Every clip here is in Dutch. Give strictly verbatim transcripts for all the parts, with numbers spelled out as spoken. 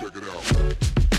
Check it out.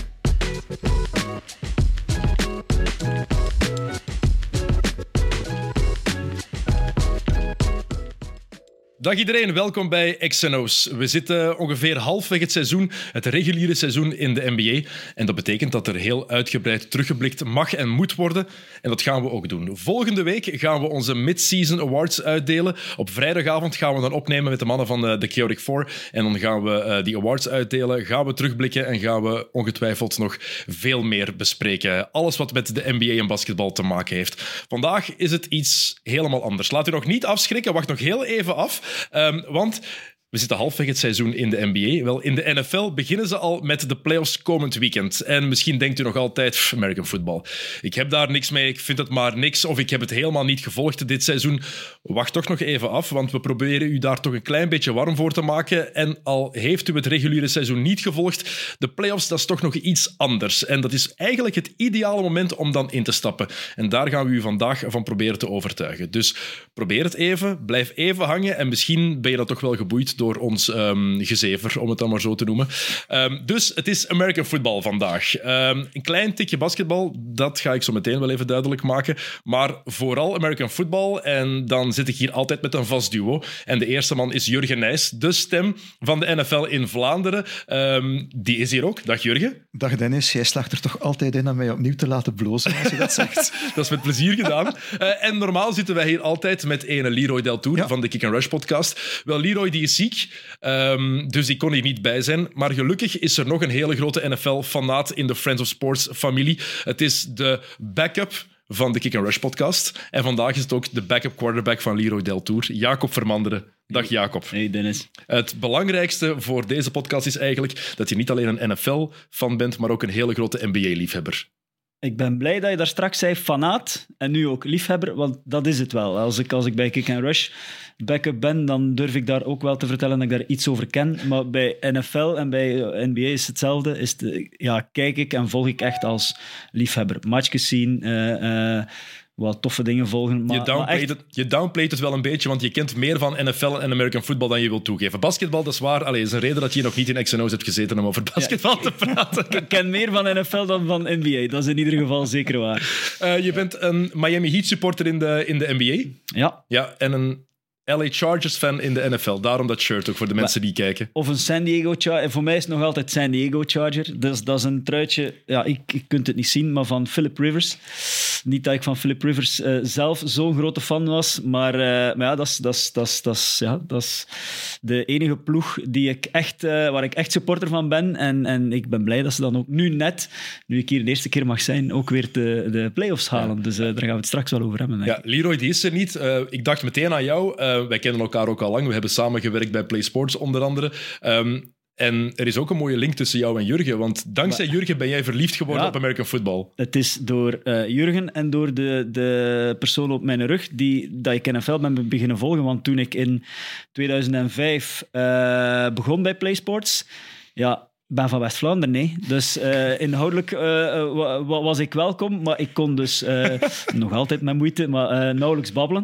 Dag iedereen, welkom bij X N O's. We zitten ongeveer halfweg het seizoen, het reguliere seizoen in de N B A. En dat betekent dat er heel uitgebreid teruggeblikt mag en moet worden. En dat gaan we ook doen. Volgende week gaan we onze Mid-Season Awards uitdelen. Op vrijdagavond gaan we dan opnemen met de mannen van de Chaotic Four. En dan gaan we uh, die awards uitdelen, gaan we terugblikken en gaan we ongetwijfeld nog veel meer bespreken. Alles wat met de N B A en basketbal te maken heeft. Vandaag is het iets helemaal anders. Laat u nog niet afschrikken, wacht nog heel even af. Um, want we zitten halfweg het seizoen in de N B A. Wel, in de N F L beginnen ze al met de playoffs komend weekend. En misschien denkt u nog altijd, pff, American football. Ik heb daar niks mee, ik vind het maar niks. Of ik heb het helemaal niet gevolgd dit seizoen. Wacht toch nog even af, want we proberen u daar toch een klein beetje warm voor te maken. En al heeft u het reguliere seizoen niet gevolgd, de playoffs, dat is toch nog iets anders. En dat is eigenlijk het ideale moment om dan in te stappen. En daar gaan we u vandaag van proberen te overtuigen. Dus probeer het even, blijf even hangen. En misschien ben je dat toch wel geboeid door ons um, gezever, om het dan maar zo te noemen. Um, dus het is American football vandaag. Um, een klein tikje basketbal, dat ga ik zo meteen wel even duidelijk maken. Maar vooral American football. En dan zit ik hier altijd met een vast duo. En de eerste man is Jurgen Nijs, de stem van de N F L in Vlaanderen. Um, die is hier ook. Dag Jurgen. Dag Dennis, jij slaagt er toch altijd in om mij opnieuw te laten blozen als je dat zegt. Dat is met plezier gedaan. Uh, en normaal zitten wij hier altijd met ene Leroy Deltour ja. van de Kick and Rush podcast. Wel, Leroy die is ziek. Um, dus die kon hier niet bij zijn. Maar gelukkig is er nog een hele grote N F L-fanaat in de Friends of Sports-familie. Het is de backup van de Kick and Rush podcast. En vandaag is het ook de backup quarterback van Leroy Deltour, Jacob Vermanderen. Dag Jacob. Hey Dennis. Het belangrijkste voor deze podcast is eigenlijk dat je niet alleen een N F L-fan bent, maar ook een hele grote N B A-liefhebber. Ik ben blij dat je daar straks zei fanaat en nu ook liefhebber, want dat is het wel. Als ik, als ik bij Kick and Rush backup ben, dan durf ik daar ook wel te vertellen dat ik daar iets over ken. Maar bij N F L en bij N B A is hetzelfde. Is de, ja, kijk ik en volg ik echt als liefhebber. Matchjes zien, uh, uh, wat toffe dingen volgen. Maar, je, downplayt maar echt... het, je downplayt het wel een beetje, want je kent meer van N F L en American football dan je wilt toegeven. Basketbal, dat is waar. Allee, is een reden dat je nog niet in X N O's hebt gezeten om over basketbal ja, te praten. Ik ken meer van N F L dan van N B A. Dat is in ieder geval zeker waar. Uh, je bent een Miami Heat supporter in de, in de N B A. Ja. Ja, en een L A Chargers fan in de N F L. Daarom dat shirt ook voor de mensen die kijken. Of een San Diego Charger. Voor mij is het nog altijd San Diego Charger. Dus dat is een truitje, ja, ik, ik kunt het niet zien, maar van Philip Rivers. Niet dat ik van Philip Rivers uh, zelf zo'n grote fan was, maar, uh, maar ja, dat is, dat is, dat is, dat is, ja, dat is de enige ploeg die ik echt, uh, waar ik echt supporter van ben. En, en ik ben blij dat ze dan ook nu net, nu ik hier de eerste keer mag zijn, ook weer de, de play-offs halen. Ja. Dus uh, daar gaan we het straks wel over hebben. Denk ja, Leroy, die is er niet. Uh, ik dacht meteen aan jou. Uh, wij kennen elkaar ook al lang. We hebben samengewerkt bij Play Sports onder andere. Um, En er is ook een mooie link tussen jou en Jurgen, want dankzij maar, Jurgen ben jij verliefd geworden ja, op American football. Het is door uh, Jurgen en door de, de persoon op mijn rug die, dat ik N F L ben beginnen volgen. Want toen ik in tweeduizend vijf uh, begon bij Play Sports, ja, ik ben van West-Vlaanderen, nee. Dus uh, inhoudelijk uh, uh, was ik welkom, maar ik kon dus uh, nog altijd met moeite, maar uh, nauwelijks babbelen.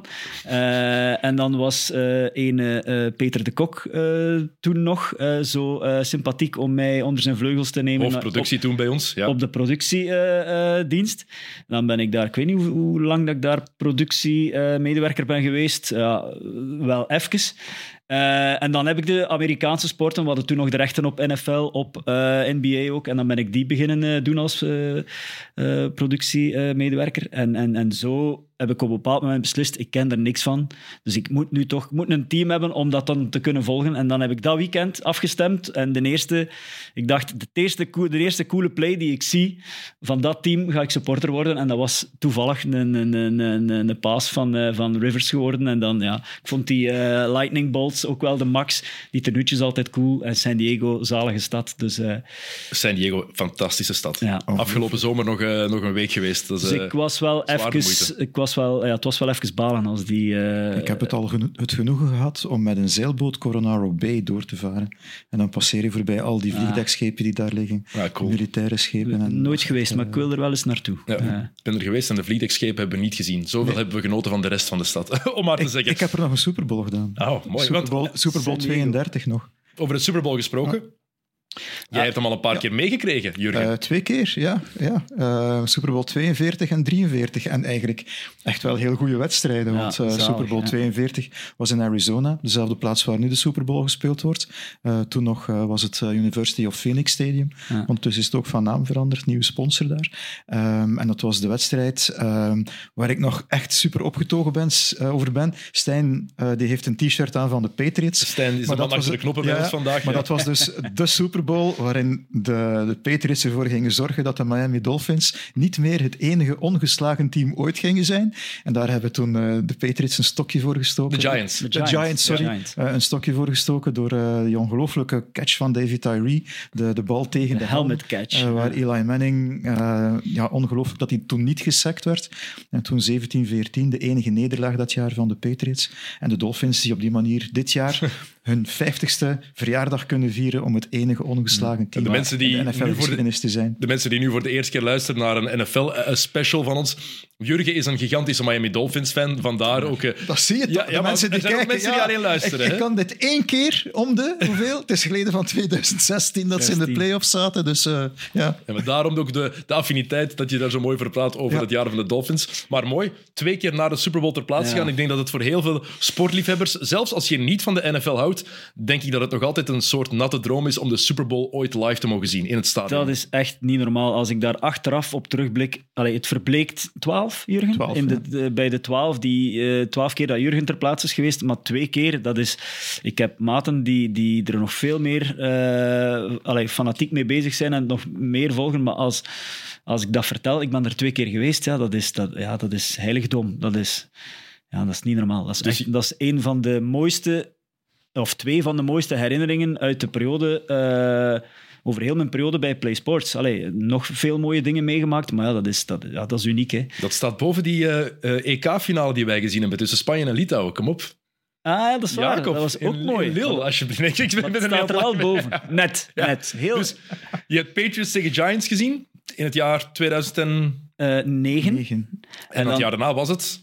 Uh, en dan was uh, een uh, Peter de Kok uh, toen nog uh, zo uh, sympathiek om mij onder zijn vleugels te nemen. Hoofdproductie op, toen bij ons. Ja. Op de productiedienst. Uh, uh, dan ben ik daar, ik weet niet hoe, hoe lang dat ik daar productiemedewerker uh, ben geweest. Uh, wel even. Uh, en dan heb ik de Amerikaanse sporten, we hadden toen nog de rechten op N F L, op uh, N B A ook. En dan ben ik die beginnen uh, doen als uh, uh, productiemedewerker. Uh, en, en, en zo heb ik op een bepaald moment beslist, ik ken er niks van. Dus ik moet nu toch ik moet een team hebben om dat dan te kunnen volgen. En dan heb ik dat weekend afgestemd. En de eerste, ik dacht, de eerste, de eerste coole play die ik zie van dat team, ga ik supporter worden. En dat was toevallig een, een, een, een, een pass van, uh, van Rivers geworden. En dan, ja, ik vond die uh, Lightning Bolts ook wel de max. Die tenuutjes altijd cool. En San Diego, zalige stad. Dus, uh, San Diego, fantastische stad. Ja. Afgelopen zomer nog, uh, nog een week geweest. Dus, uh, dus ik was wel even... Ik was wel, ja, het was wel even balen als die... Uh, ik heb het al geno- het genoegen gehad om met een zeilboot Coronado Bay door te varen. En dan passeer je voorbij al die vliegdekschepen die daar liggen. Ja, cool. Militaire schepen. En nooit geweest, uh, maar ik wil er wel eens naartoe. Ja, uh. Ik ben er geweest en de vliegdekschepen hebben we niet gezien. Zoveel nee. hebben we genoten van de rest van de stad. Om maar te ik, zeggen. Ik heb er nog een Super Bowl gedaan. Oh, mooi. Super Bowl, Super Bowl tweeëndertig nog. Over het Super Bowl gesproken. Ja. Jij hebt hem al een paar ja. keer meegekregen, Jurgen. Uh, twee keer, ja. ja. Uh, Super Bowl tweeënveertig en drieënveertig. En eigenlijk echt wel heel goede wedstrijden. Ja, want uh, zalig, Super Bowl ja. tweeënveertig was in Arizona, dezelfde plaats waar nu de Super Bowl gespeeld wordt. Uh, toen nog uh, was het uh, University of Phoenix Stadium. Ja. Ondertussen is het ook van naam veranderd, nieuwe sponsor daar. Um, en dat was de wedstrijd um, waar ik nog echt super opgetogen ben, uh, over ben. Stijn uh, die heeft een t-shirt aan van de Patriots. Stijn is de man achter de knoppen bij ja, ons vandaag. Maar ja. dat was dus de Super Bowl waarin de, de Patriots ervoor gingen zorgen dat de Miami Dolphins niet meer het enige ongeslagen team ooit gingen zijn. En daar hebben toen uh, de Patriots een stokje voor gestoken. De Giants. De, de Giants, Giants, sorry. Ja. Giants. Uh, een stokje voor gestoken door uh, die ongelooflijke catch van David Tyree. De, de bal tegen de, de helmet catch. Uh, waar Eli Manning, uh, ja, ongelooflijk dat hij toen niet gesackt werd. En toen zeventien veertien, de enige nederlaag dat jaar van de Patriots. En de Dolphins die op die manier dit jaar hun vijftigste verjaardag kunnen vieren om het enige ongeslagen team de mensen die in de N F L-geschiedenis te zijn. De mensen die nu voor de eerste keer luisteren naar een N F L-special van ons. Jurgen is een gigantische Miami Dolphins-fan, vandaar ook... Uh, dat zie je toch, ja, de ja, mensen die er zijn kijken. Mensen ja, die alleen luisteren. Ik, ik kan dit één keer om de... Hoeveel? Het is geleden van twintig zestien dat zestien. Ze in de play-offs zaten, dus uh, ja. En daarom ook de, de affiniteit dat je daar zo mooi voor praat over ja. het jaar van de Dolphins. Maar mooi, twee keer naar de Super Bowl ter plaatse ja. gaan. Ik denk dat het voor heel veel sportliefhebbers, zelfs als je niet van de N F L houdt, denk ik dat het nog altijd een soort natte droom is om de Super Bowl ooit live te mogen zien in het stadion. Dat is echt niet normaal. Als ik daar achteraf op terugblik... Allee, het verbleekt twaalf, Jurgen? twaalf, in de, ja. de, bij de twaalf, die uh, twaalf keer dat Jurgen ter plaatse is geweest, maar twee keer, dat is... Ik heb maten die, die er nog veel meer uh, allee, fanatiek mee bezig zijn en nog meer volgen, maar als, als ik dat vertel, ik ben er twee keer geweest, ja, dat is, dat, ja, dat is heiligdom. Dat is, ja, dat is niet normaal. Dat is, dus... echt, dat is een van de mooiste... Of twee van de mooiste herinneringen uit de periode... Uh, over heel mijn periode bij Play Sports. Allee, nog veel mooie dingen meegemaakt, maar ja, dat is, dat, ja, dat is uniek. Hè. Dat staat boven die uh, uh, E K-finale die wij gezien hebben tussen Spanje en Litouwen. Kom op. Ah, ja, dat is waar. Jacob, dat was ook in, mooi. In Lille, alsjeblieft. Ik ben dat staat er wel boven. Net. ja. net. Heel... Dus, je hebt Patriots tegen Giants gezien in het jaar tweeduizend negen. Uh, en, en dan, het jaar daarna was het...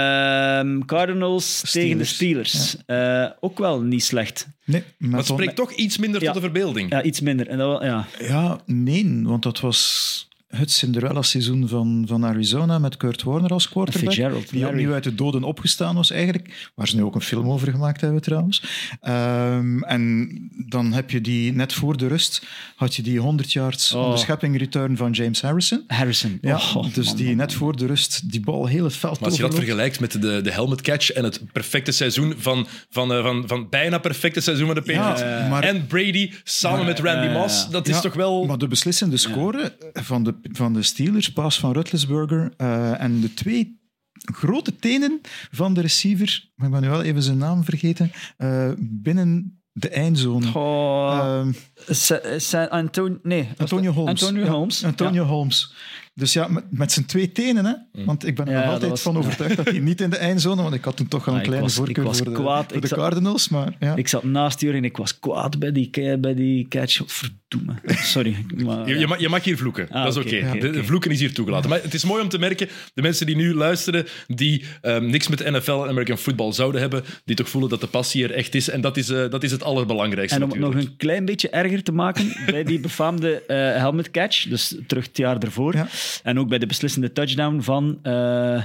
Uh, Cardinals Steelers. tegen de Steelers. Ja. Uh, ook wel niet slecht. Nee, maar het spreekt met... toch iets minder ja. tot de verbeelding. Ja, iets minder. En dat, ja. ja, nee, want dat was het Cinderella-seizoen van, van Arizona met Kurt Warner als quarterback. Fitzgerald, die opnieuw uit de doden opgestaan was eigenlijk. Waar ze nu ook een film over gemaakt hebben trouwens. Um, en dan heb je die, net voor de rust, had je die honderd yards oh. onderschepping return van James Harrison. Harrison. Ja, oh, dus man, die man, net voor de rust die bal heel het veld Maar als je dat vergelijkt met de, de helmet catch en het perfecte seizoen van, van, uh, van, van bijna perfecte seizoen van de Patriots ja, uh, maar, en Brady samen maar, met Randy uh, Moss, dat is ja, toch wel... Maar de beslissende score ja. van, de, van de Steelers, paas van Roethlisberger uh, en de twee grote tenen van de receiver, maar ik ben nu wel even zijn naam vergeten, uh, binnen de eindzone. Oh, uh, Antonio, nee, Antonio Holmes. Antonio Holmes. Ja, Antonio ja. Holmes. Dus ja, met, met zijn twee tenen, hè? Want ik ben er ja, nog altijd was, van overtuigd ja. dat hij niet in de eindzone, want ik had toen toch al een ah, kleine was, voorkeur voor de, kwaad. voor de zat, Cardinals. Maar, ja. Ik zat naast je en ik was kwaad bij die, bij die catch. Verdomme. Sorry. Maar, je, je, mag, je mag hier vloeken, ah, dat is oké. Okay. Okay, de, okay. Vloeken is hier toegelaten. Maar het is mooi om te merken, de mensen die nu luisteren, die um, niks met N F L en American football zouden hebben, die toch voelen dat de passie er echt is. En dat is, uh, dat is het allerbelangrijkste. En om natuurlijk. het nog een klein beetje erger te maken, bij die befaamde uh, helmet catch, dus terug het jaar ervoor, ja. en ook bij de beslissende touchdown van... Uh,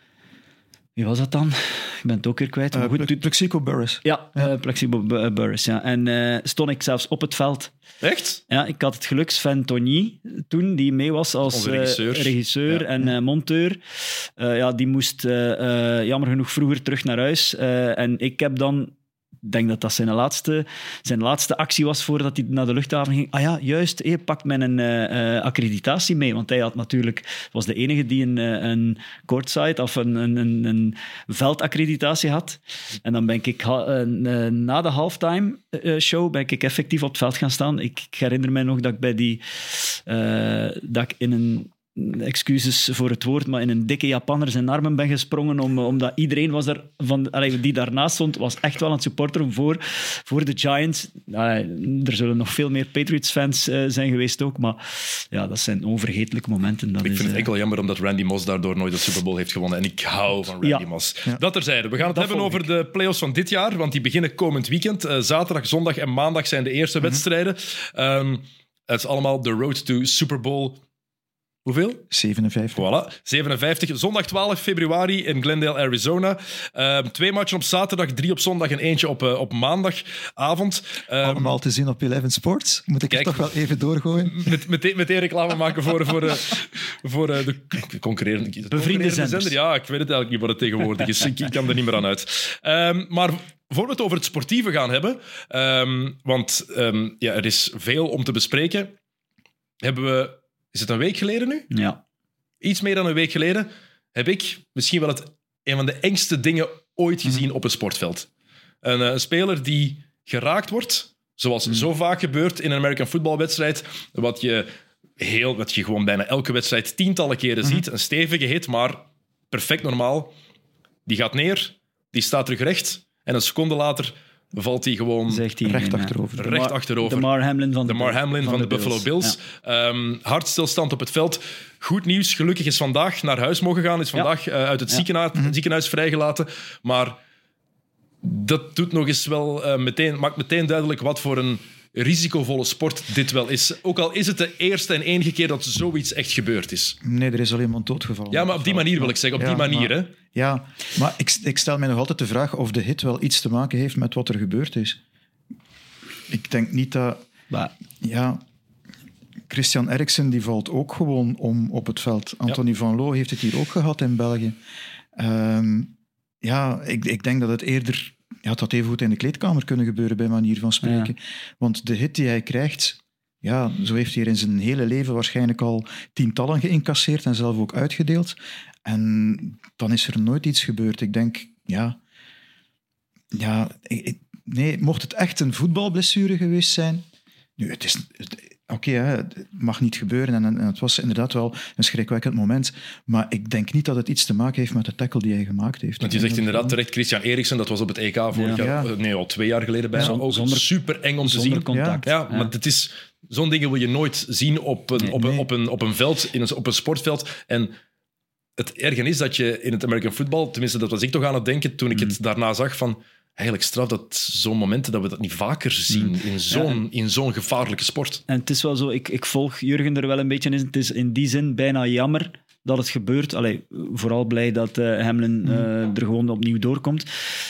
wie was dat dan? Ik ben het ook weer kwijt. Uh, goed, Plexico Burress. Ja, ja. Uh, Plexico Burress. Ja. En uh, stond ik zelfs op het veld. Echt? Ja, ik had het geluk, Sven Togny toen, die mee was als regisseur, uh, regisseur ja. en uh, monteur. Uh, ja, die moest uh, uh, jammer genoeg vroeger terug naar huis. Uh, en ik heb dan... Ik denk dat dat zijn laatste, zijn laatste actie was voordat hij naar de luchthaven ging. Ah ja, juist, hij pakt mijn uh, uh, accreditatie mee. Want hij had natuurlijk, was de enige die een, uh, een courtside of een, een, een, een veldaccreditatie had. En dan ben ik ha- uh, na de halftime uh, show ben ik effectief op het veld gaan staan. Ik, ik herinner mij nog dat ik bij die... Uh, dat ik in een... excuses voor het woord, maar in een dikke Japanner zijn armen ben gesprongen, om, omdat iedereen was er van, allee, die daarnaast stond, was echt wel aan het supporteren voor, voor de Giants. Allee, er zullen nog veel meer Patriots-fans uh, zijn geweest ook, maar ja, dat zijn onvergetelijke momenten. Dat ik is, vind het uh, enkel jammer omdat Randy Moss daardoor nooit de Super Bowl heeft gewonnen. En ik hou van Randy ja. Moss. Ja. Dat terzijde. We gaan het Dat hebben over ik. de playoffs van dit jaar, want die beginnen komend weekend. Uh, zaterdag, zondag en maandag zijn de eerste mm-hmm. wedstrijden. Um, het is allemaal de road to Super Bowl... Hoeveel? zevenenvijftig. Voilà, zevenenvijftig. Zondag twaalf februari in Glendale, Arizona. Um, twee matchen op zaterdag, drie op zondag en eentje op, uh, op maandagavond. Um, Allemaal te zien op Eleven Sports. Moet ik kijk, er toch wel even doorgooien? Met, meteen, meteen reclame maken voor, voor, uh, voor uh, de concurrerende... Bevriende zenders. Ja, ik weet het eigenlijk niet wat het tegenwoordig is. Ik, ik kan er niet meer aan uit. Um, maar... Voor we het over het sportieve gaan hebben, um, want um, ja, er is veel om te bespreken, hebben we... Is het een week geleden nu? Ja. Iets meer dan een week geleden heb ik misschien wel het, een van de engste dingen ooit gezien op een sportveld. Een, een speler die geraakt wordt, zoals mm. zo vaak gebeurt in een American footballwedstrijd, wat je, heel, wat je gewoon bijna elke wedstrijd tientallen keren mm. ziet. Een stevige hit, maar perfect normaal. Die gaat neer, die staat terug recht en een seconde later valt hij gewoon Zegt hij recht achterover. Recht Mar- achterover. De Mar Hamlin van de, de, Mar Hamlin van van de, de Buffalo Bills. Bills. Ja. Um, hartstilstand op het veld. Goed nieuws. Gelukkig is vandaag naar huis mogen gaan. Is vandaag ja. uh, uit het ja. ziekenhuis, mm-hmm. ziekenhuis vrijgelaten. Maar dat doet nog eens wel uh, meteen, maakt meteen duidelijk wat voor een risicovolle sport dit wel is. Ook al is het de eerste en enige keer dat zoiets echt gebeurd is. Nee, er is al iemand doodgevallen. Ja, maar op die manier wil ik zeggen. Op ja, die manier, maar, hè. Ja, maar ik, ik stel mij nog altijd de vraag of de hit wel iets te maken heeft met wat er gebeurd is. Ik denk niet dat... Maar, ja, Christian Eriksen die valt ook gewoon om op het veld. Anthony ja. Van Loo heeft het hier ook gehad in België. Um, ja, ik, ik denk dat het eerder... Ja, het had even goed in de kleedkamer kunnen gebeuren, bij manier van spreken. Ja. Want de hit die hij krijgt... Ja, zo heeft hij er in zijn hele leven waarschijnlijk al tientallen geïncasseerd en zelf ook uitgedeeld. En dan is er nooit iets gebeurd. Ik denk, ja... ja ik, nee, mocht het echt een voetbalblessure geweest zijn... Nu, het is... Oké, okay, het mag niet gebeuren en, en het was inderdaad wel een schrikwekkend moment. Maar ik denk niet dat het iets te maken heeft met de tackle die hij gemaakt heeft. Want je zegt inderdaad terecht, Christian Eriksen, dat was op het E K vorig ja. jaar, nee, al twee jaar geleden bijna. Ja, ook zonder, super eng om te zien. Contact. Ja, ja, maar het is... Zo'n dingen wil je nooit zien op een, nee, op een, nee. op een, op een veld, in een, op een sportveld. En het erge is dat je in het American football, tenminste dat was ik toch aan het denken toen ik mm. het daarna zag, van eigenlijk straf dat zo'n momenten dat we dat niet vaker zien mm. in, zo'n, ja, in zo'n gevaarlijke sport. En het is wel zo, ik, ik volg Jurgen er wel een beetje in. Het is in die zin bijna jammer dat het gebeurt. Allee, vooral blij dat uh, Hamlin uh, er gewoon opnieuw doorkomt.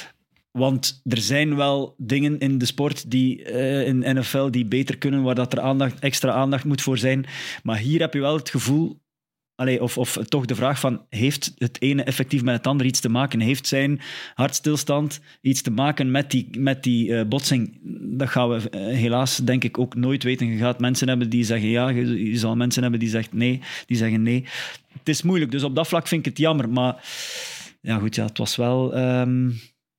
Want er zijn wel dingen in de sport die uh, in N F L die beter kunnen, waar dat er aandacht, extra aandacht moet voor zijn. Maar hier heb je wel het gevoel, allee, of, of toch de vraag van, heeft het ene effectief met het andere iets te maken? Heeft zijn hartstilstand iets te maken met die, met die uh, botsing? Dat gaan we uh, helaas denk ik ook nooit weten. Je gaat mensen hebben die zeggen ja, je, je zal mensen hebben die zeggen nee, die zeggen nee. Het is moeilijk, dus op dat vlak vind ik het jammer. Maar ja goed, ja, het was wel... Um,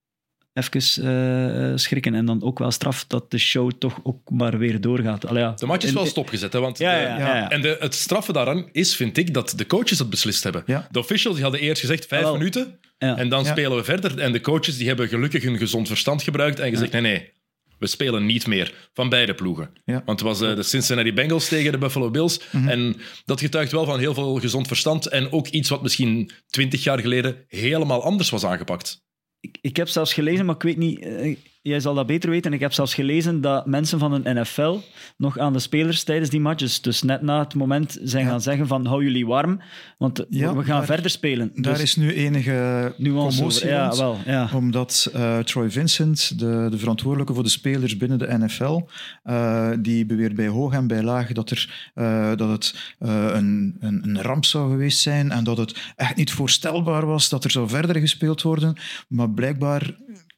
even uh, schrikken. En dan ook wel straf dat de show toch ook maar weer doorgaat. Allee, ja. De match is wel stopgezet. Hè, want ja, de, ja, ja, ja. En de, het straffe daaraan is, vind ik, dat de coaches dat beslist hebben. Ja. De officials die hadden eerst gezegd vijf wel. minuten ja. en dan ja. spelen we verder. En de coaches die hebben gelukkig hun gezond verstand gebruikt en gezegd, ja. nee, nee, we spelen niet meer. Van beide ploegen. Ja. Want het was uh, de Cincinnati Bengals tegen de Buffalo Bills. Mm-hmm. En dat getuigt wel van heel veel gezond verstand en ook iets wat misschien twintig jaar geleden helemaal anders was aangepakt. Ik, ik heb zelfs gelezen, maar ik weet niet... Uh, jij zal dat beter weten. Ik heb zelfs gelezen dat mensen van een N F L nog aan de spelers tijdens die matches, dus net na het moment, zijn ja. gaan zeggen van hou jullie warm, want ja, we gaan daar, verder spelen. Daar dus is nu enige commotie ja, rond, wel, ja. omdat uh, Troy Vincent, de, de verantwoordelijke voor de spelers binnen de N F L, uh, die beweert bij hoog en bij laag dat, er, uh, dat het uh, een, een, een ramp zou geweest zijn en dat het echt niet voorstelbaar was dat er zou verder gespeeld worden, maar blijkbaar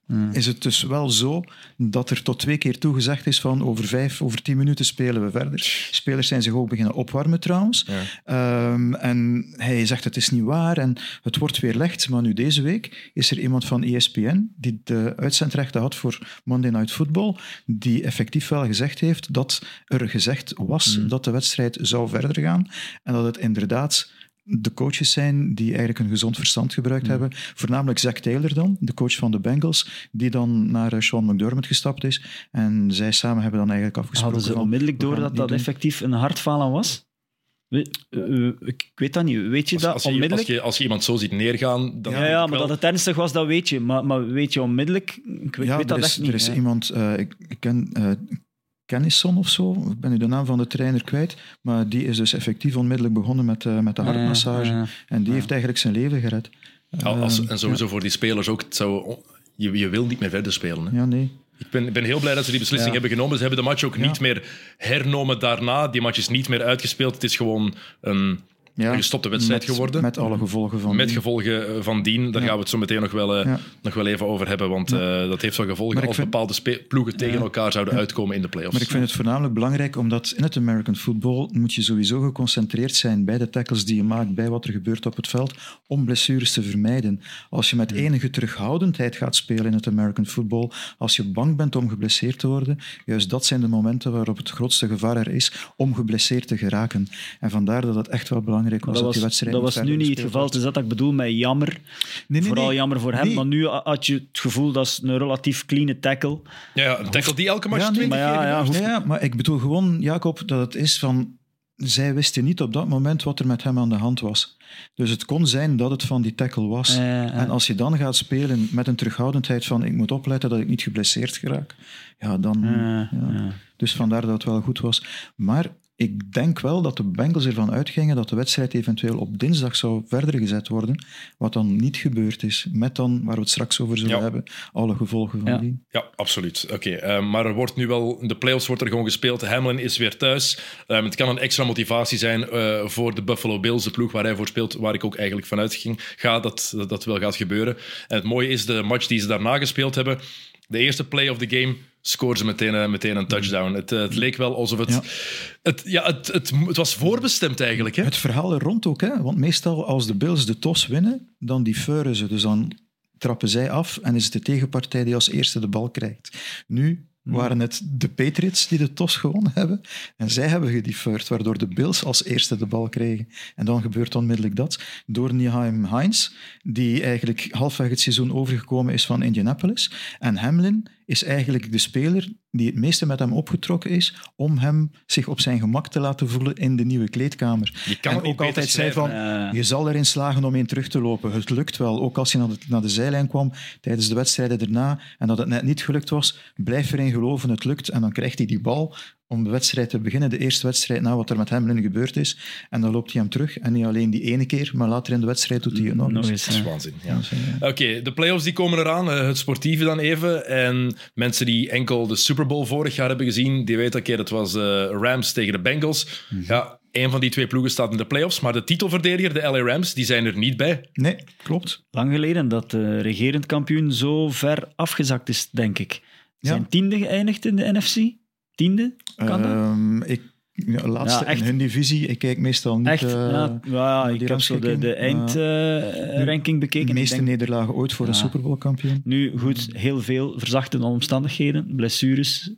Hmm. Is het dus wel zo dat er tot twee keer toe gezegd is van over vijf, over tien minuten spelen we verder. Spelers zijn zich ook beginnen opwarmen trouwens. Ja. Um, en hij zegt het is niet waar en het wordt weerlegd. Maar nu deze week is er iemand van E S P N die de uitzendrechten had voor Monday Night Football, die effectief wel gezegd heeft dat er gezegd was hmm. dat de wedstrijd zou verder gaan en dat het inderdaad de coaches zijn die eigenlijk een gezond verstand gebruikt mm. hebben. Voornamelijk Zac Taylor dan, de coach van de Bengals, die dan naar Sean McDermott gestapt is. En zij samen hebben dan eigenlijk afgesproken... Hadden ze onmiddellijk door dat dat doen. effectief een hartfalen was? We, uh, ik weet dat niet. Weet je als, dat als je, onmiddellijk? Als je, als je iemand zo ziet neergaan... Dan ja, ja maar wel... dat het ernstig was, dat weet je. Maar, maar weet je onmiddellijk? Ik weet, ja, weet dat is, echt niet. Er is hè. iemand... Uh, ik, ik ken... Uh, Kennison of zo, ik ben nu de naam van de trainer kwijt, maar die is dus effectief onmiddellijk begonnen met, uh, met de hartmassage. Ja, ja, ja. En die ja. heeft eigenlijk zijn leven gered. Als, en sowieso ja. voor die spelers ook. Het zou, je, je wil niet meer verder spelen. Hè? Ja, nee. Ik ben, ben heel blij dat ze die beslissing ja. hebben genomen. Ze hebben de match ook ja. niet meer hernomen daarna. Die match is niet meer uitgespeeld. Het is gewoon een... Ja, een gestopte wedstrijd met, geworden. Met alle gevolgen van Met dien. gevolgen van dien. Daar ja. gaan we het zo meteen nog wel, uh, ja. nog wel even over hebben. Want uh, dat heeft wel gevolgen als vind... bepaalde spe- ploegen ja. tegen elkaar zouden ja. uitkomen in de playoffs. Maar ik vind het voornamelijk belangrijk, omdat in het American football moet je sowieso geconcentreerd zijn bij de tackles die je maakt, bij wat er gebeurt op het veld, om blessures te vermijden. Als je met enige terughoudendheid gaat spelen in het American football, als je bang bent om geblesseerd te worden, juist dat zijn de momenten waarop het grootste gevaar er is om geblesseerd te geraken. En vandaar dat het echt wel belangrijk was dat, dat die wedstrijd Dat was nu niet het geval. Het is dat ik bedoel met jammer. Nee, nee, Vooral nee. jammer voor hem. Nee. Maar nu had je het gevoel dat is een relatief clean tackle. Ja, ja een tackle die elke match ja, twintig nee, keer ja, ja, ja, maar ik bedoel gewoon, Jacob, dat het is van... Zij wisten niet op dat moment wat er met hem aan de hand was. Dus het kon zijn dat het van die tackle was. Uh, uh. En als je dan gaat spelen met een terughoudendheid van ik moet opletten dat ik niet geblesseerd geraak, ja, dan... Uh, ja. Uh. Dus vandaar dat het wel goed was. Maar... Ik denk wel dat de Bengals ervan uitgingen dat de wedstrijd eventueel op dinsdag zou verder gezet worden, wat dan niet gebeurd is, met dan, waar we het straks over zullen ja. hebben, alle gevolgen van ja. die. Ja, absoluut. Oké, okay, uh, maar er wordt nu wel, in de playoffs wordt er gewoon gespeeld. Hamlin is weer thuis. Um, het kan een extra motivatie zijn uh, voor de Buffalo Bills, de ploeg waar hij voor speelt, waar ik ook eigenlijk vanuit ging, ga, dat dat, dat wel gaat gebeuren. En het mooie is, de match die ze daarna gespeeld hebben, de eerste play of the game, scoren ze meteen, uh, meteen een touchdown. Het, uh, het leek wel alsof het... Ja. Het, ja, het, het, het was voorbestemd eigenlijk. Hè? Het verhaal er rond ook. Hè? Want meestal als de Bills de toss winnen, dan differen ze. Dus dan trappen zij af en is het de tegenpartij die als eerste de bal krijgt. Nu waren het de Patriots die de toss gewonnen hebben. En zij hebben gedeferred, waardoor de Bills als eerste de bal kregen. En dan gebeurt onmiddellijk dat. Door Nyheim Hines, die eigenlijk halfweg het seizoen overgekomen is van Indianapolis. En Hamlin is eigenlijk de speler die het meeste met hem opgetrokken is om hem zich op zijn gemak te laten voelen in de nieuwe kleedkamer. Je kan en ook altijd zei van, uh... je zal erin slagen om in terug te lopen. Het lukt wel. Ook als je naar de, naar de zijlijn kwam tijdens de wedstrijden daarna en dat het net niet gelukt was, blijf erin geloven, het lukt. En dan krijgt hij die bal om de wedstrijd te beginnen, de eerste wedstrijd na wat er met Hamlin gebeurd is. En dan loopt hij hem terug. En niet alleen die ene keer, maar later in de wedstrijd doet hij het nog, nog eens. Dat is waanzin. Ja. Ja. Oké, okay, de playoffs die komen eraan. Het sportieve dan even. En mensen die enkel de Super Bowl vorig jaar hebben gezien, die weten, oké, okay, dat was de Rams tegen de Bengals. Mm-hmm. Ja, een van die twee ploegen staat in de playoffs, maar de titelverdediger, de L A Rams, die zijn er niet bij. Nee, klopt. Lang geleden dat de regerend kampioen zo ver afgezakt is, denk ik. Ze zijn ja. tiende geëindigd in de N F C. Tiende? Kan dat? Um, ik, ja, laatste ja, in hun divisie. Ik kijk meestal niet... Echt? Uh, ja, ja ik heb zo de, de eindranking uh, bekeken. De meeste denk... nederlagen ooit voor ja. een Super Bowl kampioen. Nu, goed, heel veel verzachtende omstandigheden. Blessures.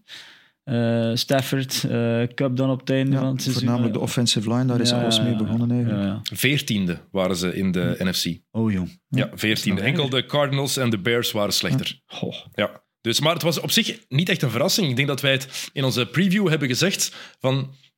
Uh, Stafford, uh, Cup dan op het einde ja, van het seizoen. Voornamelijk de offensive line, daar is ja, alles mee begonnen eigenlijk. Ja, ja. Veertiende waren ze in de ja. N F C. Oh jong. Ja, veertiende. Enkel de Cardinals en de Bears waren slechter. Ja. Oh. ja. Dus, maar het was op zich niet echt een verrassing. Ik denk dat wij het in onze preview hebben gezegd van...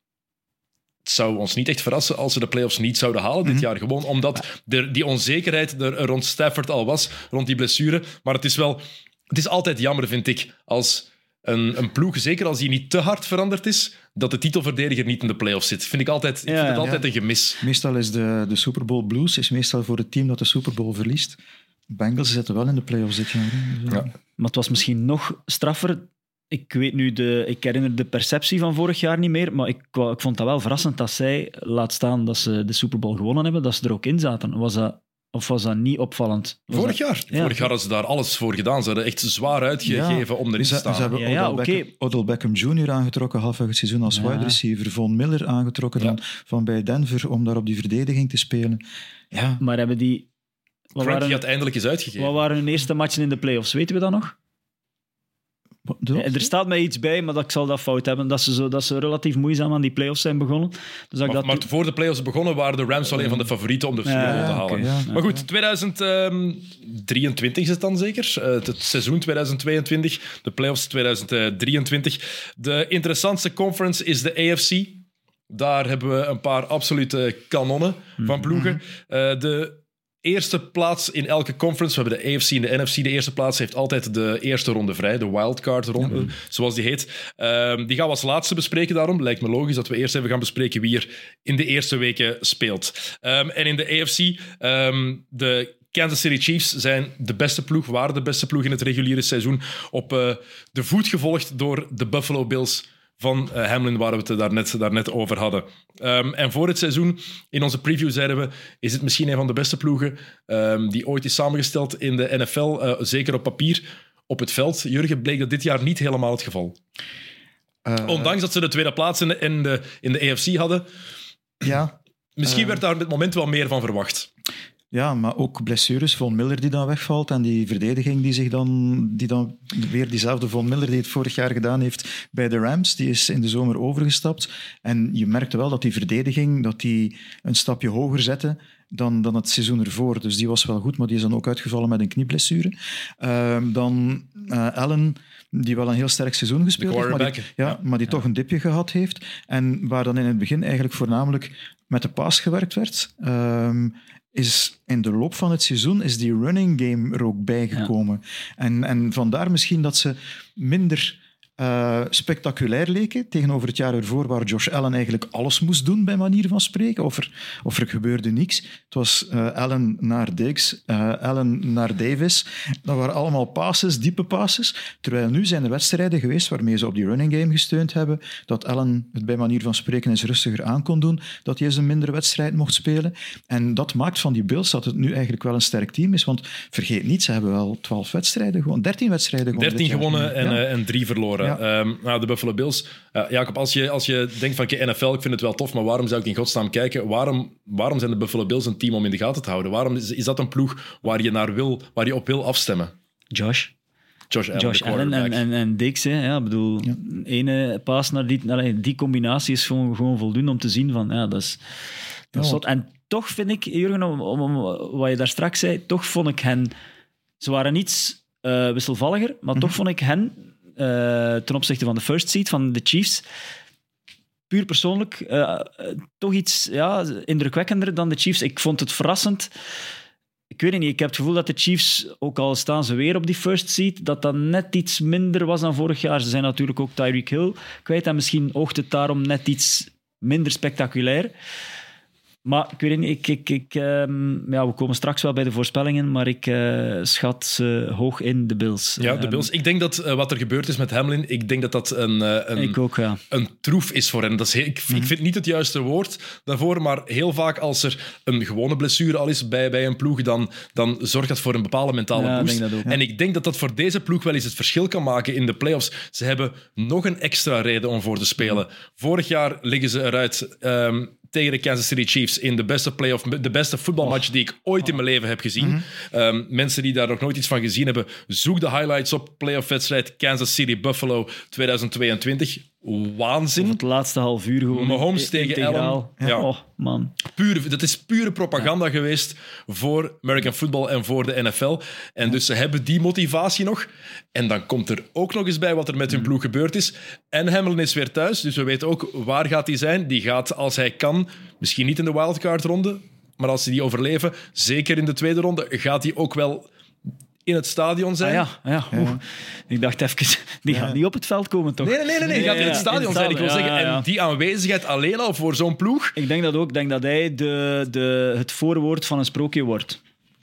Het zou ons niet echt verrassen als ze de playoffs niet zouden halen dit mm-hmm. jaar. Gewoon omdat er die onzekerheid er rond Stafford al was, rond die blessure. Maar het is wel... Het is altijd jammer, vind ik, als een, een ploeg, zeker als die niet te hard veranderd is, dat de titelverdediger niet in de playoffs zit. Vind ik altijd, ik vind ja, het ja. altijd een gemis. Meestal is de, de Super Bowl blues is meestal voor het team dat de Super Bowl verliest. Bengals zitten wel in de playoffs dit jaar. Dus ja. Maar het was misschien nog straffer. Ik weet nu de, ik herinner de perceptie van vorig jaar niet meer, maar ik, ik vond dat wel verrassend dat zij, laat staan dat ze de Super Bowl gewonnen hebben, dat ze er ook in zaten. Was dat Of was dat niet opvallend? Was Vorig dat... jaar. Ja. Vorig jaar hadden ze daar alles voor gedaan. Ze hadden echt zwaar uitgegeven ja. om erin te staan. Ze, ze hebben ja, ja, Odell, okay. Beckham, Odell Beckham junior aangetrokken halfweg het seizoen als ja. wide receiver. Von Miller aangetrokken ja. van, van bij Denver om daar op die verdediging te spelen. Ja. Maar hebben die... Wat Frankie waren... had eindelijk eens uitgegeven. Wat waren hun eerste matchen in de playoffs? Weten we dat nog? Ja, er staat mij iets bij, maar dat ik zal dat fout hebben. Dat ze, zo, dat ze relatief moeizaam aan die playoffs zijn begonnen. Dus maar, dat maar to... voor de playoffs begonnen waren de Rams wel een van de favorieten om de Super Bowl ja, te halen. Okay, ja. Maar goed, tweeduizend drieëntwintig is het dan zeker. Uh, het seizoen tweeduizend tweeëntwintig, de playoffs tweeduizend drieëntwintig. De interessantste conference is de A F C. Daar hebben we een paar absolute kanonnen mm-hmm. van ploegen. Uh, de eerste plaats in elke conference, we hebben de A F C en de N F C, de eerste plaats heeft altijd de eerste ronde vrij, de wildcard-ronde, ja. zoals die heet. Um, die gaan we als laatste bespreken daarom. Lijkt me logisch dat we eerst even gaan bespreken wie er in de eerste weken speelt. Um, en in de A F C, um, de Kansas City Chiefs zijn de beste ploeg, waren de beste ploeg in het reguliere seizoen, op uh, de voet gevolgd door de Buffalo Bills van uh, Hamlin, waar we het daarnet, daarnet over hadden. Um, en voor het seizoen, in onze preview zeiden we, is het misschien een van de beste ploegen um, die ooit is samengesteld in de N F L, uh, zeker op papier. Op het veld, Jurgen, bleek dat dit jaar niet helemaal het geval. Uh, Ondanks dat ze de tweede plaats in de, in de, in de A F C hadden. Ja. Misschien uh, werd daar op dit moment wel meer van verwacht. Ja, maar ook blessures. Von Miller die dan wegvalt en die verdediging die zich dan, die dan weer diezelfde Von Miller die het vorig jaar gedaan heeft bij de Rams, die is in de zomer overgestapt. En je merkte wel dat die verdediging dat die een stapje hoger zette dan, dan het seizoen ervoor. Dus die was wel goed, maar die is dan ook uitgevallen met een knieblessure. Uh, dan uh, Allen, die wel een heel sterk seizoen gespeeld heeft, maar die, ja, maar die ja. toch een dipje gehad heeft. En waar dan in het begin eigenlijk voornamelijk met de paas gewerkt werd, uh, is in de loop van het seizoen is die running game er ook bijgekomen. Ja. En, en vandaar misschien dat ze minder uh, spectaculair leken tegenover het jaar ervoor, waar Josh Allen eigenlijk alles moest doen, bij manier van spreken. Of er, of er gebeurde niks. Het was uh, Allen naar Diggs, uh, Allen naar Davis. Dat waren allemaal passes, diepe passes. Terwijl nu zijn er wedstrijden geweest waarmee ze op die running game gesteund hebben, dat Allen het bij manier van spreken eens rustiger aan kon doen, dat hij eens een mindere wedstrijd mocht spelen. En dat maakt van die Bills dat het nu eigenlijk wel een sterk team is. Want vergeet niet, ze hebben wel twaalf wedstrijden gewonnen, dertien wedstrijden gewonnen. dertien gewonnen en, ja. uh, en drie verloren. Ja. Um, nou, de Buffalo Bills. Uh, Jacob, als je, als je denkt van okay, N F L, ik vind het wel tof, maar waarom zou ik in godsnaam kijken? Waarom, waarom zijn de Buffalo Bills een team om in de gaten te houden? Waarom is, is dat een ploeg waar je, naar wil, waar je op wil afstemmen? Josh. Josh Allen, Josh Allen en, en, en Diggs. Hè. Ja, bedoel, ja. ene paas naar die, naar die combinatie is gewoon, gewoon voldoende om te zien van, ja, dat is, dat is ja, zot. En toch vind ik, Jurgen, om, om, om, wat je daar straks zei, toch vond ik hen, ze waren iets uh, wisselvalliger, maar mm-hmm. toch vond ik hen, uh, ten opzichte van de first seed, van de Chiefs, puur persoonlijk, uh, uh, toch iets ja, indrukwekkender dan de Chiefs. Ik vond het verrassend. Ik weet het niet, ik heb het gevoel dat de Chiefs, ook al staan ze weer op die first seed, dat dat net iets minder was dan vorig jaar. Ze zijn natuurlijk ook Tyreek Hill kwijt en misschien oogt het daarom net iets minder spectaculair. Maar ik weet niet, ik, ik, ik, um, ja, we komen straks wel bij de voorspellingen, maar ik uh, schat ze hoog in, de Bills. Ja, de Bills. Ik denk dat uh, wat er gebeurd is met Hamlin, ik denk dat dat een, uh, een, ik ook, ja. een troef is voor hen. Dat is heel, ik, mm-hmm. ik vind niet het juiste woord daarvoor, maar heel vaak als er een gewone blessure al is bij, bij een ploeg, dan, dan zorgt dat voor een bepaalde mentale ja, boost. Denk dat ook, ja. En ik denk dat dat voor deze ploeg wel eens het verschil kan maken in de playoffs. Ze hebben nog een extra reden om voor te spelen. Mm-hmm. Vorig jaar liggen ze eruit Um, tegen de Kansas City Chiefs in de beste playoff, de beste voetbalmatch die ik ooit in mijn leven heb gezien. Mm-hmm. Um, mensen die daar nog nooit iets van gezien hebben, zoek de highlights op. Playoff-wedstrijd Kansas City-Buffalo tweeduizend tweeëntwintig. Waanzin. Of het laatste half uur gewoon. Mahomes tegen Allen. Ja. Oh, man. Pure, dat is pure propaganda ja. geweest voor American football en voor de N F L. En ja. dus ze hebben die motivatie nog. En dan komt er ook nog eens bij wat er met hun ploeg gebeurd is. En Hamlin is weer thuis, dus we weten ook waar gaat hij zijn. Die gaat, als hij kan, misschien niet in de wildcard-ronde, maar als ze die overleven, zeker in de tweede ronde, gaat hij ook wel in het stadion zijn. Ah, ja, ja. ja. Ik dacht even, die gaat ja. niet op het veld komen, toch? Nee, nee, nee, nee. die gaat in het stadion, in het stadion zijn. Ik wil ja, zeggen. Ja, ja. En die aanwezigheid alleen al voor zo'n ploeg. Ik denk dat ook. Ik denk dat hij de, de, het voorwoord van een sprookje wordt.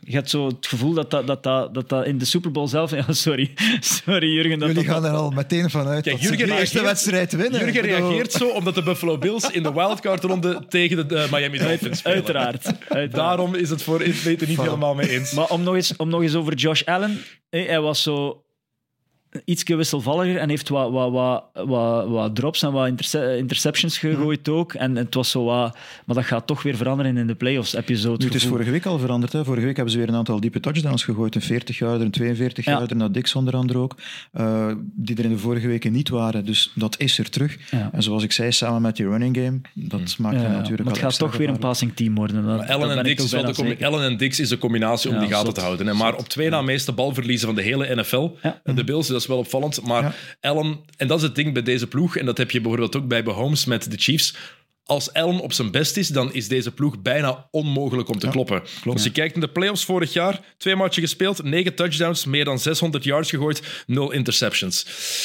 Je hebt zo het gevoel dat dat, dat, dat, dat, dat in de Super Bowl zelf... Ja, sorry. Sorry, Jurgen. Dat Jullie dat, gaan er al meteen vanuit Kijk, dat ze Jurgen de eerste reageert- wedstrijd winnen. Jurgen Ik bedoel, reageert zo omdat de Buffalo Bills in de wildcard-ronde tegen de uh, Miami Dolphins spelen. Uiteraard. uiteraard. Daarom is het voor het niet Voilà. helemaal mee eens. Maar om nog eens, om nog eens over Josh Allen... Hé, hij was zo... ietsje wisselvalliger en heeft wat, wat, wat, wat, wat drops en wat interce- interceptions gegooid mm. ook. En het was zo wat... Maar dat gaat toch weer veranderen in de playoffs, heb je zo het nu, het is gevoel. vorige week al veranderd. Hè. Vorige week hebben ze weer een aantal diepe touchdowns gegooid. Een veertig-yarder, een tweeënveertig-yarder, Ja. naar Dix onder andere ook. Uh, die er in de vorige weken niet waren. Dus dat is er terug. Ja. En zoals ik zei, samen met die running game, dat mm. maakt ja, het ja. natuurlijk Maar het al gaat toch weer een passing team worden. Dat, Allen, en Dix is wel de combi- Allen en Dix is de combinatie om ja, die gaten zot. te houden. Hè. Maar op twee na meeste balverliezen van de hele N F L. Ja. De Bills, dat is wel opvallend. Maar Ja. Allen, en dat is het ding bij deze ploeg, en dat heb je bijvoorbeeld ook bij Mahomes met de Chiefs. Als Allen op zijn best is, dan is deze ploeg bijna onmogelijk om te Ja, kloppen. klopt. Als je kijkt naar de playoffs vorig jaar, twee matchen gespeeld, negen touchdowns, meer dan zeshonderd yards gegooid, nul interceptions.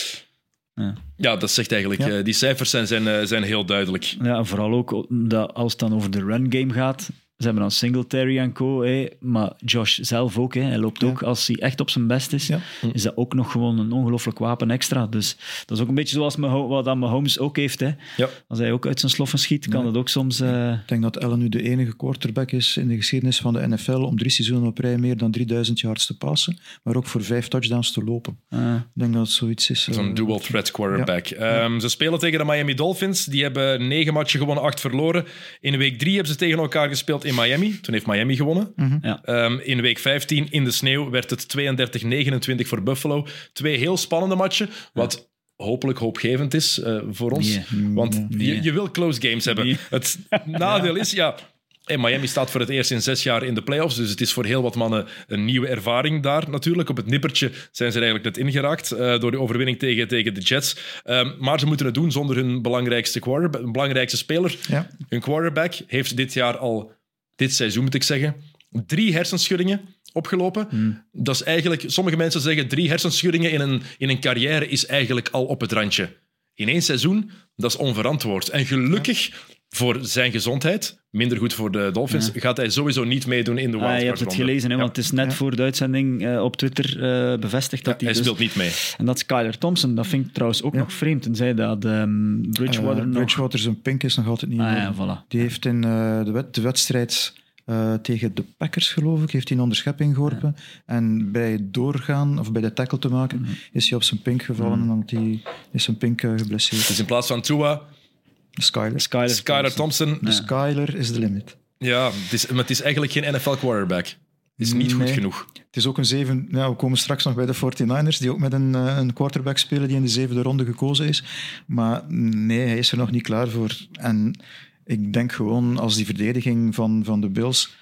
Ja. Ja, dat zegt eigenlijk... Ja. Uh, die cijfers zijn, zijn, uh, zijn heel duidelijk. Ja, en vooral ook dat als het dan over de run game gaat. Ze hebben dan Singletary en co, hé, maar Josh zelf ook. Hé. Hij loopt Ja. ook, als hij echt op zijn best is, Ja. is dat ook nog gewoon een ongelooflijk wapen extra. Dus dat is ook een beetje zoals Maho- wat dan Mahomes ook heeft. Hè. Ja. Als hij ook uit zijn sloffen schiet, kan Ja. het ook soms... Uh... Ik denk dat Allen nu de enige quarterback is in de geschiedenis van de N F L om drie seizoenen op rij meer dan drieduizend yards te passen, maar ook voor vijf touchdowns te lopen. Uh, Ik denk dat het zoiets is. Zo'n uh, dual threat quarterback. Ja. Um, ze spelen tegen de Miami Dolphins. Die hebben negen matchen gewonnen, acht verloren. In week drie hebben ze tegen elkaar gespeeld in Miami. Toen heeft Miami gewonnen. Mm-hmm. ja. Um, in week vijftien in de sneeuw werd het tweeëndertig negenentwintig voor Buffalo. Twee heel spannende matchen. Wat hopelijk hoopgevend is uh, voor ons. Nee. Want Nee. je, je wil close games hebben. Nee. Het nadeel is, ja... Hey, Miami staat voor het eerst in zes jaar in de playoffs, dus het is voor heel wat mannen een nieuwe ervaring daar natuurlijk. Op het nippertje zijn ze er eigenlijk net ingeraakt uh, door de overwinning tegen, tegen de Jets. Um, maar ze moeten het doen zonder hun belangrijkste, quarterback, belangrijkste speler. Ja. Hun quarterback heeft dit jaar al, dit seizoen moet ik zeggen, drie hersenschuddingen opgelopen. Hmm. Dat is eigenlijk, sommige mensen zeggen drie hersenschuddingen in een, in een carrière is eigenlijk al op het randje. In één seizoen, dat is onverantwoord. En gelukkig... Ja. Voor zijn gezondheid, minder goed voor de Dolphins, ja. gaat hij sowieso niet meedoen in de wildcard. Ah, je hebt het gelezen, hè, ja. want het is net ja. voor de uitzending uh, op Twitter uh, bevestigd dat ja, hij... hij dus... speelt niet mee. En dat is Skylar Thompson. Dat vind ik trouwens ook ja. nog vreemd. Tenzij dat um, Bridgewater uh, nog... Bridgewater zijn pink is nog altijd niet. Ah, ja, voilà. Die heeft in uh, de, wet, de wedstrijd uh, tegen de Packers, geloof ik, heeft hij een onderschepping geworpen. Ja. En bij het doorgaan, of bij de tackle te maken, mm. is hij op zijn pink gevallen mm. en dan hij, is zijn pink uh, geblesseerd. Dus in plaats van Tua... Skyler. Skyler, Skyler Thompson. Thompson. De ja. Skyler is de limit. Ja, het is, maar het is eigenlijk geen N F L quarterback. Het is niet nee. goed genoeg. Het is ook een zeven... Ja, we komen straks nog bij de forty-niners, die ook met een, een quarterback spelen die in de zevende ronde gekozen is. Maar nee, hij is er nog niet klaar voor. En ik denk gewoon, als die verdediging van, van de Bills...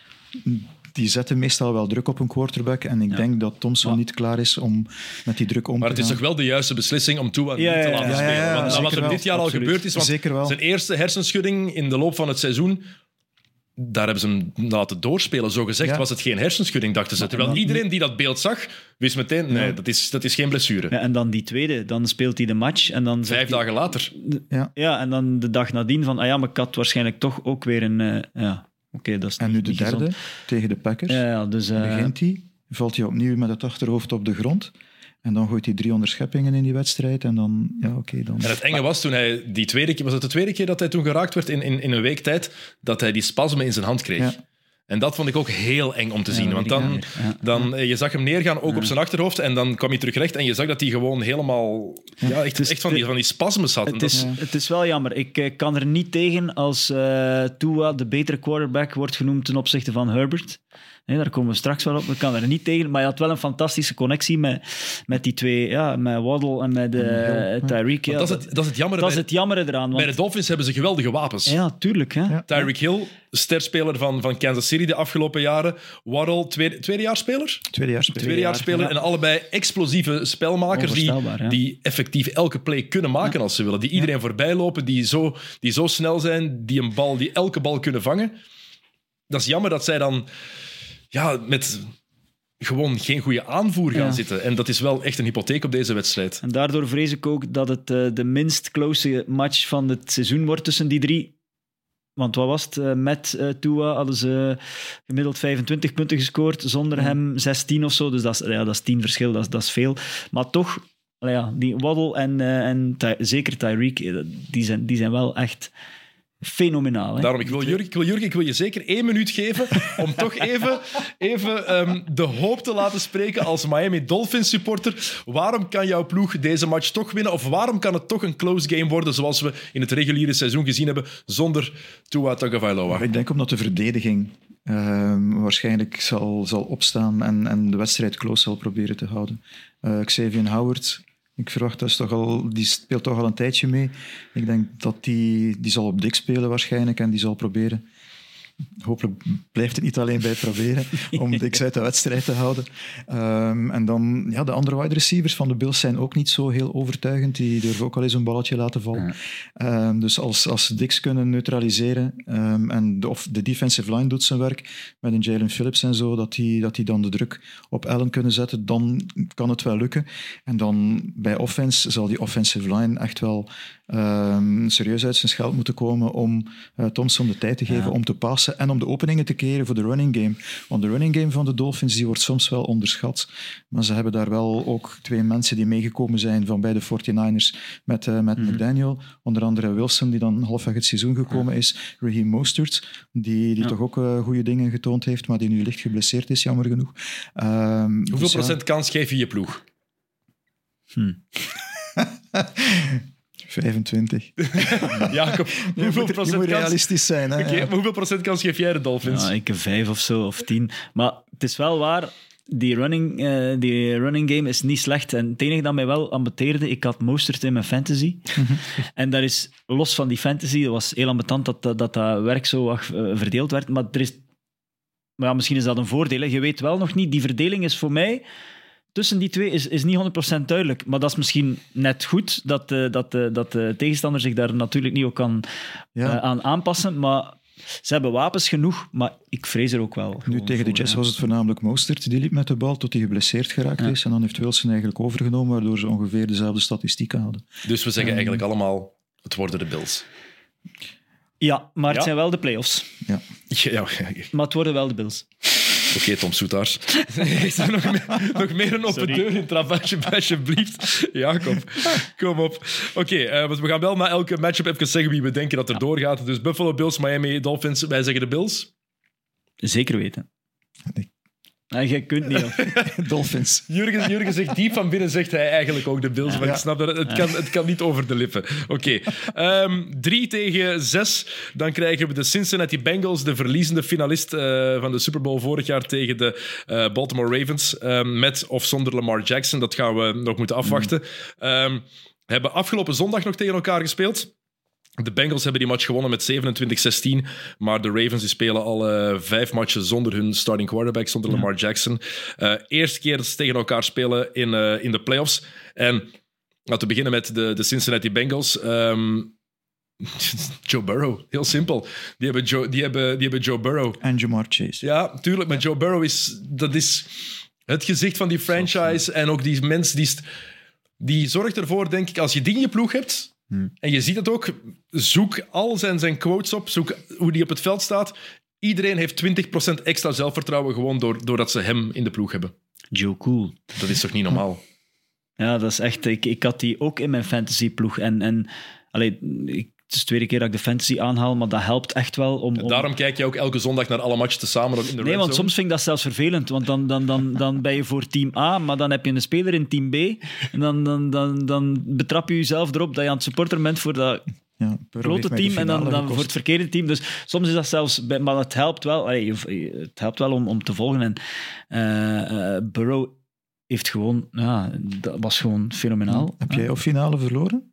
Die zetten meestal wel druk op een quarterback. En ik ja. denk dat Thompson ja. niet klaar is om met die druk om maar te gaan. Maar het is toch wel de juiste beslissing om Tua ja, niet te laten ja, spelen. Ja, ja, ja, want wat er dit jaar al absoluut. gebeurd is, want zeker wel. zijn eerste hersenschudding in de loop van het seizoen... Daar hebben ze hem laten doorspelen. Zo gezegd ja. was het geen hersenschudding, dachten ze. Terwijl iedereen die dat beeld zag, wist meteen... Nee, ja. dat, is, dat is geen blessure. Ja, en dan die tweede. Dan speelt hij de match. En dan Vijf hij, dagen later. Ja. ja, en dan de dag nadien van... Ah ja, maar ik had waarschijnlijk toch ook weer een... Uh, ja. Okay, dat is en nu de derde, gezond. Tegen de Packers. Ja, ja, dus, uh... begint hij, valt hij opnieuw met het achterhoofd op de grond. En dan gooit hij drie onderscheppingen in die wedstrijd. En dan, ja, oké. Okay, dan... En het enge was toen hij die tweede keer... Was het de tweede keer dat hij toen geraakt werd in, in, in een week tijd? Dat hij die spasmen in zijn hand kreeg. Ja. En dat vond ik ook heel eng om te zien. Ja, want dan, ja. dan, je zag hem neergaan, ook ja. op zijn achterhoofd. En dan kwam hij terug recht. En je zag dat hij gewoon helemaal... Ja, ja echt, echt van, die, van die spasmes had. Het is, ja. het is wel jammer. Ik uh, kan er niet tegen als uh, Tua de betere quarterback wordt genoemd ten opzichte van Herbert. Nee, daar komen we straks wel op. Ik kan er niet tegen. Maar je had wel een fantastische connectie met, met die twee. Ja, met Waddle en met uh, Tyreek. Ja, dat, is het, dat is het jammer. Dat is het jammer eraan. Want... Bij de Dolphins hebben ze geweldige wapens. Ja, tuurlijk. Hè? Ja. Tyreek Hill, sterspeler van, van Kansas City de afgelopen jaren. Waddle, tweede, tweedejaarspeler? Tweedejaarspeler. Tweedejaarspeler. Ja. En allebei explosieve spelmakers die, ja. die effectief elke play kunnen maken ja. als ze willen. Die iedereen ja. voorbij lopen, die zo, die zo snel zijn, die, een bal, die elke bal kunnen vangen. Dat is jammer dat zij dan... Ja, met gewoon geen goede aanvoer gaan ja. zitten. En dat is wel echt een hypotheek op deze wedstrijd. En daardoor vrees ik ook dat het uh, de minst close match van het seizoen wordt tussen die drie. Want wat was het? Uh, met uh, Tua hadden ze gemiddeld vijfentwintig punten gescoord. Zonder ja. hem zestien of zo. Dus dat is, ja, dat is tien verschil. Dat is, dat is veel. Maar toch, ja, die Waddle en, uh, en Ty- zeker Tyreek, die zijn, die zijn wel echt... fenomenaal. Hè? Daarom, ik wil, Jurgen, ik, wil, Jurgen, ik wil je zeker één minuut geven om toch even, even um, de hoop te laten spreken als Miami Dolphins supporter. Waarom kan jouw ploeg deze match toch winnen? Of waarom kan het toch een close game worden zoals we in het reguliere seizoen gezien hebben zonder Tua Tagovailoa? Ik denk omdat de verdediging uh, waarschijnlijk zal, zal opstaan en, en de wedstrijd close zal proberen te houden. Uh, Xavier Howard... Ik verwacht dat is toch al, die speelt toch al een tijdje mee. Ik denk dat die, die zal op dik spelen waarschijnlijk en die zal proberen. Hopelijk blijft het niet alleen bij het proberen om Dix uit de wedstrijd te houden. Um, en dan, ja, de andere wide receivers van de Bills zijn ook niet zo heel overtuigend. Die durven ook al eens een balletje laten vallen. Ja. Um, dus als, als ze Dix kunnen neutraliseren um, en de, of de defensive line doet zijn werk met een Jalen Phillips en zo, dat die, dat die dan de druk op Allen kunnen zetten, dan kan het wel lukken. En dan bij offense zal die offensive line echt wel um, serieus uit zijn scheld moeten komen om uh, Thompson de tijd te geven ja. om te passen en om de openingen te creëren voor de running game. Want de running game van de Dolphins die wordt soms wel onderschat. Maar ze hebben daar wel ook twee mensen die meegekomen zijn van bij de forty-niners met, uh, met mm-hmm. McDaniel. Onder andere Wilson, die dan halfweg het seizoen gekomen is. Raheem Mostert, die, die ja. toch ook uh, goede dingen getoond heeft, maar die nu licht geblesseerd is, jammer genoeg. Um, Hoeveel dus, procent ja, kans geef je je ploeg? Hmm. vijfentwintig. Jacob, hoeveel moet, procent moet kans... realistisch zijn. Hè? Okay, ja. Hoeveel procent kans geef jij de Dolphins? Ja, ik een vijf of zo, of tien. Maar het is wel waar, die running, uh, die running game is niet slecht. En het enige dat mij wel ambeteerde, ik had Mostert in mijn fantasy. En daar is, los van die fantasy, dat was heel ambetant dat dat, dat, dat werk zo uh, verdeeld werd. Maar er is... Maar ja, misschien is dat een voordeel. Hè. Je weet wel nog niet, die verdeling is voor mij... Tussen die twee is, is niet honderd procent duidelijk. Maar dat is misschien net goed, dat, uh, dat, uh, dat de tegenstander zich daar natuurlijk niet ook kan ja. uh, aan aanpassen. Maar ze hebben wapens genoeg, maar ik vrees er ook wel. Nu tegen de Jets ja. was het voornamelijk Mostert die liep met de bal tot hij geblesseerd geraakt ja. is. En dan heeft Wilson eigenlijk overgenomen, waardoor ze ongeveer dezelfde statistieken hadden. Dus we zeggen um, eigenlijk allemaal, het worden de Bills. Ja, maar het ja? zijn wel de playoffs. Ja. Ja, ja. Maar het worden wel de Bills. Oké, okay, Tom Soetaars. Is er nog meer, nog meer een open deur in trap, alsjeblieft? Jacob, kom op. Oké, okay, uh, we gaan wel na elke matchup even zeggen wie we denken dat er ja. doorgaat. Dus Buffalo Bills, Miami Dolphins, wij zeggen de Bills. Zeker weten. Nee. Nee, jij kunt niet. Dolphins. Jurgen, Jurgen zegt diep van binnen, zegt hij eigenlijk ook de Bills. Ja. Maar ik snap dat het, kan, het kan niet over de lippen. Oké. Okay. Um, drie tegen zes. Dan krijgen we de Cincinnati Bengals, de verliezende finalist uh, van de Super Bowl vorig jaar tegen de uh, Baltimore Ravens. Uh, met of zonder Lamar Jackson. Dat gaan we nog moeten afwachten. Mm. Um, hebben afgelopen zondag nog tegen elkaar gespeeld. De Bengals hebben die match gewonnen met zevenentwintig zestien, maar de Ravens die spelen al uh, vijf matchen zonder hun starting quarterback, zonder ja. Lamar Jackson. Uh, eerste keer dat ze tegen elkaar spelen in, uh, in de playoffs. En laten we beginnen met de, de Cincinnati Bengals. Um, Joe Burrow, heel simpel. Die hebben Joe, die hebben, die hebben Joe Burrow. En Jamar Chase. Ja, tuurlijk, maar Joe Burrow is, dat is het gezicht van die franchise en ook die mens die, die zorgt ervoor, denk ik, als je die in je ploeg hebt... Hmm. En je ziet het ook, zoek al zijn, zijn quotes op, zoek hoe die op het veld staat. Iedereen heeft twintig procent extra zelfvertrouwen gewoon door, doordat ze hem in de ploeg hebben. Joe Cool. Dat is toch niet normaal? Ja, dat is echt... Ik, ik had die ook in mijn fantasyploeg. En, en allee, ik, het is de tweede keer dat ik de fantasy aanhaal, maar dat helpt echt wel om... om... Daarom kijk je ook elke zondag naar alle matchen tezamen in de Nee, red want zone. Soms vind ik dat zelfs vervelend, want dan, dan, dan, dan ben je voor team A, maar dan heb je een speler in team B en dan, dan, dan, dan betrap je jezelf erop dat je aan het supporter bent voor dat ja, grote team en dan, dan voor het verkeerde team. Dus soms is dat zelfs... Maar het helpt wel, allee, het helpt wel om, om te volgen. En uh, uh, Burrow heeft gewoon... Ja, dat was gewoon fenomenaal. Heb jij op finale verloren?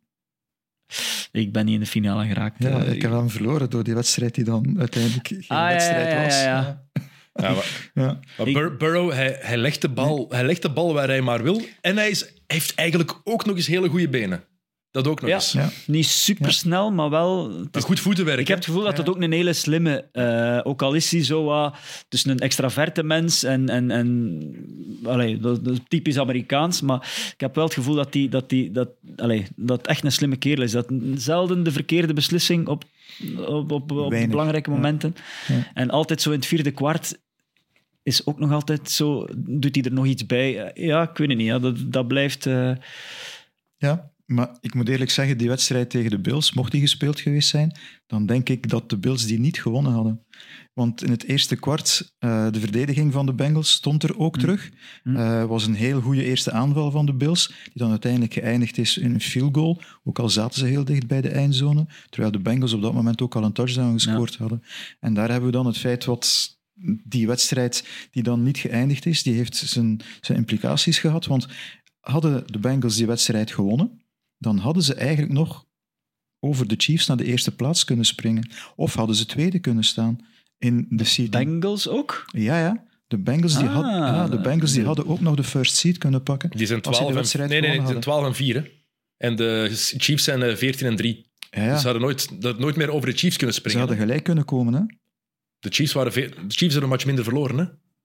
Ik ben niet in de finale geraakt. Ja, ik heb hem verloren door die wedstrijd die dan uiteindelijk geen ah, wedstrijd ja, ja, was. Ja, ja. Ja, maar, ja. maar Bur- Burrow, hij, hij, legt de bal, hij legt de bal waar hij maar wil. En hij, is, hij heeft eigenlijk ook nog eens hele goede benen. Dat ook nog ja, eens. Ja. Niet supersnel, ja. maar wel... Een goed voetenwerk. Ik heb het gevoel dat het ja. ook een hele slimme... Uh, ook al is hij zo wat... tussen een extraverte mens en... en, en allee, dat, dat is typisch Amerikaans, maar ik heb wel het gevoel dat hij dat, die, dat, allee, dat echt een slimme kerel is. Dat zelden de verkeerde beslissing op op, op, op belangrijke momenten. Ja. Ja. En altijd zo in het vierde kwart is ook nog altijd zo... Doet hij er nog iets bij? Ja, ik weet het niet. Ja, dat, dat blijft... Uh... Ja, maar ik moet eerlijk zeggen, die wedstrijd tegen de Bills, mocht die gespeeld geweest zijn, dan denk ik dat de Bills die niet gewonnen hadden. Want in het eerste kwart, uh, de verdediging van de Bengals stond er ook mm. terug. Het uh, was een heel goede eerste aanval van de Bills, die dan uiteindelijk geëindigd is in een field goal. Ook al zaten ze heel dicht bij de eindzone, terwijl de Bengals op dat moment ook al een touchdown gescoord ja. hadden. En daar hebben we dan het feit wat... Die wedstrijd die dan niet geëindigd is, die heeft zijn, zijn implicaties gehad. Want hadden de Bengals die wedstrijd gewonnen, dan hadden ze eigenlijk nog over de Chiefs naar de eerste plaats kunnen springen. Of hadden ze tweede kunnen staan in de seed. Bengals ook? Ja, ja. De Bengals, die, ah, had, ja, de Bengals die hadden ook nog de first seed kunnen pakken. Die zijn twaalf en, nee, nee, die zijn twaalf en vier. En de Chiefs zijn veertien en drie. Ja, ja. Dus ze hadden nooit, dat nooit meer over de Chiefs kunnen springen. Ze hadden gelijk kunnen komen, hè? De Chiefs, waren ve- de Chiefs hebben een match minder verloren, hè?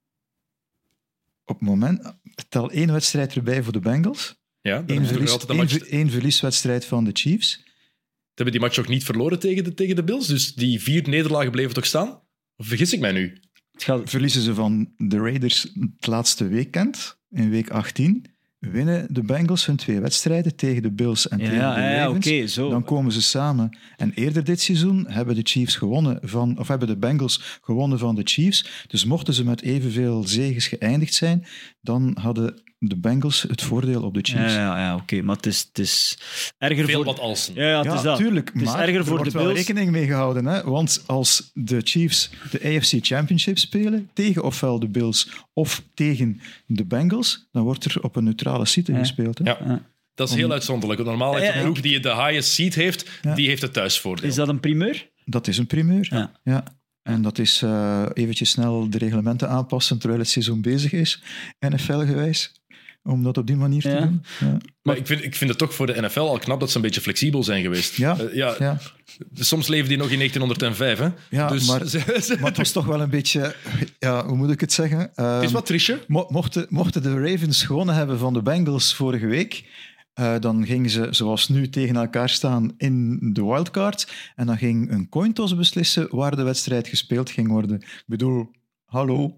Op het moment... Tel één wedstrijd erbij voor de Bengals. Ja, Eén verlies, altijd een match... één verlieswedstrijd van de Chiefs. Ze hebben die match ook niet verloren tegen de, tegen de Bills, dus die vier nederlagen bleven toch staan? Of vergis ik mij nu? Het gaat... Verliezen ze van de Raiders het laatste weekend, in week achttien... Winnen de Bengals hun twee wedstrijden tegen de Bills en ja, tegen de ja, Ravens. Okay, zo. Dan komen ze samen. En eerder dit seizoen hebben de Chiefs gewonnen van, of hebben de Bengals gewonnen van de Chiefs. Dus mochten ze met evenveel zeges geëindigd zijn, dan hadden de Bengals het voordeel op de Chiefs. Ja, ja, ja oké. Okay. Maar het is, het is erger Veel voor... wat alsen. Ja, ja, het ja, is dat. Tuurlijk, het is maar erger er voor wordt de wel Bills. rekening mee gehouden. Hè? Want als de Chiefs de A F C Championship spelen tegen ofwel de Bills of tegen de Bengals, dan wordt er op een neutrale site ja. gespeeld. Hè? Ja. Ja. Dat is heel uitzonderlijk. Normaal heeft een ploeg die de highest seed heeft, ja. die heeft het thuisvoordeel. Is dat een primeur? Dat is een primeur, ja. ja. En dat is uh, eventjes snel de reglementen aanpassen terwijl het seizoen bezig is, N F L-gewijs, om dat op die manier ja. te doen. Ja. Maar ik vind, ik vind het toch voor de N F L al knap dat ze een beetje flexibel zijn geweest. Ja, uh, ja, ja. Soms leven die nog in negentienhonderdvijf, hè? Ja, dus, maar, maar het was toch wel een beetje... Ja, hoe moet ik het zeggen? Uh, het is wat triestje. Mo- mochten, mochten de Ravens gewonnen hebben van de Bengals vorige week, uh, dan gingen ze, zoals nu, tegen elkaar staan in de wildcard. En dan ging een coin toss beslissen waar de wedstrijd gespeeld ging worden. Ik bedoel, hallo...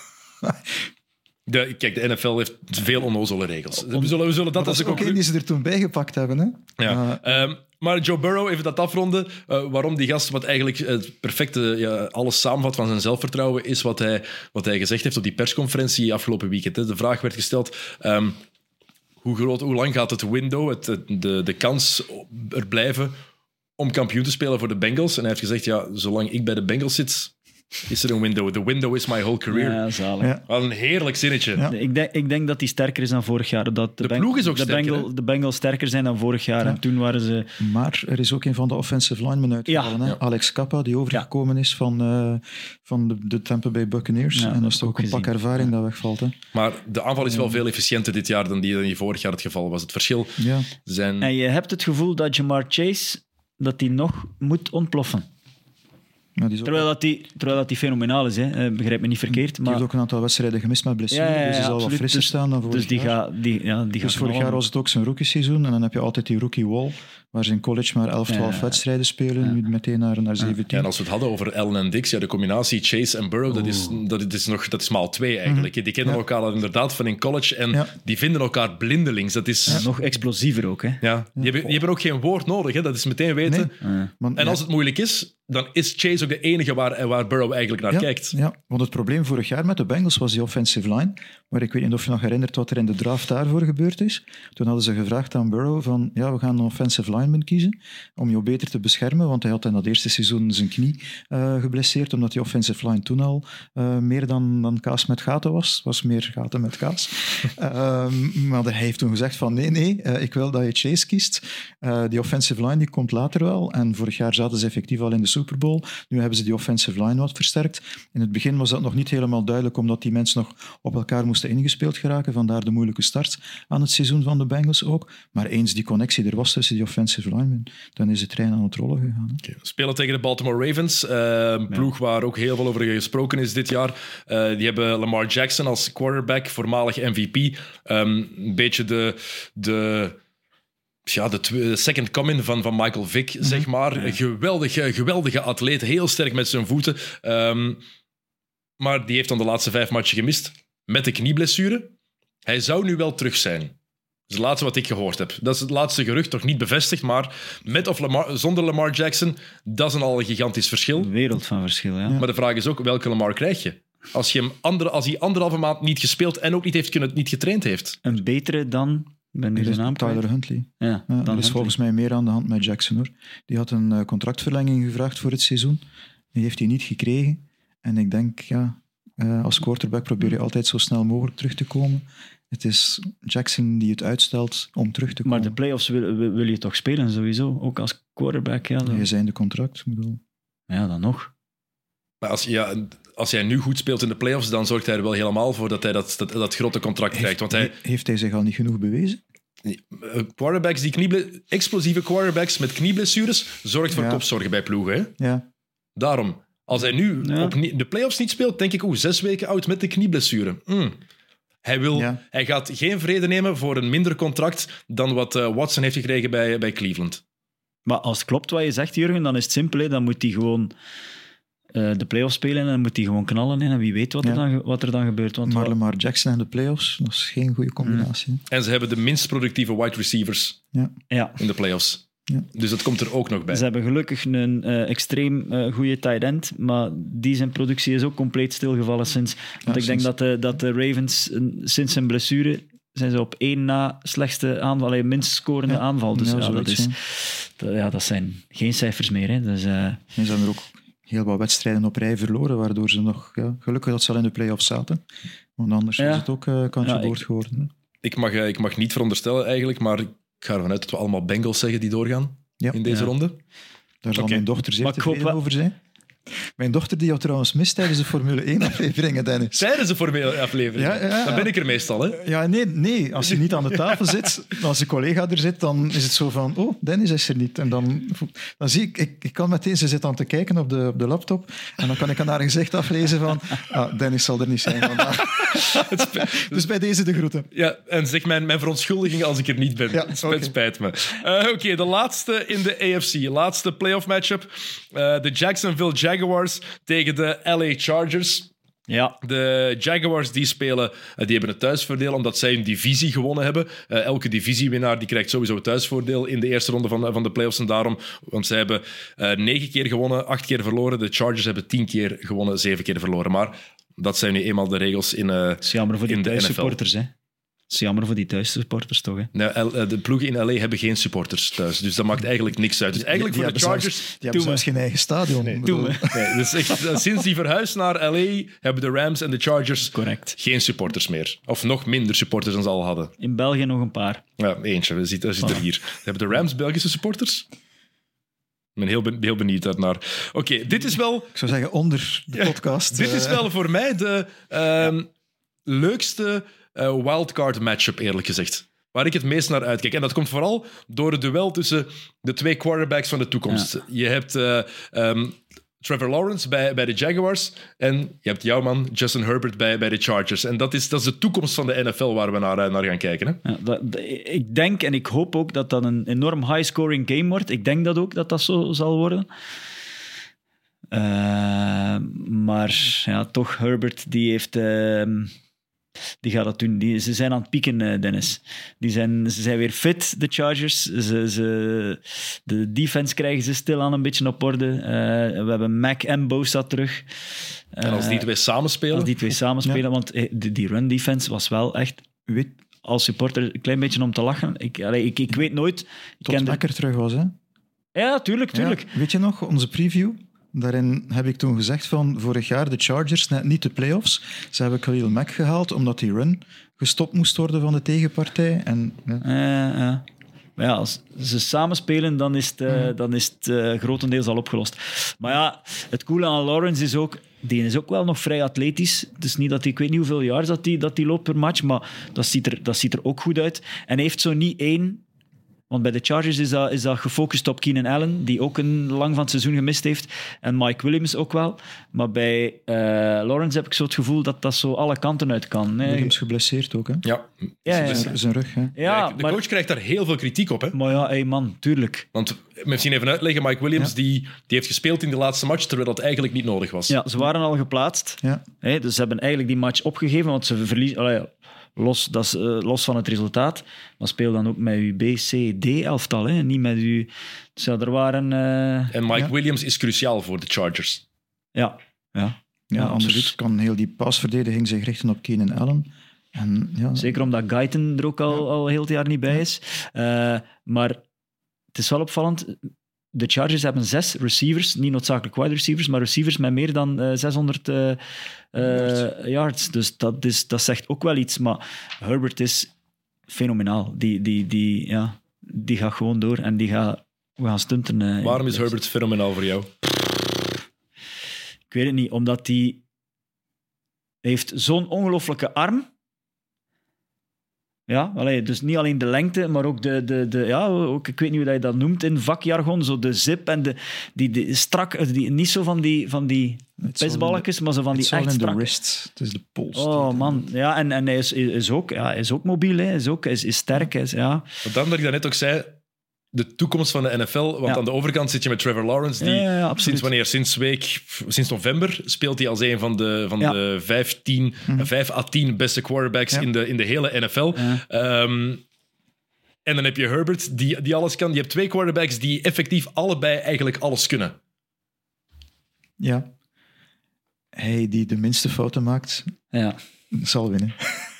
De, kijk, de N F L heeft veel onnozele regels. We zullen, we zullen dat, dat als is ook één die ze er toen bijgepakt hebben. Hè? Ja. Uh, um, maar Joe Burrow, even dat afronden. Uh, waarom die gast, wat eigenlijk het perfecte, ja, alles samenvat van zijn zelfvertrouwen, is wat hij, wat hij gezegd heeft op die persconferentie afgelopen weekend. Hè. De vraag werd gesteld... Um, hoe, groot, hoe lang gaat het window, het, de, de kans er blijven om kampioen te spelen voor de Bengals? En hij heeft gezegd, ja, zolang ik bij de Bengals zit... is er een window. The window is my whole career. Ja, zalig. Ja. Wat een heerlijk zinnetje. Ja. Ik, denk, ik denk dat die sterker is dan vorig jaar. Dat de de Beng- ploeg is ook de sterker. Bengal, de Bengals sterker zijn dan vorig jaar. Ja. En toen waren ze... Maar er is ook een van de offensive linemen uitgevallen. Ja. Hè? Ja. Alex Kappa, die overgekomen ja. is van, uh, van de, de Tampa Bay Buccaneers. Ja, en dat is toch ook een gezien. pak ervaring ja. dat wegvalt. Hè? Maar de aanval is wel veel efficiënter dit jaar dan die, dan die vorig jaar het geval was. Het verschil ja. zijn... En je hebt het gevoel dat Jamar Chase dat die nog moet ontploffen. Ja, die terwijl, dat die, terwijl dat die fenomenaal is, hè. Begrijp me niet verkeerd. Maar... Die heeft ook een aantal wedstrijden gemist met blessure, ja, ja, ja, dus die zal wat frisser dus, staan dan vorig dus die jaar. Ga, die, ja, die dus vorig jaar was het ook zijn rookieseizoen en dan heb je altijd die rookie wall, waar ze in college maar elf, twaalf ja, wedstrijden spelen, ja. nu meteen naar, naar zeventien. Ja, en als we het hadden over Allen en Dix, ja, de combinatie Chase en Burrow, dat is, dat, is nog, dat is maal twee eigenlijk. Mm-hmm. Die kennen ja. elkaar inderdaad van in college en ja. die vinden elkaar blindelings. Dat is... Ja, nog explosiever ook. Hè? Ja. Ja. Die, hebben, die hebben ook geen woord nodig, hè. Dat is meteen weten. Nee. Ja. En als het moeilijk is, dan is Chase ook de enige waar, waar Burrow eigenlijk naar ja, kijkt. Ja, want het probleem vorig jaar met de Bengals was die offensive line. Maar ik weet niet of je nog herinnert wat er in de draft daarvoor gebeurd is. Toen hadden ze gevraagd aan Burrow van, ja, we gaan een offensive lineman kiezen om jou beter te beschermen, want hij had in dat eerste seizoen zijn knie uh, geblesseerd, omdat die offensive line toen al uh, meer dan, dan kaas met gaten was. Het was meer gaten met kaas. uh, maar hij heeft toen gezegd van, nee, nee, uh, ik wil dat je Chase kiest. Uh, die offensive line die komt later wel. En vorig jaar zaten ze effectief al in de Super Bowl. Nu hebben ze die offensive line wat versterkt. In het begin was dat nog niet helemaal duidelijk, omdat die mensen nog op elkaar moesten ingespeeld geraken. Vandaar de moeilijke start aan het seizoen van de Bengals ook. Maar eens die connectie er was tussen die offensive linemen, dan is de trein aan het rollen gegaan. Okay. Spelen tegen de Baltimore Ravens. Uh, een ploeg ja. waar ook heel veel over gesproken is dit jaar. Uh, die hebben Lamar Jackson als quarterback, voormalig M V P. Um, een beetje de... de Ja, de, tw- de second coming van, van Michael Vick, mm-hmm. zeg maar. Ja. Geweldige, geweldige atleet. Heel sterk met zijn voeten. Um, maar die heeft dan de laatste vijf matchen gemist. Met de knieblessure. Hij zou nu wel terug zijn. Dat is het laatste wat ik gehoord heb. Dat is het laatste gerucht, nog niet bevestigd. Maar met of Lamar, zonder Lamar Jackson, dat is een al een gigantisch verschil. Een wereld van verschil, ja. Maar de vraag is ook, welke Lamar krijg je? Als, je hem andere, als hij anderhalve maand niet gespeeld en ook niet, heeft kunnen, niet getraind heeft. Een betere dan... Ben nu de naam Tyler kwijt? Huntley. Ja, ja, dan er is Huntley. volgens mij meer aan de hand met Jackson, hoor. Die had een uh, contractverlenging gevraagd voor het seizoen. Die heeft hij niet gekregen. En ik denk, ja, uh, als quarterback probeer je altijd zo snel mogelijk terug te komen. Het is Jackson die het uitstelt om terug te komen. Maar de playoffs wil, wil, wil je toch spelen, sowieso? Ook als quarterback, ja. Dan... Je zijn de contract, bedoel. Ja, dan nog. Maar als, ja, als hij nu goed speelt in de playoffs, dan zorgt hij er wel helemaal voor dat hij dat, dat, dat grote contract heeft, krijgt. Want hij, heeft hij zich al niet genoeg bewezen? Quarterbacks die knieble, explosieve quarterbacks met knieblessures zorgt voor ja. kopzorgen bij ploegen. Hè? Ja. Daarom, als hij nu ja. op de playoffs niet speelt, denk ik, oeh, zes weken oud met de knieblessure. Mm. Hij, wil, ja. hij gaat geen vrede nemen voor een minder contract dan wat uh, Watson heeft gekregen bij, bij Cleveland. Maar als het klopt wat je zegt, Jurgen, dan is het simpel. Hè? Dan moet hij gewoon uh, de playoffs spelen en dan moet hij gewoon knallen. Hè? En wie weet wat, ja. er, dan, wat er dan gebeurt. Want maar Lamar Jackson en de playoffs, dat is geen goede combinatie. Mm. En ze hebben de minst productieve wide receivers ja. Ja. in de playoffs. Ja. Dus dat komt er ook nog bij. Ze hebben gelukkig een uh, extreem uh, goede tight end, maar die zijn productie is ook compleet stilgevallen sinds. Want ja, ik denk dat de, dat de Ravens uh, sinds zijn blessure zijn ze op één na slechtste aanval, alleen minst scorende ja. aanval. Dus ja, ja, dat, is, dat, ja, dat zijn geen cijfers meer. Hè. Dus, uh... en ze hebben er ook heel wat wedstrijden op rij verloren, waardoor ze nog... Ja, gelukkig dat ze al in de play-offs zaten. Want anders ja. was het ook uh, kantje ja, boord geworden. Ik mag, uh, ik mag niet veronderstellen eigenlijk, maar... Ik ga ervan uit dat we allemaal Bengals zeggen die doorgaan ja. in deze ja. ronde. Daar zal okay. mijn dochter zeer tevreden wel... over zijn. Mijn dochter die jou trouwens mist tijdens de Formule één-afleveringen, Dennis. Tijdens de Formule één-afleveringen? Ja, ja, ja. Dan ben ik er meestal, hè? Ja, nee, nee. Als je niet aan de tafel zit, als een collega er zit, dan is het zo van, oh, Dennis is er niet. En dan, dan zie ik, ik, ik kan meteen, ze zit aan te kijken op de, op de laptop, en dan kan ik aan haar gezicht aflezen van, ah, Dennis zal er niet zijn vandaag. Dus bij deze de groeten. Ja, en zeg mijn, mijn verontschuldiging als ik er niet ben. Ja, het okay. spijt me. Uh, Oké, okay, de laatste in de A F C. Laatste playoff matchup. Uh, de Jacksonville Jaguars tegen de L A Chargers. Ja. De Jaguars die spelen, die hebben het thuisvoordeel omdat zij een divisie gewonnen hebben. Uh, elke divisiewinnaar die krijgt sowieso het thuisvoordeel in de eerste ronde van, van de playoffs. En daarom, want zij hebben uh, negen keer gewonnen, acht keer verloren. De Chargers hebben tien keer gewonnen, zeven keer verloren. Maar dat zijn nu eenmaal de regels in, uh, het is jammer voor die in de N F L. Supporters, hè? Het is jammer voor die thuissupporters, toch? Hè? Nee, de ploegen in L A hebben geen supporters thuis, dus dat maakt eigenlijk niks uit. Dus eigenlijk die, die voor de Chargers... Zelfs, die hebben zelfs geen eigen stadion. Nee, nee, dus echt, sinds die verhuis naar L A hebben de Rams en de Chargers Correct. geen supporters meer. Of nog minder supporters dan ze al hadden. In België nog een paar. Ja, eentje. We zitten, we zitten er hier. Hebben de Rams Belgische supporters? Ik ben heel, ben, heel benieuwd daarnaar. Oké, okay, dit is wel... Ik zou zeggen, onder de podcast. Ja, dit is wel voor mij de um, ja. leukste... Uh, wildcard matchup, eerlijk gezegd. Waar ik het meest naar uitkijk. En dat komt vooral door het duel tussen de twee quarterbacks van de toekomst. Ja. Je hebt uh, um, Trevor Lawrence bij, bij de Jaguars en je hebt jouw man Justin Herbert bij, bij de Chargers. En dat is, dat is de toekomst van de N F L waar we naar, naar gaan kijken. Hè? Ja, dat, dat, ik denk en ik hoop ook dat dat een enorm high-scoring game wordt. Ik denk dat ook dat dat zo zal worden. Uh, maar ja, toch, Herbert die heeft... Uh, Die gaat dat doen. Die, ze zijn aan het pieken, Dennis. Die zijn, ze zijn weer fit, de Chargers. Ze, ze, de defense krijgen ze stilaan een beetje op orde. Uh, we hebben Mac en Bosa terug. Uh, en als die twee samenspelen? Als die twee samenspelen, ja. Want die, die run defense was wel echt... Weet, als supporter een klein beetje om te lachen. Ik, allee, ik, ik weet nooit... Tot Mac er terug was, hè? Ja, tuurlijk, tuurlijk. Ja, weet je nog, onze preview... Daarin heb ik toen gezegd van vorig jaar de Chargers, net niet de playoffs. Ze hebben Khalil Mack gehaald omdat die run gestopt moest worden van de tegenpartij. En, ja. Uh, uh. Maar ja, als ze samen spelen, dan is het, uh, mm. dan is het uh, grotendeels al opgelost. Maar ja, het coole aan Lawrence is ook... Die is ook wel nog vrij atletisch. Het is niet dat hij... Ik weet niet hoeveel jaar dat die, dat die loopt per match, maar dat ziet, er, dat ziet er ook goed uit. En hij heeft zo niet één... Want bij de Chargers is dat, is dat gefocust op Keenan Allen, die ook een lang van het seizoen gemist heeft. En Mike Williams ook wel. Maar bij uh, Lawrence heb ik zo het gevoel dat dat zo alle kanten uit kan. Nee. Williams geblesseerd ook, hè? Ja, ja, ja, ja. zijn rug. Hè? Ja, de maar, coach krijgt daar heel veel kritiek op. Hè? Maar ja, hey man, tuurlijk. Want misschien even uitleggen, Mike Williams ja. die, die heeft gespeeld in de laatste match, terwijl dat eigenlijk niet nodig was. Ja, ze waren al geplaatst. Ja. Hey, dus ze hebben eigenlijk die match opgegeven, want ze verliezen... Allee, Los, dat is, uh, los van het resultaat, maar speel dan ook met uw B, C, D-elftal, hè? Niet met uw... Dus ja, er waren... Uh... En Mike ja. Williams is cruciaal voor de Chargers. Ja, ja. ja, ja anders absoluut. kan heel die pasverdediging zich richten op Keenan Allen. En, ja. Zeker omdat Guyton er ook al, ja. al heel het jaar niet bij is. Uh, maar het is wel opvallend... De Chargers hebben zes receivers, niet noodzakelijk wide receivers, maar receivers met meer dan uh, zeshonderd uh, uh, yards. Dus dat, is, dat zegt ook wel iets. Maar Herbert is fenomenaal. Die, die, die, ja, die gaat gewoon door en die gaat, we gaan stunten. Uh, Waarom is Herbert fenomenaal voor jou? Ik weet het niet, omdat hij heeft zo'n ongelooflijke arm. Ja, allee, dus niet alleen de lengte, maar ook de... de, de ja, ook, ik weet niet hoe je dat noemt in vakjargon, zo de zip en de, die, die strak... Die, niet zo van die, van die pisballetjes, maar zo van die echt strak... Het is de wrist, het is de pols. Oh man, ja, en, en hij is, is, ook, ja, hij is ook mobiel, hè. Hij is, ook, is, is sterk. Is, ja. Daarom dat ik daarnet ook zei, de toekomst van de N F L, want ja. aan de overkant zit je met Trevor Lawrence, die ja, ja, sinds wanneer? Sinds week, sinds november speelt hij als een van de, van ja. de vijftien, mm-hmm. vijf à tien beste quarterbacks ja. in, de, in de hele N F L. Ja. Um, en dan heb je Herbert, die, die alles kan. Je hebt twee quarterbacks die effectief allebei eigenlijk alles kunnen. Ja. Hij die de minste fouten maakt, ja. zal winnen.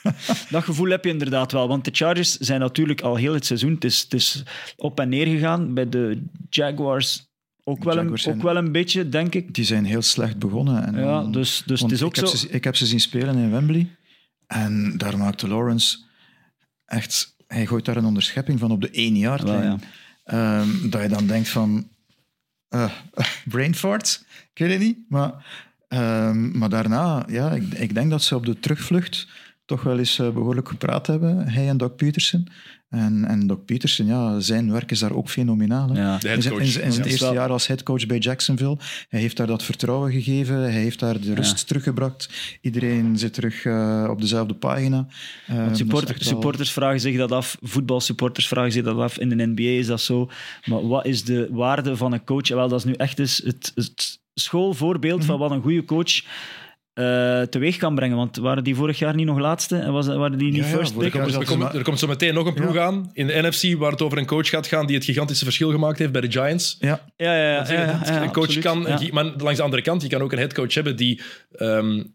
Dat gevoel heb je inderdaad wel, want de Chargers zijn natuurlijk al heel het seizoen, het is, het is op en neer gegaan. Bij de Jaguars ook, wel, Jaguars een, ook wel een beetje, denk ik. Die zijn heel slecht begonnen. En, ja, dus, dus het is ook ik zo... Heb ze, ik heb ze zien spelen in Wembley en daar maakte Lawrence echt... Hij gooit daar een onderschepping van op de één yardlijn. Ja. Um, dat je dan denkt van... Uh, brain fart? Ik weet het niet, maar... Um, maar daarna, ja, ik, ik denk dat ze op de terugvlucht toch wel eens uh, behoorlijk gepraat hebben, hij en Doug Peterson. En, en Doug Peterson, ja, zijn werk is daar ook fenomenaal. Ja, de in, in, in zijn ja, eerste wel... jaar als headcoach bij Jacksonville, hij heeft daar dat vertrouwen gegeven, hij heeft daar de rust ja. teruggebracht. Iedereen zit terug uh, op dezelfde pagina. Uh, supporter, wel... Supporters vragen zich dat af, voetbalsupporters vragen zich dat af, in de N B A is dat zo. Maar wat is de waarde van een coach? Wel, dat is nu echt eens het, het schoolvoorbeeld mm-hmm. van wat een goede coach... Uh, teweeg kan brengen, want waren die vorig jaar niet nog laatste? En was, waren die niet ja, first pick? Er, er, komt, er komt zo meteen nog een ploeg ja. aan in de N F C waar het over een coach gaat gaan die het gigantische verschil gemaakt heeft bij de Giants. Ja, ja, ja. ja, ja, ja, ja een coach absoluut. kan, ja. maar langs de andere kant, je kan ook een headcoach hebben die um,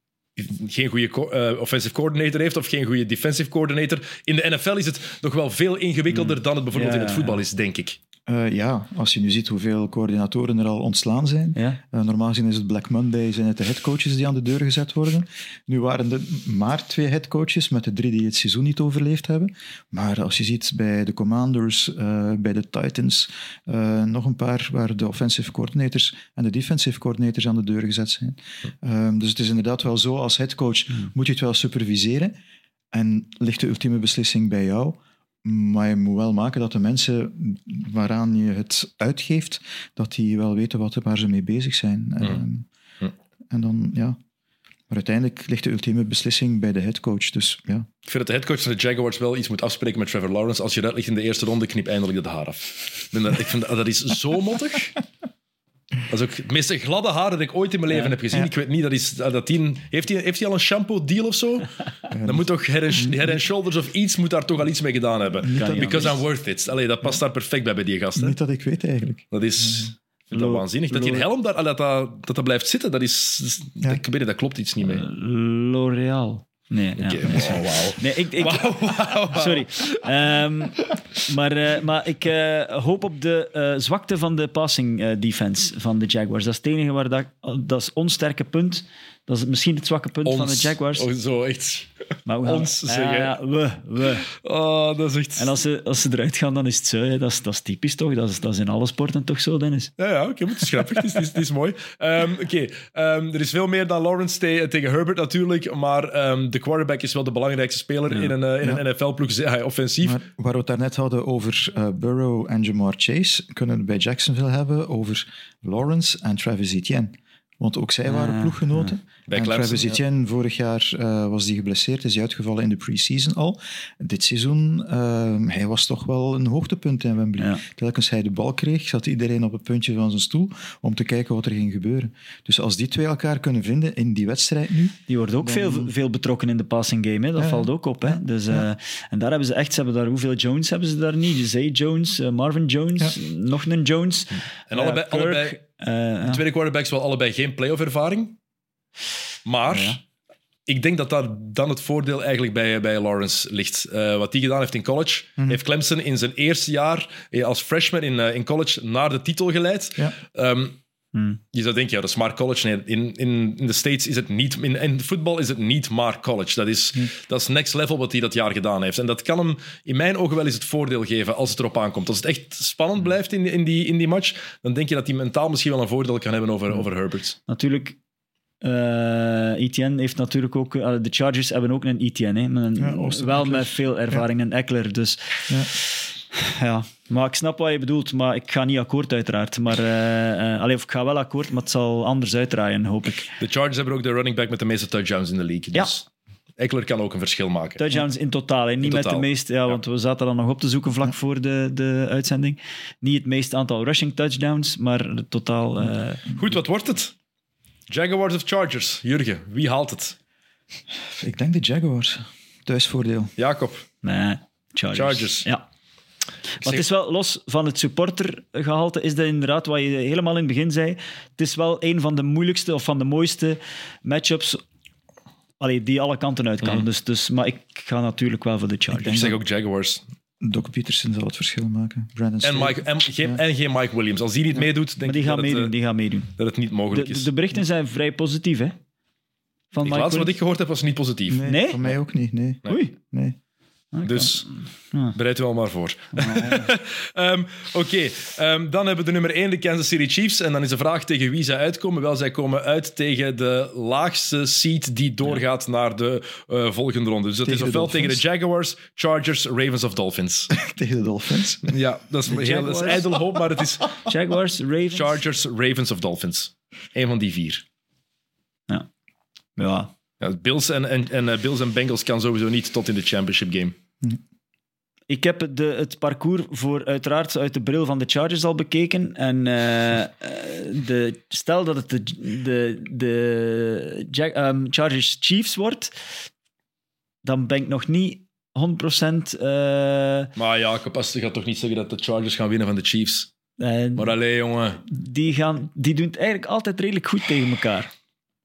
geen goede co- uh, offensive coordinator heeft of geen goede defensive coordinator. In de N F L is het nog wel veel ingewikkelder mm. dan het bijvoorbeeld ja, in het voetbal is, denk ik. Uh, ja, als je nu ziet hoeveel coördinatoren er al ontslaan zijn. Ja. Uh, normaal gezien is het Black Monday, zijn het de headcoaches die aan de deur gezet worden. Nu waren er maar twee headcoaches, met de drie die het seizoen niet overleefd hebben. Maar als je ziet bij de Commanders, uh, bij de Titans, uh, nog een paar waar de offensive coordinators en de defensive coordinators aan de deur gezet zijn. Uh, dus het is inderdaad wel zo, als headcoach mm. moet je het wel superviseren. En ligt de ultieme beslissing bij jou. Maar je moet wel maken dat de mensen waaraan je het uitgeeft, dat die wel weten wat, waar ze mee bezig zijn. Mm. Um, mm. En dan, ja... Maar uiteindelijk ligt de ultieme beslissing bij de headcoach. Dus, ja. Ik vind dat de headcoach van de Jaguars wel iets moet afspreken met Trevor Lawrence. Als je eruit ligt in de eerste ronde, knip eindelijk het haar af. Ik, dat, ik vind dat, dat is zo mottig. Dat is ook het meest gladde haar dat ik ooit in mijn leven ja, heb gezien. Ja. Ik weet niet, dat is, dat die, heeft, hij, heeft hij al een shampoo deal of zo? Ja, dan moet toch Head and, Head and Shoulders of iets moet daar toch al iets mee gedaan hebben. Dat, because I'm worth it. Allee, dat past daar perfect bij bij die gasten. Niet dat ik weet eigenlijk. Dat is... Ik vind dat Lo- waanzinnig. Dat die een helm daar, dat, dat, dat dat blijft zitten, dat is... Ja. Ik weet niet, dat klopt iets niet mee. Uh, L'Oréal. Nee, okay. ja. Oh, wow. Nee, ik, ik, wow, wow, wow. Sorry. Um, maar, uh, maar ik uh, hoop op de uh, zwakte van de passing uh, defense van de Jaguars. Dat is het enige waar dat... Dat is ons sterke punt. Dat is misschien het zwakke punt ons, van de Jaguars. Oh, zo, echt. Maar we gaan, ons zeggen. Ja, ja, we, we. Oh, dat is echt... En als ze, als ze eruit gaan, dan is het zo. Hè. Dat, is, dat is typisch toch? Dat is, dat is in alle sporten toch zo, Dennis? Ja, ja, oké, okay, het is grappig. Het is, het is, het is mooi. Um, oké, okay. um, er is veel meer dan Lawrence te, tegen Herbert natuurlijk, maar um, de quarterback is wel de belangrijkste speler ja. in een, uh, in ja. een N F L-ploeg, hij offensief. Maar waar we het daarnet hadden over uh, Burrow en Jamar Chase, kunnen we het bij Jacksonville hebben over Lawrence en Travis Etienne. Want ook zij waren ploeggenoten. Ja. Bij en Clemson, Travis Etienne, ja. vorig jaar uh, was die geblesseerd, is hij uitgevallen in de pre-season al. Dit seizoen, uh, hij was toch wel een hoogtepunt in Wembley. Ja. Telkens hij de bal kreeg, zat iedereen op het puntje van zijn stoel om te kijken wat er ging gebeuren. Dus als die twee elkaar kunnen vinden in die wedstrijd nu... Die wordt ook dan... veel, veel betrokken in de passing game, hè. Dat ja. valt ook op. Hè. Ja. Dus, uh, ja. En daar hebben ze echt, ze hebben daar, hoeveel Jones hebben ze daar niet? Zay Jones, uh, Marvin Jones, ja. nog een Jones. En uh, allebei... Kirk, allebei... Uh, de tweede quarterbacks wel allebei geen playoff-ervaring. Maar ja. ik denk dat daar dan het voordeel eigenlijk bij, bij Lawrence ligt. Uh, wat hij gedaan heeft in college, mm-hmm. heeft Clemson in zijn eerste jaar als freshman in, uh, in college naar de titel geleid. Ja. Um, mm. Je zou denken, ja, dat is maar college. Nee, in, in, in de States is het niet... In, in voetbal is het niet maar college. Dat is, mm. dat is next level wat hij dat jaar gedaan heeft. En dat kan hem in mijn ogen wel eens het voordeel geven als het erop aankomt. Als het echt spannend blijft in, in, die, in die match, dan denk je dat hij mentaal misschien wel een voordeel kan hebben over, mm. over Herbert. Natuurlijk... Uh, Etienne heeft natuurlijk ook... Uh, de Chargers hebben ook een Etienne, hè, met een, ja, wel met veel ervaring, ja. een Eckler. Dus ja. ja, maar ik snap wat je bedoelt, maar ik ga niet akkoord uiteraard. Maar, uh, uh, allee, of ik ga wel akkoord, maar het zal anders uitdraaien, hoop ik. De Chargers hebben ook de running back met de meeste touchdowns in de league. Dus ja. Eckler kan ook een verschil maken. Touchdowns in totaal, hè. Niet in totaal. Met de meeste... Ja, ja, want we zaten dan nog op te zoeken vlak ja. voor de, de uitzending. Niet het meeste aantal rushing touchdowns, maar het totaal... Uh, Goed, wat wordt het? Jaguars of Chargers? Jurgen, wie haalt het? Ik denk de Jaguars. Thuisvoordeel. Jacob? Nee, Chargers. Chargers. Ja. Maar zeg... het is wel, los van het supportergehalte, is dat inderdaad wat je helemaal in het begin zei. Het is wel een van de moeilijkste of van de mooiste matchups allee, die alle kanten uit kan. Mm. Dus, dus, maar ik ga natuurlijk wel voor de Chargers. Ik zeg ook Jaguars. Doc Peterson zal het verschil maken. Brandon en, Mike, en, geen, ja. en geen Mike Williams. Als die niet ja. meedoet, denk maar die ik gaan dat, meedoen, het, die gaan meedoen. dat het niet mogelijk de, is. De berichten zijn vrij positief, hè? Van het laatste wat ik gehoord heb, was niet positief. Nee, nee? Voor mij ook niet, nee. nee. Oei. Nee. Dus ja. bereid u al maar voor. Oh, ja. um, Oké, okay. um, dan hebben we de nummer één, de Kansas City Chiefs. En dan is de vraag tegen wie zij uitkomen. Wel, zij komen uit tegen de laagste seed die doorgaat ja. naar de uh, volgende ronde. Dus dat tegen is ofwel tegen de Jaguars, Chargers, Ravens of Dolphins. Tegen de Dolphins? Ja, dat is, heel, dat is ijdel hoop, maar het is... Jaguars, Ravens... Chargers, Ravens of Dolphins. Eén van die vier. Ja. Ja. Ja, Bills en, en, en uh, Bills en Bengals kan sowieso niet tot in de championship game. Hm. Ik heb de, het parcours voor uiteraard uit de bril van de Chargers al bekeken. En uh, de, stel dat het de, de, de Jack, um, Chargers Chiefs wordt, dan ben ik nog niet honderd procent... Uh, maar Jacob, je gaat toch niet zeggen dat de Chargers gaan winnen van de Chiefs? Uh, maar allee, jongen. Die, gaan, die doen het eigenlijk altijd redelijk goed tegen elkaar.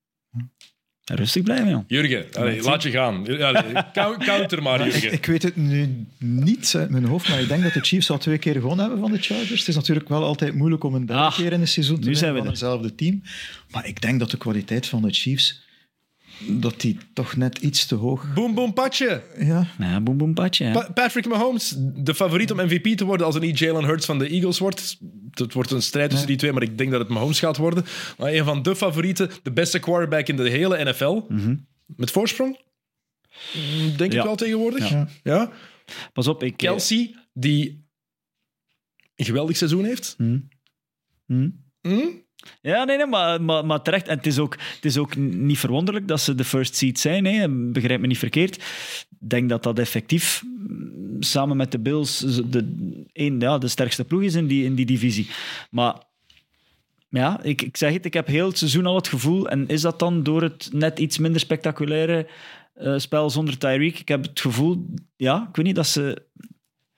Rustig blijven, joh. Jurgen, allee, laat je gaan. Allee, counter maar, Jurgen. Ik, ik weet het nu niet uit mijn hoofd, maar ik denk dat de Chiefs al twee keer gewonnen hebben van de Chargers. Het is natuurlijk wel altijd moeilijk om een derde ah, keer in een seizoen te winnen van hetzelfde team. Maar ik denk dat de kwaliteit van de Chiefs, dat die toch net iets te hoog... Boom, boom, patje. Ja, ja boom, boom, patje. Ja. Pa- Patrick Mahomes, de favoriet om M V P te worden als het niet Jalen Hurts van de Eagles wordt. Het wordt een strijd tussen die twee, maar ik denk dat het Mahomes gaat worden. Maar een van de favorieten, de beste quarterback in de hele N F L. Mm-hmm. Met voorsprong? Denk ja. ik wel tegenwoordig. Ja. ja. Pas op, ik... Kelsey, die een geweldig seizoen heeft. Mm. Mm. Mm? Ja, nee, nee maar, maar, maar terecht. En het is, ook, het is ook niet verwonderlijk dat ze de first seed zijn. Hè. Begrijp me niet verkeerd. Ik denk dat dat effectief, samen met de Bills, de, een, ja, de sterkste ploeg is in die, in die divisie. Maar ja, ik, ik zeg het, ik heb heel het seizoen al het gevoel, en is dat dan door het net iets minder spectaculaire uh, spel zonder Tyreek? Ik heb het gevoel, ja, ik weet niet, dat ze...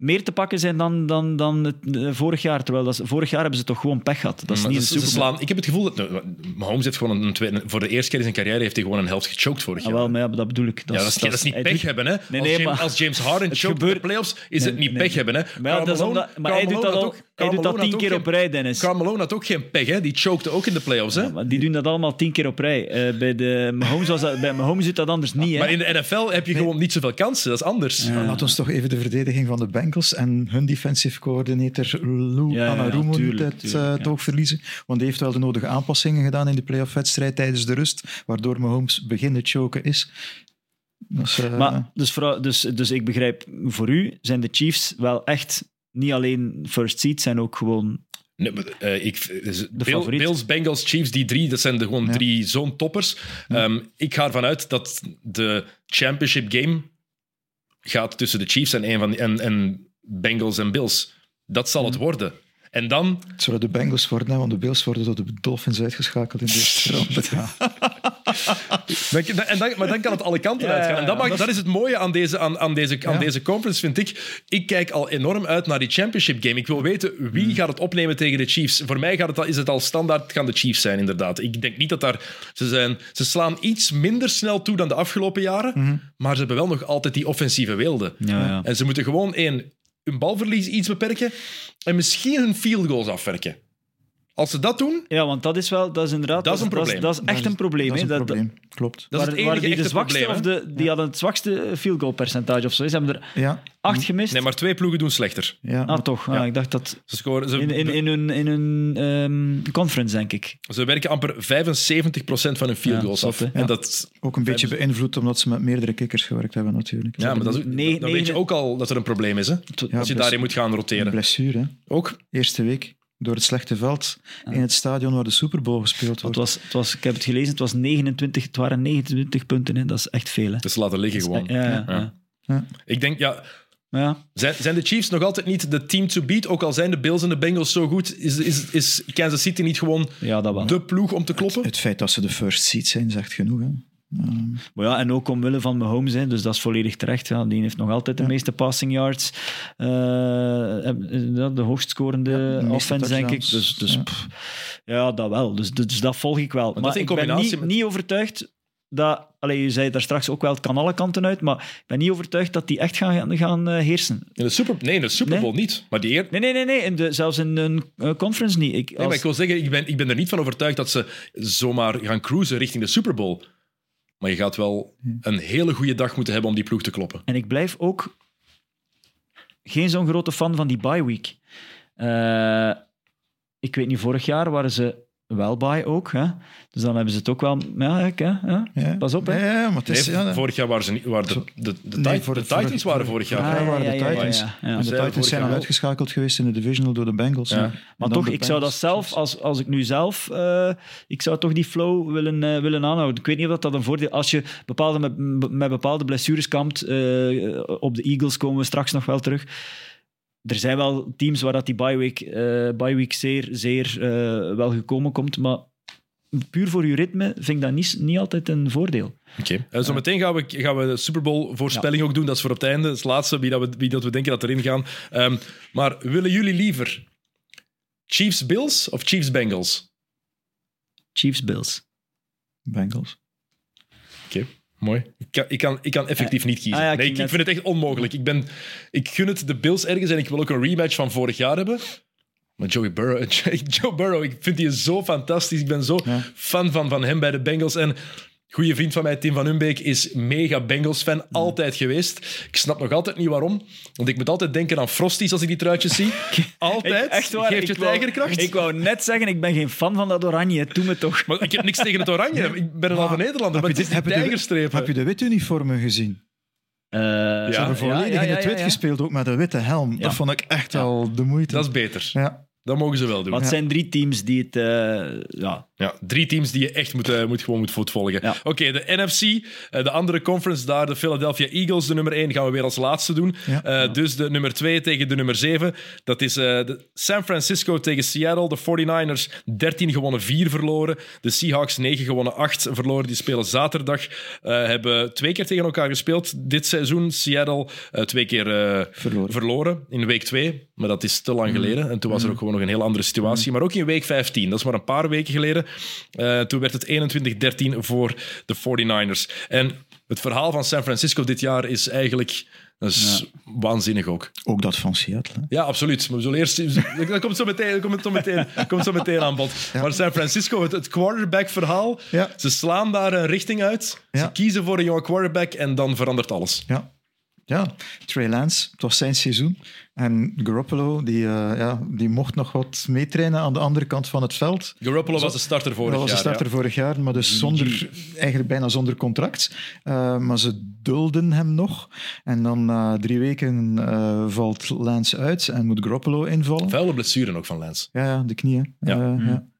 meer te pakken zijn dan, dan, dan het, uh, vorig jaar. Terwijl dat is, vorig jaar hebben ze toch gewoon pech gehad. Dat is niet ze, een ze slaan, ik heb het gevoel dat... Nou, Mahomes heeft gewoon een tweede... Voor de eerste keer in zijn carrière heeft hij gewoon een helft gechoked vorig jaar. Ah, wel, maar ja, dat bedoel ik. Dat, ja, dat, is, dat, dat is niet pech doet, hebben, hè. Nee, als, nee, James, maar, als James Harden choked gebeurt, in de playoffs, is nee, het niet nee, pech hebben, hè. Maar, ja, dat is omdat, maar hij doet dat, al, ook, hij doet dat tien keer op rij, Dennis. Karl Malone had ook geen pech, hè. Die chokte ook in de playoffs, hè. Ja, maar die doen dat allemaal tien keer op rij. Uh, bij de Mahomes, was dat, bij Mahomes doet dat anders niet, hè. Maar in de N F L heb je nee. gewoon niet zoveel kansen. Dat is anders. Ja. Laat ons toch even de verdediging van de Bengals en hun defensive coördinator Lou ja, Anarumo ja, niet het, uh, het ja. oog verliezen. Want die heeft wel de nodige aanpassingen gedaan in de playoff-wedstrijd tijdens de rust, waardoor Mahomes beginnen choken is. Dus, uh, maar, dus, voor, dus, dus ik begrijp, voor u zijn de Chiefs wel echt niet alleen first seed, zijn ook gewoon... Nee, maar, uh, ik, dus Bill, Bills, Bengals, Chiefs, die drie, dat zijn de, gewoon ja. drie zo'n toppers. Ja. Um, ik ga ervan uit dat de championship game gaat tussen de Chiefs en, een van die, en, en Bengals en Bills. Dat zal het worden. En dan... Het zullen de Bengals worden, want de Bills worden door de Dolphins uitgeschakeld in de eerste ronde. Ja. en dan, maar dan kan het alle kanten ja, uitgaan. En dat, mag, dat, is... dat is het mooie aan deze, aan, aan, deze, aan ja. deze conference, vind ik. Ik kijk al enorm uit naar die championship game. Ik wil weten wie hmm. gaat het opnemen tegen de Chiefs. Voor mij gaat het al, is het al standaard, gaan de Chiefs zijn, inderdaad. Ik denk niet dat daar... Ze, zijn, ze slaan iets minder snel toe dan de afgelopen jaren, hmm. maar ze hebben wel nog altijd die offensieve weelde. Ja, ja. En ze moeten gewoon één... hun balverlies iets beperken en misschien hun field goals afwerken. Als ze dat doen... Ja, want dat is wel... Dat is inderdaad... Dat is een probleem. Dat is, dat is echt een probleem. Dat is een dat, probleem, klopt. Dat is het enige die echte de zwakste, probleem. Of de, die ja. hadden het zwakste field goal percentage of zo. Ze hebben er ja. acht gemist. Nee, maar twee ploegen doen slechter. Ja. Ah, toch. Ah, ja. Ik dacht dat... Ze scoren, ze, in, in, in hun, in hun um, conference, denk ik. Ze werken amper vijfenzeventig procent van hun field goals ja, af. Ja. En dat ook een beetje beïnvloed omdat ze met meerdere kickers gewerkt hebben, natuurlijk. Ja, maar dat is, nee, dan nee, weet je ook al dat er een probleem is. Hè? Ja, als je daarin moet gaan roteren. Blessure, hè. Ook. Eerste week. Door het slechte veld in het stadion waar de Super Bowl gespeeld wordt. Het was, het was, ik heb het gelezen, het, was negenentwintig, het waren negenentwintig punten. Hè. Dat is echt veel. Hè. Dus laten liggen gewoon. Ja, ja, ja. Ja. Ik denk, ja... Ja. Zijn, zijn de Chiefs nog altijd niet de team to beat? Ook al zijn de Bills en de Bengals zo goed, is, is, is Kansas City niet gewoon ja, dat wel. de ploeg om te kloppen? Het, het feit dat ze de first seed zijn, zegt genoeg. Hè. Um. Maar ja, en ook omwille van Mahomes, hè, dus dat is volledig terecht. Ja. Die heeft nog altijd de ja. meeste passing yards. Uh, de hoogst scorende ja, de offense, denk ik. Dus, dus ja. Pff, ja, dat wel. Dus, dus dat volg ik wel. Maar, maar ik ben niet, met... niet overtuigd dat... Allee, je zei daar straks ook wel, het kan alle kanten uit, maar ik ben niet overtuigd dat die echt gaan, gaan uh, heersen. In de Super, nee, in de Super Bowl nee? niet. Maar die eer... Nee, nee, nee, nee. In de, zelfs in een uh, conference niet. Ik, als... nee, maar ik wil zeggen, ik ben, ik ben er niet van overtuigd dat ze zomaar gaan cruisen richting de Super Bowl. Maar je gaat wel een hele goede dag moeten hebben om die ploeg te kloppen. En ik blijf ook geen zo'n grote fan van die bye week. Uh, ik weet niet, vorig jaar waren ze wel bye ook. Hè? Dus dan hebben ze het ook wel... Ja, ik, hè? Ja. Ja. Pas op. Hè? Ja, maar het is, nee, ja, vorig jaar waren ze niet... Waren de, de, de, nee, de, de Titans waren vorig jaar. Ja, ja, waren ja, de ja, Titans. Ja, ja, ja. En de Titans zijn al uitgeschakeld geweest in de divisional door de Bengals. Ja. Maar toch, ik zou dat zelf, als, als ik nu zelf... Uh, ik zou toch die flow willen, uh, willen aanhouden. Ik weet niet of dat een voordeel... Als je bepaalde, met, met bepaalde blessures kampt, uh, op de Eagles komen we straks nog wel terug... Er zijn wel teams waar dat die bye week, uh, bye week zeer, zeer uh, wel gekomen komt, maar puur voor je ritme vind ik dat niet, niet altijd een voordeel. Oké. Okay. Uh, Zometeen gaan we, gaan we de Super Bowl voorspelling ja. ook doen. Dat is voor op het einde. Dat is het laatste wie, dat we, wie dat we denken dat erin gaan. Um, maar willen jullie liever Chiefs Bills of Chiefs Bengals? Chiefs Bills. Bengals. Oké. Okay. Mooi. Ik kan, ik, kan, ik kan effectief niet kiezen. Ah, ja, nee, ik, ik vind het echt onmogelijk. Ik, ben, ik gun het de Bills ergens en ik wil ook een rematch van vorig jaar hebben. Maar Joey Burrow, Joe Burrow, ik vind die zo fantastisch. Ik ben zo ja. fan van, van hem bij de Bengals. En goede vriend van mij, Tim van Humbeek, is mega Bengals-fan. Ja. Altijd geweest. Ik snap nog altijd niet waarom. Want ik moet altijd denken aan Frosties als ik die truitjes zie. Altijd. Ik, echt waar. Geeft je tijgerkracht. Ik wou net zeggen, ik ben geen fan van dat oranje. Doe me toch. Maar ik heb niks tegen het oranje. Ik ben een halve Nederlander. Maar het is die tijgerstrepen. Heb je de witte uniformen gezien? Uh, Ze ja. hebben volledig ja, ja, ja, in het wit ja, ja. gespeeld, ook met een witte helm. Ja. Dat vond ik echt ja. al de moeite. Dat is beter. Ja. Dat mogen ze wel doen. Maar het zijn drie teams die het... Uh, ja. ja, drie teams die je echt moet, uh, moet, gewoon moet volgen. Ja. Oké, okay, de N F C, uh, de andere conference daar, de Philadelphia Eagles, de nummer één, gaan we weer als laatste doen. Ja. Uh, ja. Dus de nummer twee tegen de nummer zeven. Dat is uh, de San Francisco tegen Seattle. De forty-niners, dertien gewonnen, vier verloren. De Seahawks, negen gewonnen, acht verloren. Die spelen zaterdag. Uh, hebben twee keer tegen elkaar gespeeld dit seizoen. Seattle uh, twee keer uh, verloren. verloren in week twee. Maar dat is te lang mm. geleden. En toen was er ook gewoon nog een heel andere situatie. Mm. Maar ook in week vijftien, dat is maar een paar weken geleden. Uh, toen werd het eenentwintig dertien voor de forty-niners. En het verhaal van San Francisco dit jaar is eigenlijk... Dat is ja. waanzinnig ook. Ook dat van Seattle. Hè? Ja, absoluut. Maar we zullen eerst... Dat komt zo meteen, dat komt zo meteen, dat komt zo meteen aan bod. Ja. Maar San Francisco, het, het quarterback-verhaal. Ja. Ze slaan daar een richting uit. Ja. Ze kiezen voor een jonge quarterback en dan verandert alles. Ja. Ja, Trey Lance, het was zijn seizoen. En Garoppolo, die, uh, ja, die mocht nog wat meetrainen aan de andere kant van het veld. Garoppolo was de starter vorig jaar. Dat was de starter ja. vorig jaar, maar dus zonder, eigenlijk bijna zonder contract. Uh, maar ze dulden hem nog. En dan na uh, drie weken uh, valt Lance uit en moet Garoppolo invallen. Vuile blessure ook van Lance. Ja, ja de knieën. Ja. Uh, mm. ja.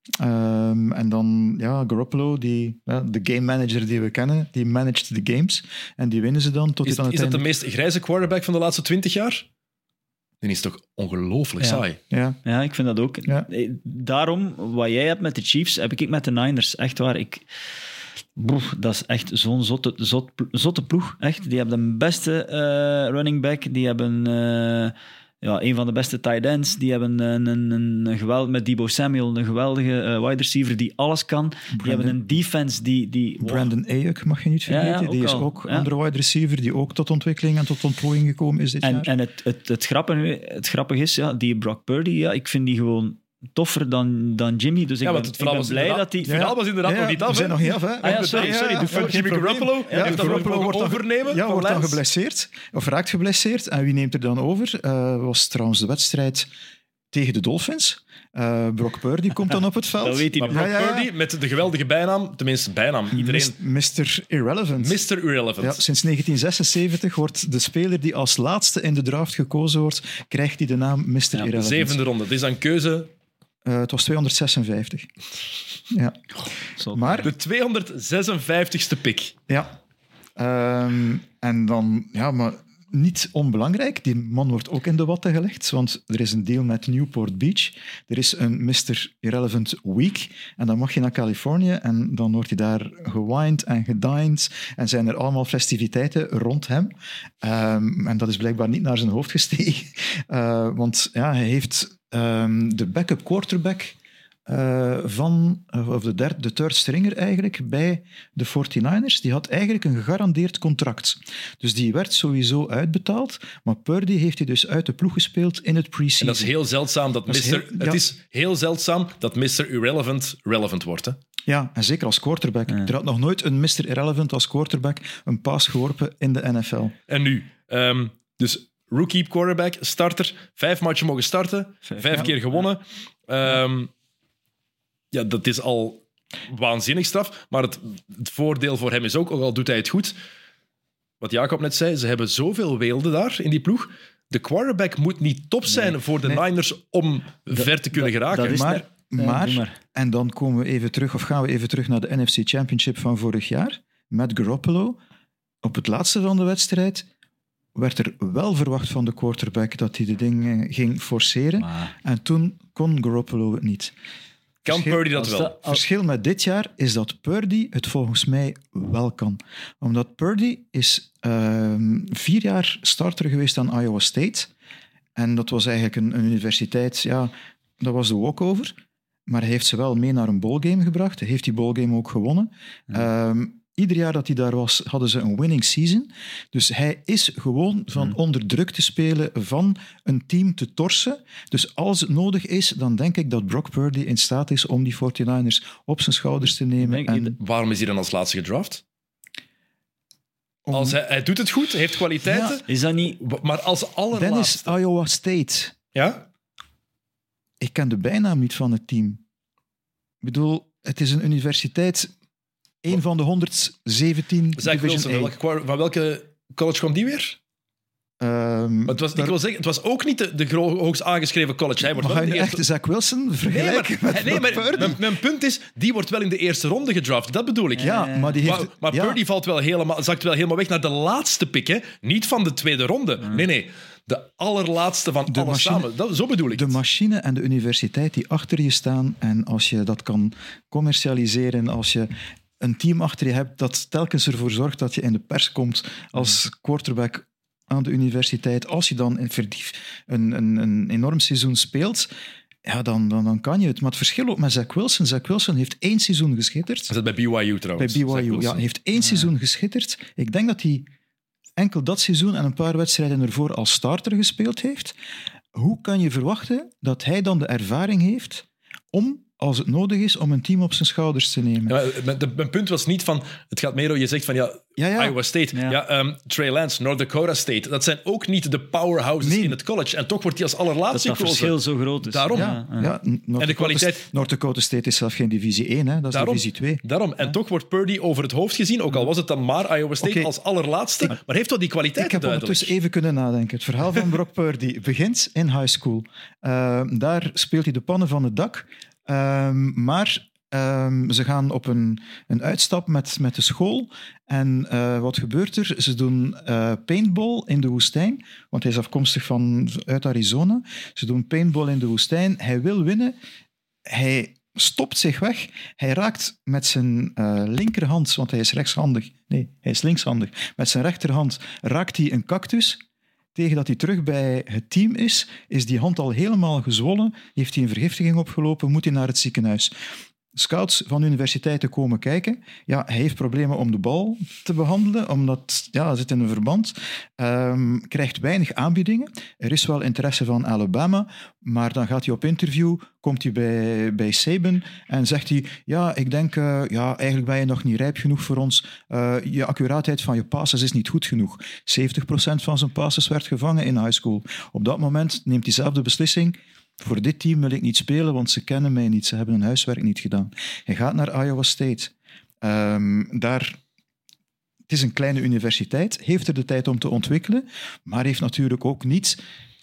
Um, en dan, ja, Garoppolo, die, ja, de game manager die we kennen, die managt de games. En die winnen ze dan tot is, dan is dat de meest grijze quarterback van de laatste twintig jaar? Die is toch ongelooflijk ja. saai? Ja. ja, ik vind dat ook. Ja. Daarom, wat jij hebt met de Chiefs, heb ik met de Niners. Echt waar, ik... Broef, dat is echt zo'n zotte, zot, zotte ploeg. Echt. Die hebben de beste uh, running back, die hebben... Uh, Ja, een van de beste tight ends. Die hebben een, een, een geweld met Deebo Samuel, een geweldige uh, wide receiver die alles kan. Brandon, die hebben een defense die... die wow. Brandon Ayuk mag je niet vergeten. Ja, ja, die is al. ook een ja. andere wide receiver die ook tot ontwikkeling en tot ontplooiing gekomen is dit en, jaar. En het, het, het, grappige, het grappige is, ja, die Brock Purdy, ja, ik vind die gewoon toffer dan, dan Jimmy. Dus ik ja, ben, het ik ben blij dat hij... Het verhaal was inderdaad ja, nog niet af. We zijn nog niet af, hè? Ah, ja, sorry, sorry. Ja, ja, Jimmy Garoppolo ja, heeft Garoppolo dan wordt overnemen. Ja, wordt Lance. dan geblesseerd. Of raakt geblesseerd. En wie neemt er dan over? Uh, was trouwens de wedstrijd tegen de Dolphins. Uh, Brock Purdy komt dan op het veld. Dat weet hij maar Brock ja, ja, ja. Purdy met de geweldige bijnaam, tenminste bijnaam, iedereen... mister Irrelevant. mister Irrelevant. Ja, sinds negentien zesenzeventig wordt de speler die als laatste in de draft gekozen wordt, krijgt hij de naam mister Ja, Irrelevant. De zevende ronde. Het is een keuze... Uh, het was tweehonderdzesenvijftig. Ja. Oh, maar, de tweehonderdzesenvijftigste pick. Ja. Um, en dan... Ja, maar... Niet onbelangrijk, die man wordt ook in de watten gelegd, want er is een deal met Newport Beach. Er is een mister Irrelevant Week en dan mag je naar Californië en dan wordt hij daar gewined en gedined en zijn er allemaal festiviteiten rond hem. Um, en dat is blijkbaar niet naar zijn hoofd gestegen, uh, want ja, hij heeft um, de backup quarterback... Uh, van, of de, derde, de third stringer eigenlijk, bij de forty-niners, die had eigenlijk een gegarandeerd contract. Dus die werd sowieso uitbetaald, maar Purdy heeft hij dus uit de ploeg gespeeld in het pre-season. En dat is heel zeldzaam dat, dat mister Heel, ja. Het is heel zeldzaam dat mister Irrelevant relevant wordt, hè? Ja, en zeker als quarterback. Ja. Er had nog nooit een mister Irrelevant als quarterback een paas geworpen in de N F L. En nu, um, dus rookie quarterback, starter, vijf matchen mogen starten, vijf, vijf ja. keer gewonnen. Um, Ja, dat is al waanzinnig straf. Maar het, het voordeel voor hem is ook, ook al doet hij het goed, wat Jacob net zei, ze hebben zoveel weelde daar in die ploeg. De quarterback moet niet top zijn nee, voor de nee. Niners om dat, ver te kunnen dat, geraken. Dat is maar, nee, maar, maar, en dan komen we even terug, of gaan we even terug naar de N F C Championship van vorig jaar. Met Garoppolo. Op het laatste van de wedstrijd werd er wel verwacht van de quarterback dat hij de dingen ging forceren. Maar. En toen kon Garoppolo het niet. Kan verschil, Purdy dat wel? Het verschil met dit jaar is dat Purdy het volgens mij wel kan. Omdat Purdy is uh, vier jaar starter geweest aan Iowa State. En dat was eigenlijk een, een universiteit, ja, dat was de walkover. Maar hij heeft ze wel mee naar een bowlgame gebracht. Hij heeft die bowlgame ook gewonnen. Ja. Um, Ieder jaar dat hij daar was, hadden ze een winning season. Dus hij is gewoon van hmm. onder druk te spelen, van een team te torsen. Dus als het nodig is, dan denk ik dat Brock Purdy in staat is om die forty-niners op zijn schouders te nemen. En... Waarom is hij dan als laatste gedraft? Om... Als hij, hij doet het goed, hij heeft kwaliteiten. Ja. Is dat niet... Maar als allerlaatste... Dan is Iowa State. Ja? Ik ken de bijnaam niet van het team. Ik bedoel, het is een universiteit... Een van de honderdzeventien Zach Wilson, welke, van welke college kwam die weer? Um, het, was, daar... ik wil zeggen, het was ook niet de, de gro- hoogst aangeschreven college. Hij wordt maar wel ga je in de nu eerste... echt Zach Wilson vergelijken nee, maar, met nee, maar Purdy? mijn, mijn punt is, die wordt wel in de eerste ronde gedraft. Dat bedoel ik. Ja, maar die heeft... Maar, maar ja. Purdy valt wel helemaal, zakt wel helemaal weg naar de laatste pick. Hè? Niet van de tweede ronde. Mm. Nee, nee. De allerlaatste van de alles machine, samen. Dat, zo bedoel ik De het. machine en de universiteit die achter je staan. En als je dat kan commercialiseren, als je een team achter je hebt dat telkens ervoor zorgt dat je in de pers komt als quarterback aan de universiteit. Als je dan een, een, een, een enorm seizoen speelt, ja, dan, dan, dan kan je het. Maar het verschil ook met Zach Wilson. Zach Wilson heeft één seizoen geschitterd. Dat is bij B Y U trouwens. Bij B Y U, ja. Hij heeft één ja. seizoen geschitterd. Ik denk dat hij enkel dat seizoen en een paar wedstrijden ervoor als starter gespeeld heeft. Hoe kan je verwachten dat hij dan de ervaring heeft om, als het nodig is, om een team op zijn schouders te nemen? Ja, mijn, de, mijn punt was niet van... Het gaat meer over, je zegt van ja, ja, ja. Iowa State, ja. Ja, um, Trey Lance, North Dakota State. Dat zijn ook niet de powerhouses nee. in het college. En toch wordt hij als allerlaatste gekozen. Dat dat verschil zo groot is. Daarom. Ja, ja. Ja, North en de kwaliteit... North Dakota State is zelf geen divisie één, hè? Dat is daarom, divisie twee. Daarom. En ja. toch wordt Purdy over het hoofd gezien, ook al was het dan maar Iowa State okay. als allerlaatste. Ik, maar heeft wel die kwaliteit Ik heb duidelijk. ondertussen even kunnen nadenken. Het verhaal van Brock Purdy begint in high school. Uh, daar speelt hij de pannen van het dak. Um, maar um, ze gaan op een, een uitstap met, met de school. En uh, wat gebeurt er? Ze doen uh, paintball in de woestijn, want hij is afkomstig van, uit Arizona. Ze doen paintball in de woestijn. Hij wil winnen. Hij stopt zich weg. Hij raakt met zijn uh, linkerhand, want hij is rechtshandig. Nee, hij is linkshandig. Met zijn rechterhand raakt hij een cactus. Tegen dat hij terug bij het team is, is die hand al helemaal gezwollen, heeft hij een vergiftiging opgelopen, moet hij naar het ziekenhuis. Scouts van universiteiten komen kijken. Ja, hij heeft problemen om de bal te behandelen, omdat ja, hij zit in een verband. Um, krijgt weinig aanbiedingen. Er is wel interesse van Alabama, maar dan gaat hij op interview, komt hij bij, bij Saban en zegt hij, ja, ik denk, uh, ja, eigenlijk ben je nog niet rijp genoeg voor ons. Uh, je accuraatheid van je passes is niet goed genoeg. zeventig procent van zijn passes werd gevangen in high school. Op dat moment neemt hij zelf de beslissing, voor dit team wil ik niet spelen, want ze kennen mij niet. Ze hebben hun huiswerk niet gedaan. Hij gaat naar Iowa State. Um, daar, het is een kleine universiteit, heeft er de tijd om te ontwikkelen, maar heeft natuurlijk ook niet...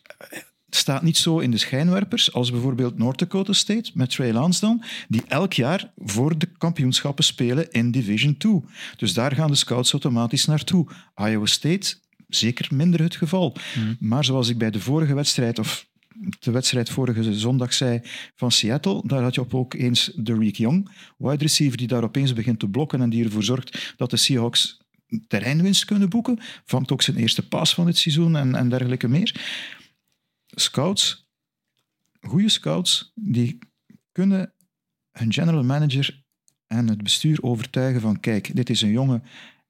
staat niet zo in de schijnwerpers als bijvoorbeeld North Dakota State, met Trey Lance dan, die elk jaar voor de kampioenschappen spelen in Division twee. Dus daar gaan de scouts automatisch naartoe. Iowa State, zeker minder het geval. Mm. Maar zoals ik bij de vorige wedstrijd, of de wedstrijd vorige zondag zei van Seattle, daar had je op ook eens Derrick Young, wide receiver, die daar opeens begint te blokken en die ervoor zorgt dat de Seahawks terreinwinst kunnen boeken. Vangt ook zijn eerste paas van het seizoen en, en dergelijke meer. Scouts, goede scouts, die kunnen hun general manager en het bestuur overtuigen van kijk, dit is een jongen,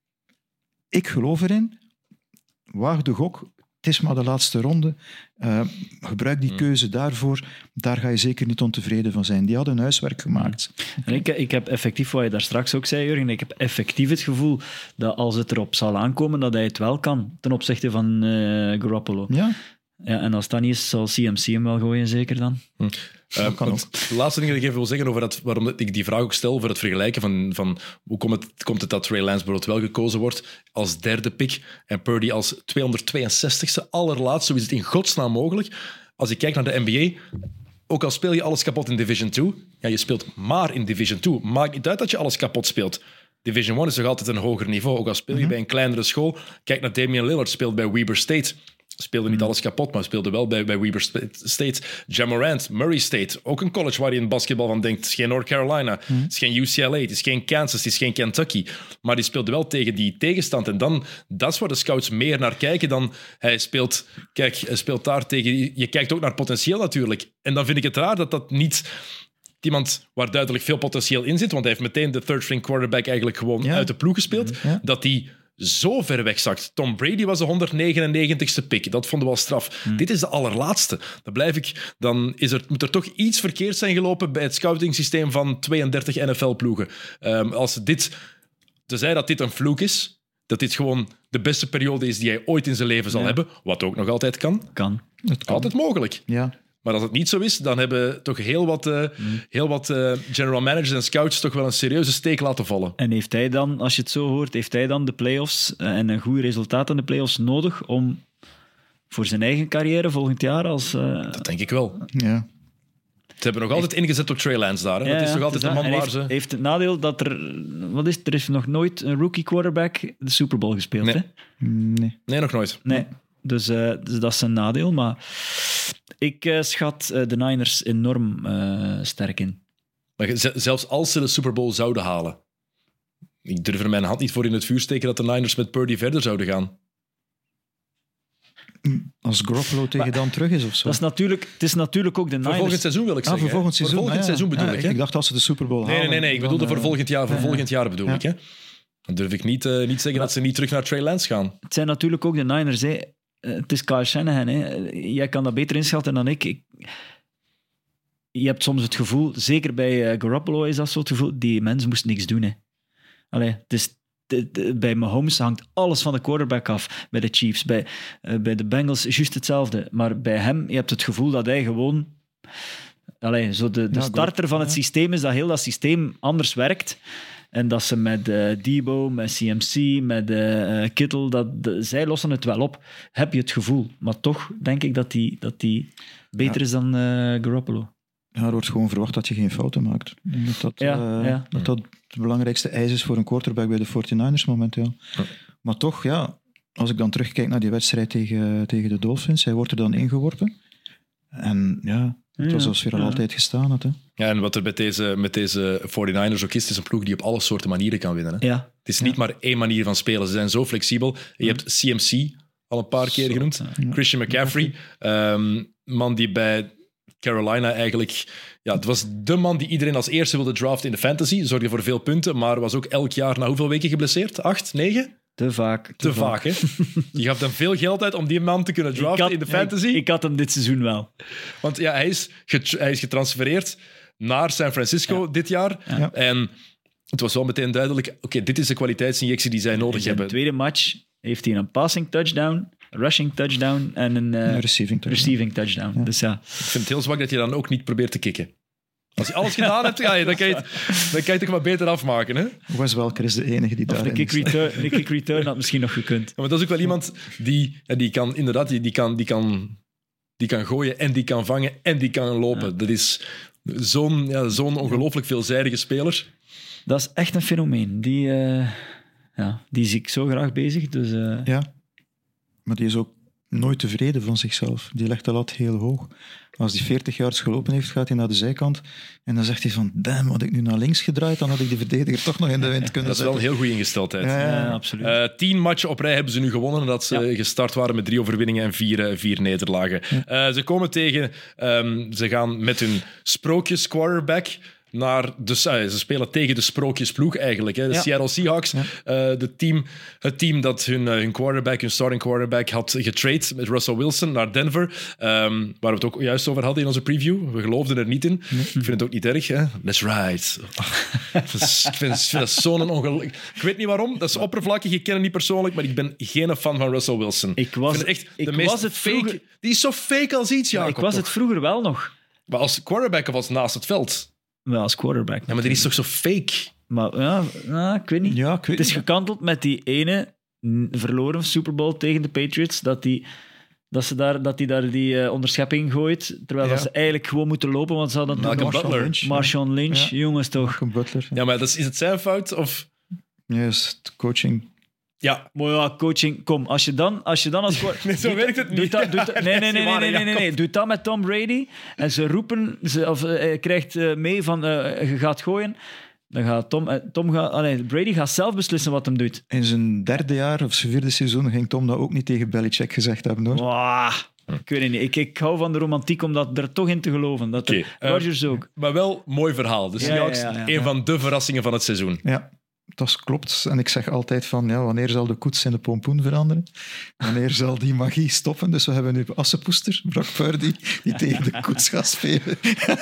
ik geloof erin, waag de gok, het is maar de laatste ronde, uh, gebruik die keuze daarvoor, daar ga je zeker niet ontevreden van zijn. Die hadden hun huiswerk gemaakt. En ik, ik heb effectief, wat je daar straks ook zei, Jurgen, ik heb effectief het gevoel dat als het erop zal aankomen, dat hij het wel kan, ten opzichte van uh, Garoppolo. Ja. Ja, en als dat niet is, zal C M C hem wel gooien, zeker dan. Hm. Uh, kan ook. De laatste ding dat ik even wil zeggen over dat, waarom ik die vraag ook stel, voor het vergelijken van, van hoe komt het, komt het dat Trey Lance bijvoorbeeld wel gekozen wordt als derde pick en Purdy als tweehonderdtweeënzestigste allerlaatste. Hoe is het in godsnaam mogelijk? Als ik kijk naar de N B A, ook al speel je alles kapot in Division twee, ja, je speelt maar in Division twee. Maakt niet uit dat je alles kapot speelt. Division one is nog altijd een hoger niveau, ook al speel je mm-hmm. bij een kleinere school. Kijk naar Damian Lillard, speelt bij Weber State. Speelde niet alles kapot, maar speelde wel bij, bij Weber State. Ja Morant, Murray State. Ook een college waar je in basketbal van denkt. Het is geen North Carolina, mm. het is geen U C L A, het is geen Kansas, het is geen Kentucky. Maar die speelde wel tegen die tegenstand. En dan, dat is waar de scouts meer naar kijken dan hij speelt... Kijk, hij speelt daar tegen... Je kijkt ook naar potentieel natuurlijk. En dan vind ik het raar dat dat niet... Iemand waar duidelijk veel potentieel in zit, want hij heeft meteen de third string quarterback eigenlijk gewoon ja. uit de ploeg gespeeld, ja. dat die... zo ver wegzakt. Tom Brady was de honderdnegenennegentigste pick. Dat vonden we al straf. Hmm. Dit is de allerlaatste. Dan blijf ik... Dan is er, moet er toch iets verkeerd zijn gelopen bij het scouting-systeem van tweeëndertig N F L-ploegen. Um, als dit... Tenzij dat dit een vloek is, dat dit gewoon de beste periode is die hij ooit in zijn leven zal ja. hebben, wat ook nog altijd kan. Kan. Het kan. Altijd mogelijk. Ja. Maar als het niet zo is, dan hebben toch heel wat, uh, mm. heel wat uh, general managers en scouts toch wel een serieuze steek laten vallen. En heeft hij dan, als je het zo hoort, heeft hij dan de playoffs uh, en een goed resultaat in de playoffs nodig om voor zijn eigen carrière volgend jaar. Als, uh... Dat denk ik wel. Ja. Ze hebben nog altijd heeft... ingezet op Trey Lance daar. Hè? Ja, dat is ja, nog altijd een man waar heeft, ze... heeft het nadeel dat er... Wat is het? Er is nog nooit een rookie quarterback de Super Bowl gespeeld. Nee, hè? Nee. nee nog nooit. Nee. Dus, uh, dus dat is een nadeel. Maar ik uh, schat uh, de Niners enorm uh, sterk in. Maar z- zelfs als ze de Super Bowl zouden halen... Ik durf er mijn hand niet voor in het vuur steken dat de Niners met Purdy verder zouden gaan. Als Garoppolo tegen maar, dan terug is of zo. Dat is natuurlijk, het is natuurlijk ook de Niners. Voor volgend seizoen wil ik zeggen. Ah, voor volgend seizoen, voor volgend ah, ja. seizoen bedoel ja, ik. Hè? Ik dacht als ze de Super Bowl halen. Nee, nee, nee. Ik bedoelde voor volgend jaar, voor ja, volgend jaar bedoel ja. ik. Hè? Dan durf ik niet, uh, niet zeggen dat ze niet terug naar Trey Lance gaan. Het zijn natuurlijk ook de Niners. Hè. Het is Kyle Shanahan. Hè. Jij kan dat beter inschatten dan ik. ik. Je hebt soms het gevoel, zeker bij uh, Garoppolo is dat zo het gevoel, die mens moest niks doen. Hè. Allee, het is... De, de, bij Mahomes hangt alles van de quarterback af. Bij de Chiefs, bij, uh, bij de Bengals juist hetzelfde. Maar bij hem, je hebt het gevoel dat hij gewoon... Allee, zo de, de ja, starter van het ja. systeem is dat heel dat systeem anders werkt. En dat ze met uh, Debo, met C M C, met uh, Kittle, dat, de, zij lossen het wel op. Heb je het gevoel. Maar toch denk ik dat die, dat die beter ja. is dan uh, Garoppolo. Ja, er wordt gewoon verwacht dat je geen fouten maakt. Dat dat, ja, uh, ja. dat dat het belangrijkste eis is voor een quarterback bij de forty-niners momenteel. Ja. Maar toch, ja, als ik dan terugkijk naar die wedstrijd tegen, tegen de Dolphins, hij wordt er dan ingeworpen. En ja, het was ja, zoals weer al ja. altijd gestaan had. Hè. Ja, en wat er met deze, met deze forty-niners ook is, het is een ploeg die op alle soorten manieren kan winnen. Hè. Ja. Het is niet ja. maar één manier van spelen. Ze zijn zo flexibel. Je hebt C M C al een paar keer genoemd. Ja. Christian McCaffrey, um, man die bij... Carolina eigenlijk... Ja, het was de man die iedereen als eerste wilde draften in de fantasy. Zorgde voor veel punten, maar was ook elk jaar na hoeveel weken geblesseerd? Acht? Negen? Te vaak. Te, te vaak, vaak, hè? Je gaf hem veel geld uit om die man te kunnen draften had, in de fantasy. Ik, ik had hem dit seizoen wel. Want ja, hij is, get, hij is getransfereerd naar San Francisco ja. dit jaar. Ja. En het was wel meteen duidelijk... Oké, okay, dit is de kwaliteitsinjectie die zij nodig in hebben. In de tweede match heeft hij een passing touchdown... rushing touchdown en een, uh, een receiving touchdown. Receiving touchdown. Ja. Dus ja. Ik vind het heel zwak dat je dan ook niet probeert te kicken. Als je alles gedaan hebt, ja, dan kan je het, dan kan je het toch maar beter afmaken. Hè? Wes Welker is de enige die daar is. Kick return, de kick return had misschien nog gekund. Ja, maar dat is ook wel iemand die, ja, die kan inderdaad, die, die, kan, die, kan, die kan gooien en die kan vangen en die kan lopen. Ja. Dat is zo'n, ja, zo'n ongelooflijk veelzijdige speler. Dat is echt een fenomeen. Die, uh, ja, die zie ik zo graag bezig. Dus, uh... Ja. Maar die is ook nooit tevreden van zichzelf. Die legt de lat heel hoog. Als hij veertig yards gelopen heeft, gaat hij naar de zijkant. En dan zegt hij van, damn, had ik nu naar links gedraaid, dan had ik de verdediger toch nog in de wind kunnen Dat is wel een heel goede ingesteldheid. Ja, ja, ja absoluut. Uh, tien matchen op rij hebben ze nu gewonnen, nadat ze ja. gestart waren met drie overwinningen en vier, uh, vier nederlagen. Ja. Uh, ze komen tegen... Um, ze gaan met hun sprookjes quarterback... Naar de, ze spelen tegen de sprookjesploeg eigenlijk. Hè. De ja. Seattle Seahawks. Ja. Uh, de team, het team dat hun, uh, hun quarterback, hun starting quarterback had getrade met Russell Wilson naar Denver. Um, waar we het ook juist over hadden in onze preview. We geloofden er niet in. Nee. Ik vind het ook niet erg. Hè. Let's ride. ik vind, ik vind dat zo'n ongeluk. Ik weet niet waarom. Dat is oppervlakkig. Ik ken hem niet persoonlijk, maar ik ben geen fan van Russell Wilson. Ik was, ik echt ik de meest was het fake. vroeger... Die is zo fake als iets, Jacob. Ja, ik was toch? het vroeger wel nog. Maar als quarterback of als naast het veld... Wel als quarterback. Ja, maar die is toch zo fake? Maar ja, ja ik weet niet. Ja, ik weet het is niet. gekanteld met die ene verloren Super Bowl tegen de Patriots, dat die, dat ze daar, dat die, daar die uh, onderschepping gooit, terwijl ja. dat ze eigenlijk gewoon moeten lopen, want ze hadden Malcolm Butler. Lynch. Marshawn Lynch, ja. jongens toch. Malcolm Butler. Ja, maar dat is, is het zijn fout? Of... Ja, is het coaching... Ja. Maar ja, coaching, kom, als je dan, als, je dan als... nee, zo werkt het niet. Doe dat, doe dat, nee, nee, nee, nee, nee, nee, nee, nee. Doe dat met Tom Brady en ze roepen, ze, of hij krijgt uh, mee van, uh, je gaat gooien, dan gaat Tom, uh, Tom gaat, uh, nee, Brady gaat zelf beslissen wat hem doet. In zijn derde jaar of zijn vierde seizoen ging Tom dat ook niet tegen Belichick gezegd hebben, hoor. Wow. Ik weet het niet. Ik, ik hou van de romantiek om dat er toch in te geloven. Dat okay. er, Rodgers uh, ook. Maar wel mooi verhaal. Dus ja, ja, ja, ja, een ja. van de verrassingen van het seizoen. Ja. Dat klopt. En ik zeg altijd van, ja, wanneer zal de koets in de pompoen veranderen? Wanneer zal die magie stoppen? Dus we hebben nu Assepoester, Brock Purdy, die tegen de koets gaat spelen.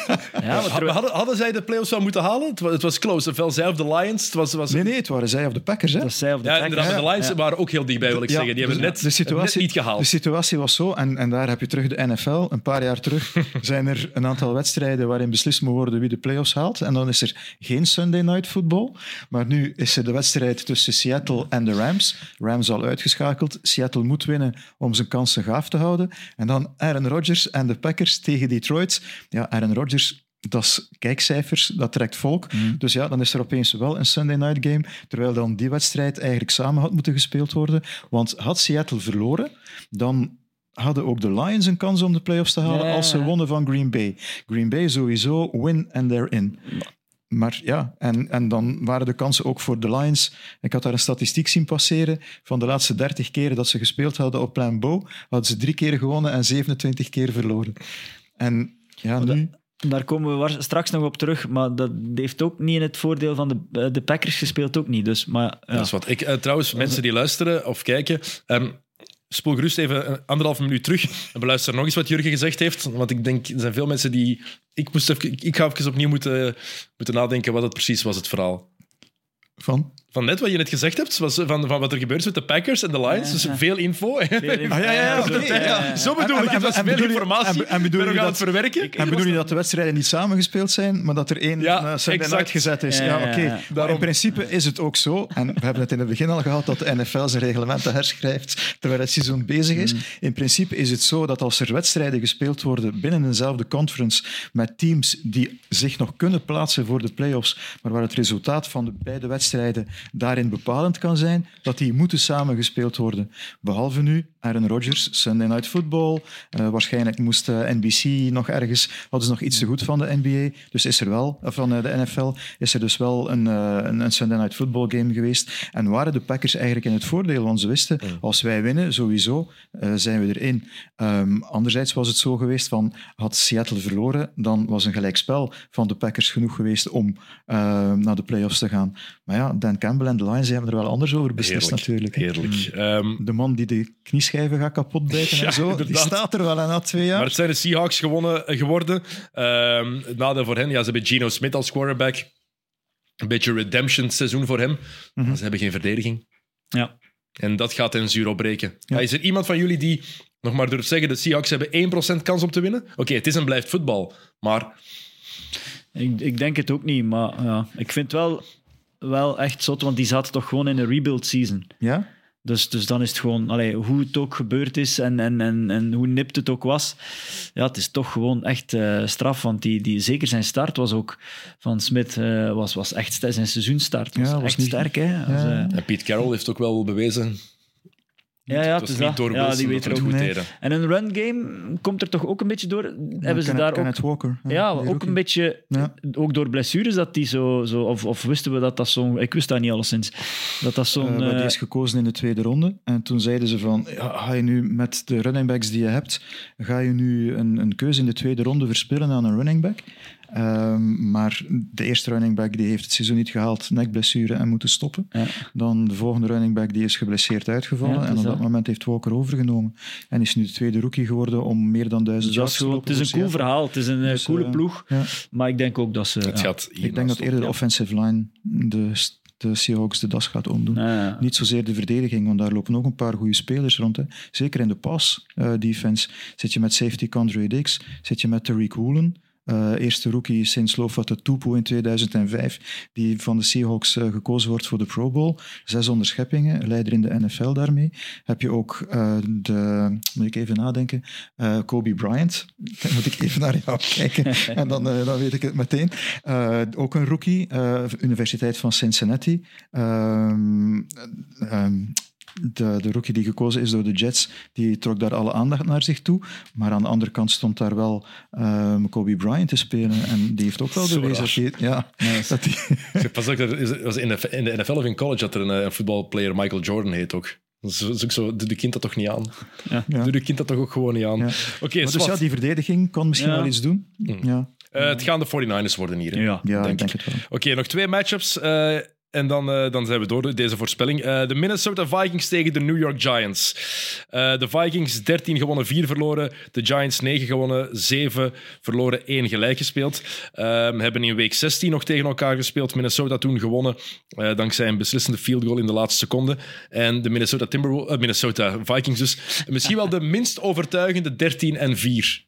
Ja, maar er... hadden, hadden zij de playoffs wel moeten halen? Het was, het was close. Het wel zij of de Lions. Het was, was... Nee, nee, het waren zij of de Packers. Hè? Het was zij of de ja, Packers. inderdaad. De Lions ja. waren ook heel dichtbij, wil ik ja, zeggen. Die dus hebben net, de situatie, net niet gehaald. De situatie was zo, en, en daar heb je terug de N F L. Een paar jaar terug zijn er een aantal wedstrijden waarin beslist moet worden wie de playoffs haalt. En dan is er geen Sunday Night Football. Maar nu is er de wedstrijd tussen Seattle en de Rams. Rams al uitgeschakeld. Seattle moet winnen om zijn kansen gaaf te houden. En dan Aaron Rodgers en de Packers tegen Detroit. Ja, Aaron Rodgers... Dat is kijkcijfers, dat trekt volk. Mm. Dus ja, dan is er opeens wel een Sunday night game, terwijl dan die wedstrijd eigenlijk samen had moeten gespeeld worden. Want had Seattle verloren, dan hadden ook de Lions een kans om de playoffs te halen yeah. als ze wonnen van Green Bay. Green Bay sowieso, win and they're in. Maar ja, en, en dan waren de kansen ook voor de Lions. Ik had daar een statistiek zien passeren. Van de laatste dertig keren dat ze gespeeld hadden op Plan Bo, hadden ze drie keer gewonnen en zevenentwintig keer verloren. En ja, nu... Daar komen we straks nog op terug, maar dat heeft ook niet in het voordeel van de, de Packers gespeeld, ook niet. Dus, maar, ja. Dat is wat. Ik, uh, trouwens, mensen die luisteren of kijken, um, spoel gerust even een anderhalf minuut terug en beluister nog eens wat Jurgen gezegd heeft, want ik denk, er zijn veel mensen die... Ik, moest even, ik, ik ga even opnieuw moeten, moeten nadenken wat het precies was, het verhaal. Van? Van net wat je net gezegd hebt, was van, van wat er gebeurt met de Packers en de Lions. Ja, dus veel info. Veel info. Ah, ja, ja, ja, okay. ja, ja. Zo bedoel en, ik. Het was en, veel en informatie. En, en bedoel je dat het verwerken? Ik, en bedoel je dat de wedstrijden niet samengespeeld zijn, maar dat er één ja, Sunday uitgezet is? Ja, ja, ja, ja. Oké. Okay. In principe is het ook zo, en we hebben het in het begin al gehad, dat de N F L zijn reglementen herschrijft terwijl het seizoen bezig is. Mm. In principe is het zo dat als er wedstrijden gespeeld worden binnen eenzelfde conference met teams die zich nog kunnen plaatsen voor de playoffs, maar waar het resultaat van de beide wedstrijden daarin bepaalt kan zijn, dat die moeten samengespeeld worden. Behalve nu Aaron Rodgers, Sunday Night Football. Uh, waarschijnlijk moest uh, N B C nog ergens, hadden ze nog iets te goed van de N B A. Dus is er wel, van uh, de N F L, is er dus wel een, uh, een, een Sunday Night Football game geweest. En waren de Packers eigenlijk in het voordeel, want ze wisten, mm. als wij winnen, sowieso, uh, zijn we erin. Um, anderzijds was het zo geweest van, had Seattle verloren, dan was een gelijkspel van de Packers genoeg geweest om uh, naar de playoffs te gaan. Maar ja, Dan Campbell en de Lions hebben er wel anders over beslist, heerlijk, natuurlijk. Heerlijk. Um, de man die de knieschijven gaat kapotbijten ja, en zo, inderdaad. Die staat er wel na twee jaar. Maar het zijn de Seahawks gewonnen, geworden. Um, het nadeel voor hen, ja, ze hebben Geno Smith als quarterback. Een beetje redemption seizoen voor hem. Mm-hmm. Maar ze hebben geen verdediging. Ja. En dat gaat hen zuur opbreken. Ja. Is er iemand van jullie die nog maar durft zeggen, de Seahawks hebben één procent kans om te winnen? Oké, okay, het is en blijft voetbal, maar... Ik, ik denk het ook niet, maar ja, ik vind wel... wel echt zot, want die zaten toch gewoon in een rebuild season. Ja? Dus, dus dan is het gewoon, allee, hoe het ook gebeurd is en, en, en, en hoe nipt het ook was, ja, het is toch gewoon echt uh, straf, want die, die, zeker zijn start was ook van Smith, uh, was, was echt zijn seizoenstart. Was, ja, was echt niet... sterk. Hè? Ja. Als, uh... En Pete Carroll heeft ook wel bewezen... Ja, ja, het was niet door ja, die weet er ook goed nee. En een run game komt er toch ook een beetje door. Ja, hebben ze daar ook... Walker. Ja, ja ook een beetje... Ja. Ook door blessures dat die zo... zo of, of wisten we dat dat zo'n... Ik wist dat niet alleszins. Dat dat zo'n... Uh, die is gekozen in de tweede ronde. En toen zeiden ze van... Ja, ga je nu met de running backs die je hebt... Ga je nu een, een keuze in de tweede ronde verspillen aan een running back? Um, maar de eerste running back die heeft het seizoen niet gehaald, nekblessure en moeten stoppen. Ja. Dan de volgende running back die is geblesseerd uitgevallen ja, en op dat, dat moment heeft Walker overgenomen en is nu de tweede rookie geworden om meer dan duizend yards te lopen. Het is een cool verhaal, het is een dus, coole uh, ploeg, ja. maar ik denk ook dat ze... Het ja. gaat ik denk dat eerder ja. de offensive line de, de Seahawks de das gaat omdoen. Ja, ja. Niet zozeer de verdediging, want daar lopen ook een paar goede spelers rond. Hè. Zeker in de pass uh, defense zit je met safety Condre Dix, zit je met Tariq Woolen. Uh, eerste rookie sinds Lofa Tupu in tweeduizend vijf, die van de Seahawks uh, gekozen wordt voor de Pro Bowl. Zes onderscheppingen, leider in de N F L daarmee. Heb je ook uh, de, moet ik even nadenken, uh, Kobe Bryant. Dan moet ik even naar jou kijken en dan, uh, dan weet ik het meteen. Uh, ook een rookie, uh, Universiteit van Cincinnati. Um, um, De, de rookie die gekozen is door de Jets, die trok daar alle aandacht naar zich toe. Maar aan de andere kant stond daar wel um, Kobe Bryant te spelen. En die heeft ook wel bewezen dat hij... Ja, ja, dat die... Pas ook, dat is in, de, in de N F L of in college dat er een, een voetbalplayer Michael Jordan heet ook. Dat is ook zo, doe de kind dat toch niet aan? Ja. Ja. Doe de kind dat toch ook gewoon niet aan? Ja. Okay, dus ja, die verdediging kan misschien ja. wel iets doen. Mm. Ja. Uh, het gaan de forty-niners worden hier. Hè? Ja, ja, denk, denk ik. het wel. Oké, okay, nog twee matchups. Uh, En dan, uh, dan zijn we door deze voorspelling. Uh, de Minnesota Vikings tegen de New York Giants. Uh, de Vikings dertien gewonnen, vier verloren. De Giants negen gewonnen, zeven verloren, één gelijk gespeeld. Uh, hebben in week zestien nog tegen elkaar gespeeld. Minnesota toen gewonnen, uh, dankzij een beslissende field goal in de laatste seconde. En de Minnesota, Timberwolves, uh, Minnesota Vikings dus. Misschien wel de minst overtuigende dertien en vier.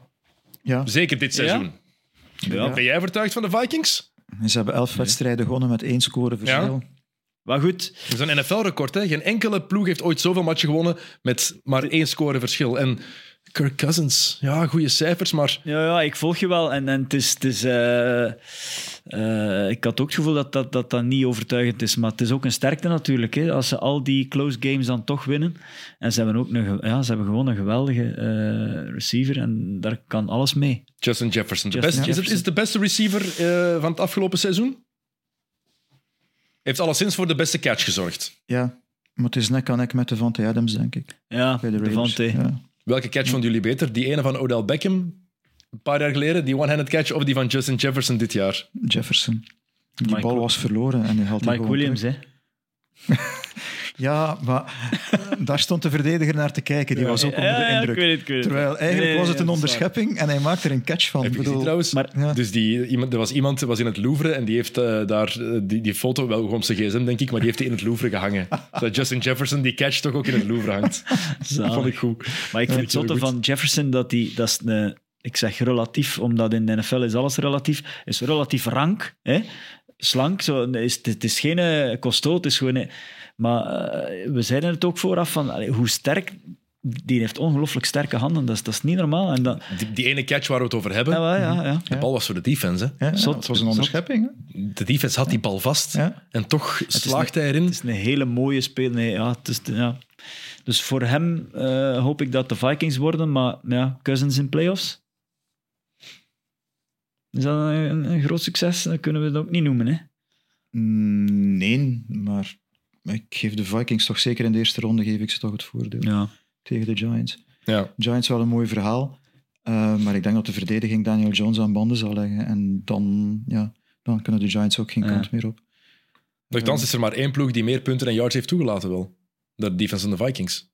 Ja. Zeker dit seizoen. Ja? Ja. Ben jij overtuigd van de Vikings? Ze hebben elf nee. wedstrijden gewonnen met één score verschil. Maar goed. Dat is een N F L-record. Hè? Geen enkele ploeg heeft ooit zoveel matchen gewonnen met maar één score verschil. En Kirk Cousins, ja, goede cijfers, maar... Ja, ja, ik volg je wel. En, en het is... Het is uh, uh, ik had ook het gevoel dat dat, dat dat niet overtuigend is. Maar het is ook een sterkte natuurlijk. Hè, als ze al die close games dan toch winnen. En ze hebben ook een, ja, ze hebben gewoon een geweldige uh, receiver. En daar kan alles mee. Justin Jefferson. De Justin best, Jefferson. Is, het, is het de beste receiver uh, van het afgelopen seizoen? Heeft alleszins voor de beste catch gezorgd. Ja, maar het is nek aan nek met Davante Adams, denk ik. Ja, Bij de Raiders. Davante. Ja. Welke catch vonden jullie beter? Die ene van Odell Beckham een paar jaar geleden, die one-handed catch, of die van Justin Jefferson dit jaar? Jefferson. Die Mike bal was verloren en hij had die Mike gewoon Williams, terug. hè? Ja, maar daar stond de verdediger naar te kijken. Die was ook onder Ja, de ja, indruk. ik weet het, ik weet het. Terwijl eigenlijk Nee, was het nee, een dat is waar. onderschepping en hij maakte er een catch van. Heb je Ik bedoel, gezien trouwens? Maar- ja. Dus die, iemand, er was iemand was in het Louvre en die heeft uh, daar uh, die, die foto, wel gewoon op zijn gsm denk ik, maar die heeft die in het Louvre gehangen. Zodat Justin Jefferson die catch toch ook in het Louvre hangt. Dat vond ik goed. Maar ik vind het Ja, zotte goed. van Jefferson dat hij... Dat is een, ik zeg relatief, omdat in de N F L is alles relatief. Is relatief rank, hè? Slank. Zo, is, het is geen uh, costaud, het is gewoon... Maar uh, we zeiden het ook vooraf, van allee, hoe sterk... Die heeft ongelooflijk sterke handen, dat is, dat is niet normaal. En dat, Die, die ene catch waar we het over hebben, ja, wel, ja, ja. de bal was voor de defense. Hè? Ja, Zot. het was een onderschepping. Hè? De defense had die bal vast Ja. en toch is slaagt een- hij erin. Het is een hele mooie speler. Nee, ja, het is, ja. Dus voor hem uh, hoop ik dat de Vikings worden, maar ja, Cousins in playoffs. Is dat een, een groot succes? Dan kunnen we het ook niet noemen, hè? Mm, Nee, maar ik geef de Vikings toch zeker in de eerste ronde geef ik ze toch het voordeel Ja. tegen de Giants. Ja. Giants wel een mooi verhaal, uh, maar ik denk dat de verdediging Daniel Jones aan banden zal leggen en dan, ja, dan kunnen de Giants ook geen Ja. kant meer op. Nochtans is er maar één ploeg die meer punten en yards heeft toegelaten wel. De defense van de Vikings.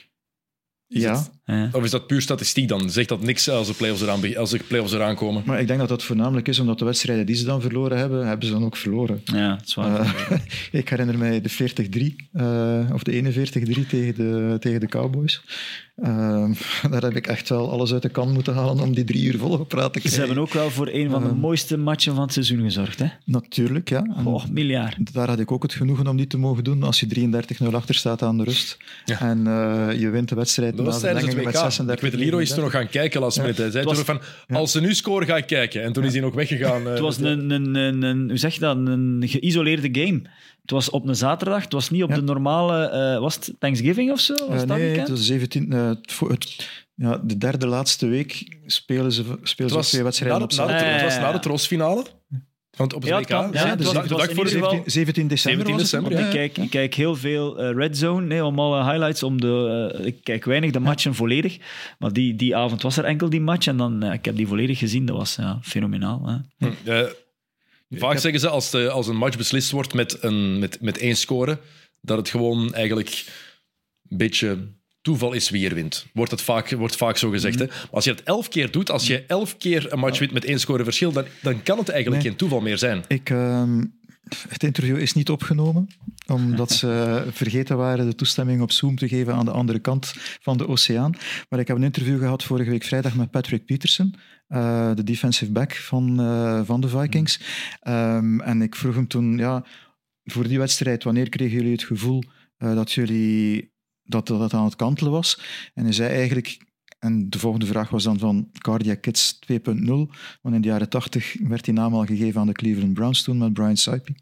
Is Ja, het- Ja. Of is dat puur statistiek dan? Zegt dat niks als de playoffs eraan, be- als de playoffs eraan komen? maar ik denk dat dat voornamelijk is omdat de wedstrijden die ze dan verloren hebben, hebben ze dan ook verloren. Ja, dat is waar. Uh, ik herinner mij de veertig drie, uh, of de eenenveertig drie tegen de, tegen de Cowboys. Uh, daar heb ik echt wel alles uit de kan moeten halen om die drie uur volgepraat te Ze krijgen. hebben ook wel voor een van de Uh, mooiste matchen van het seizoen gezorgd, hè? Natuurlijk, ja. En Oh, miljard. daar had ik ook het genoegen om die te mogen doen als je drieëndertig nul achter staat aan de rust. Ja. En uh, je wint de wedstrijd Dat na was tijdens het verlenging W K. met zesendertig. Ik weet, Leroy is toen nog gaan kijken last minute. Hij zei Het toen was- nog van, als ze nu scoren, ga ik kijken. En toen is hij nog weggegaan. uh, Het was met- een, een, een, een, hoe zeg je dat, een geïsoleerde game. Het was op een zaterdag, het was niet op Ja. de normale, uh, was het Thanksgiving of zo? Was Uh, dat nee, weekend? het was zeventien, uh, het, vo- het, ja, de derde laatste week spelen ze, spelen Het ze ook was, twee na wedstrijden de, op na zaterdag. de, het was Ja, na ja, de ja. trosfinale. Want op het Ja, W het K. kan. Ja, de, het de was- dag- het de was dag in voor de ieder geval- zeventien, zeventien december zeventien was het, december, hè? ja. Ik kijk, ik kijk heel veel uh, Red Zone, nee, om alle highlights. Om de, uh, ik kijk weinig de matchen volledig. Maar die, die avond was er enkel die match. En dan, uh, ik heb die volledig gezien. Dat was ja, fenomenaal. Hè. Uh, vaak heb- zeggen ze, als, de, als een match beslist wordt met, een, met, met één score, dat het gewoon eigenlijk een beetje toeval is wie er wint. Wordt, het vaak, wordt vaak zo gezegd. Hè? Maar als je het elf keer doet, als je elf keer een match wint met één score verschil, dan, dan kan het eigenlijk Nee. geen toeval meer zijn. Ik, ehm, het interview is niet opgenomen, omdat ze vergeten waren de toestemming op Zoom te geven aan de andere kant van de oceaan. Maar ik heb een interview gehad vorige week vrijdag met Patrick Peterson, uh, de defensive back van, uh, van de Vikings. Um, en ik vroeg hem toen, ja, voor die wedstrijd, wanneer kregen jullie het gevoel uh, dat jullie dat, dat het aan het kantelen was? En hij zei eigenlijk... En de volgende vraag was dan van Cardiac Kids twee punt nul. Want in de jaren tachtig werd die naam al gegeven aan de Cleveland Browns toen met Brian Saipy.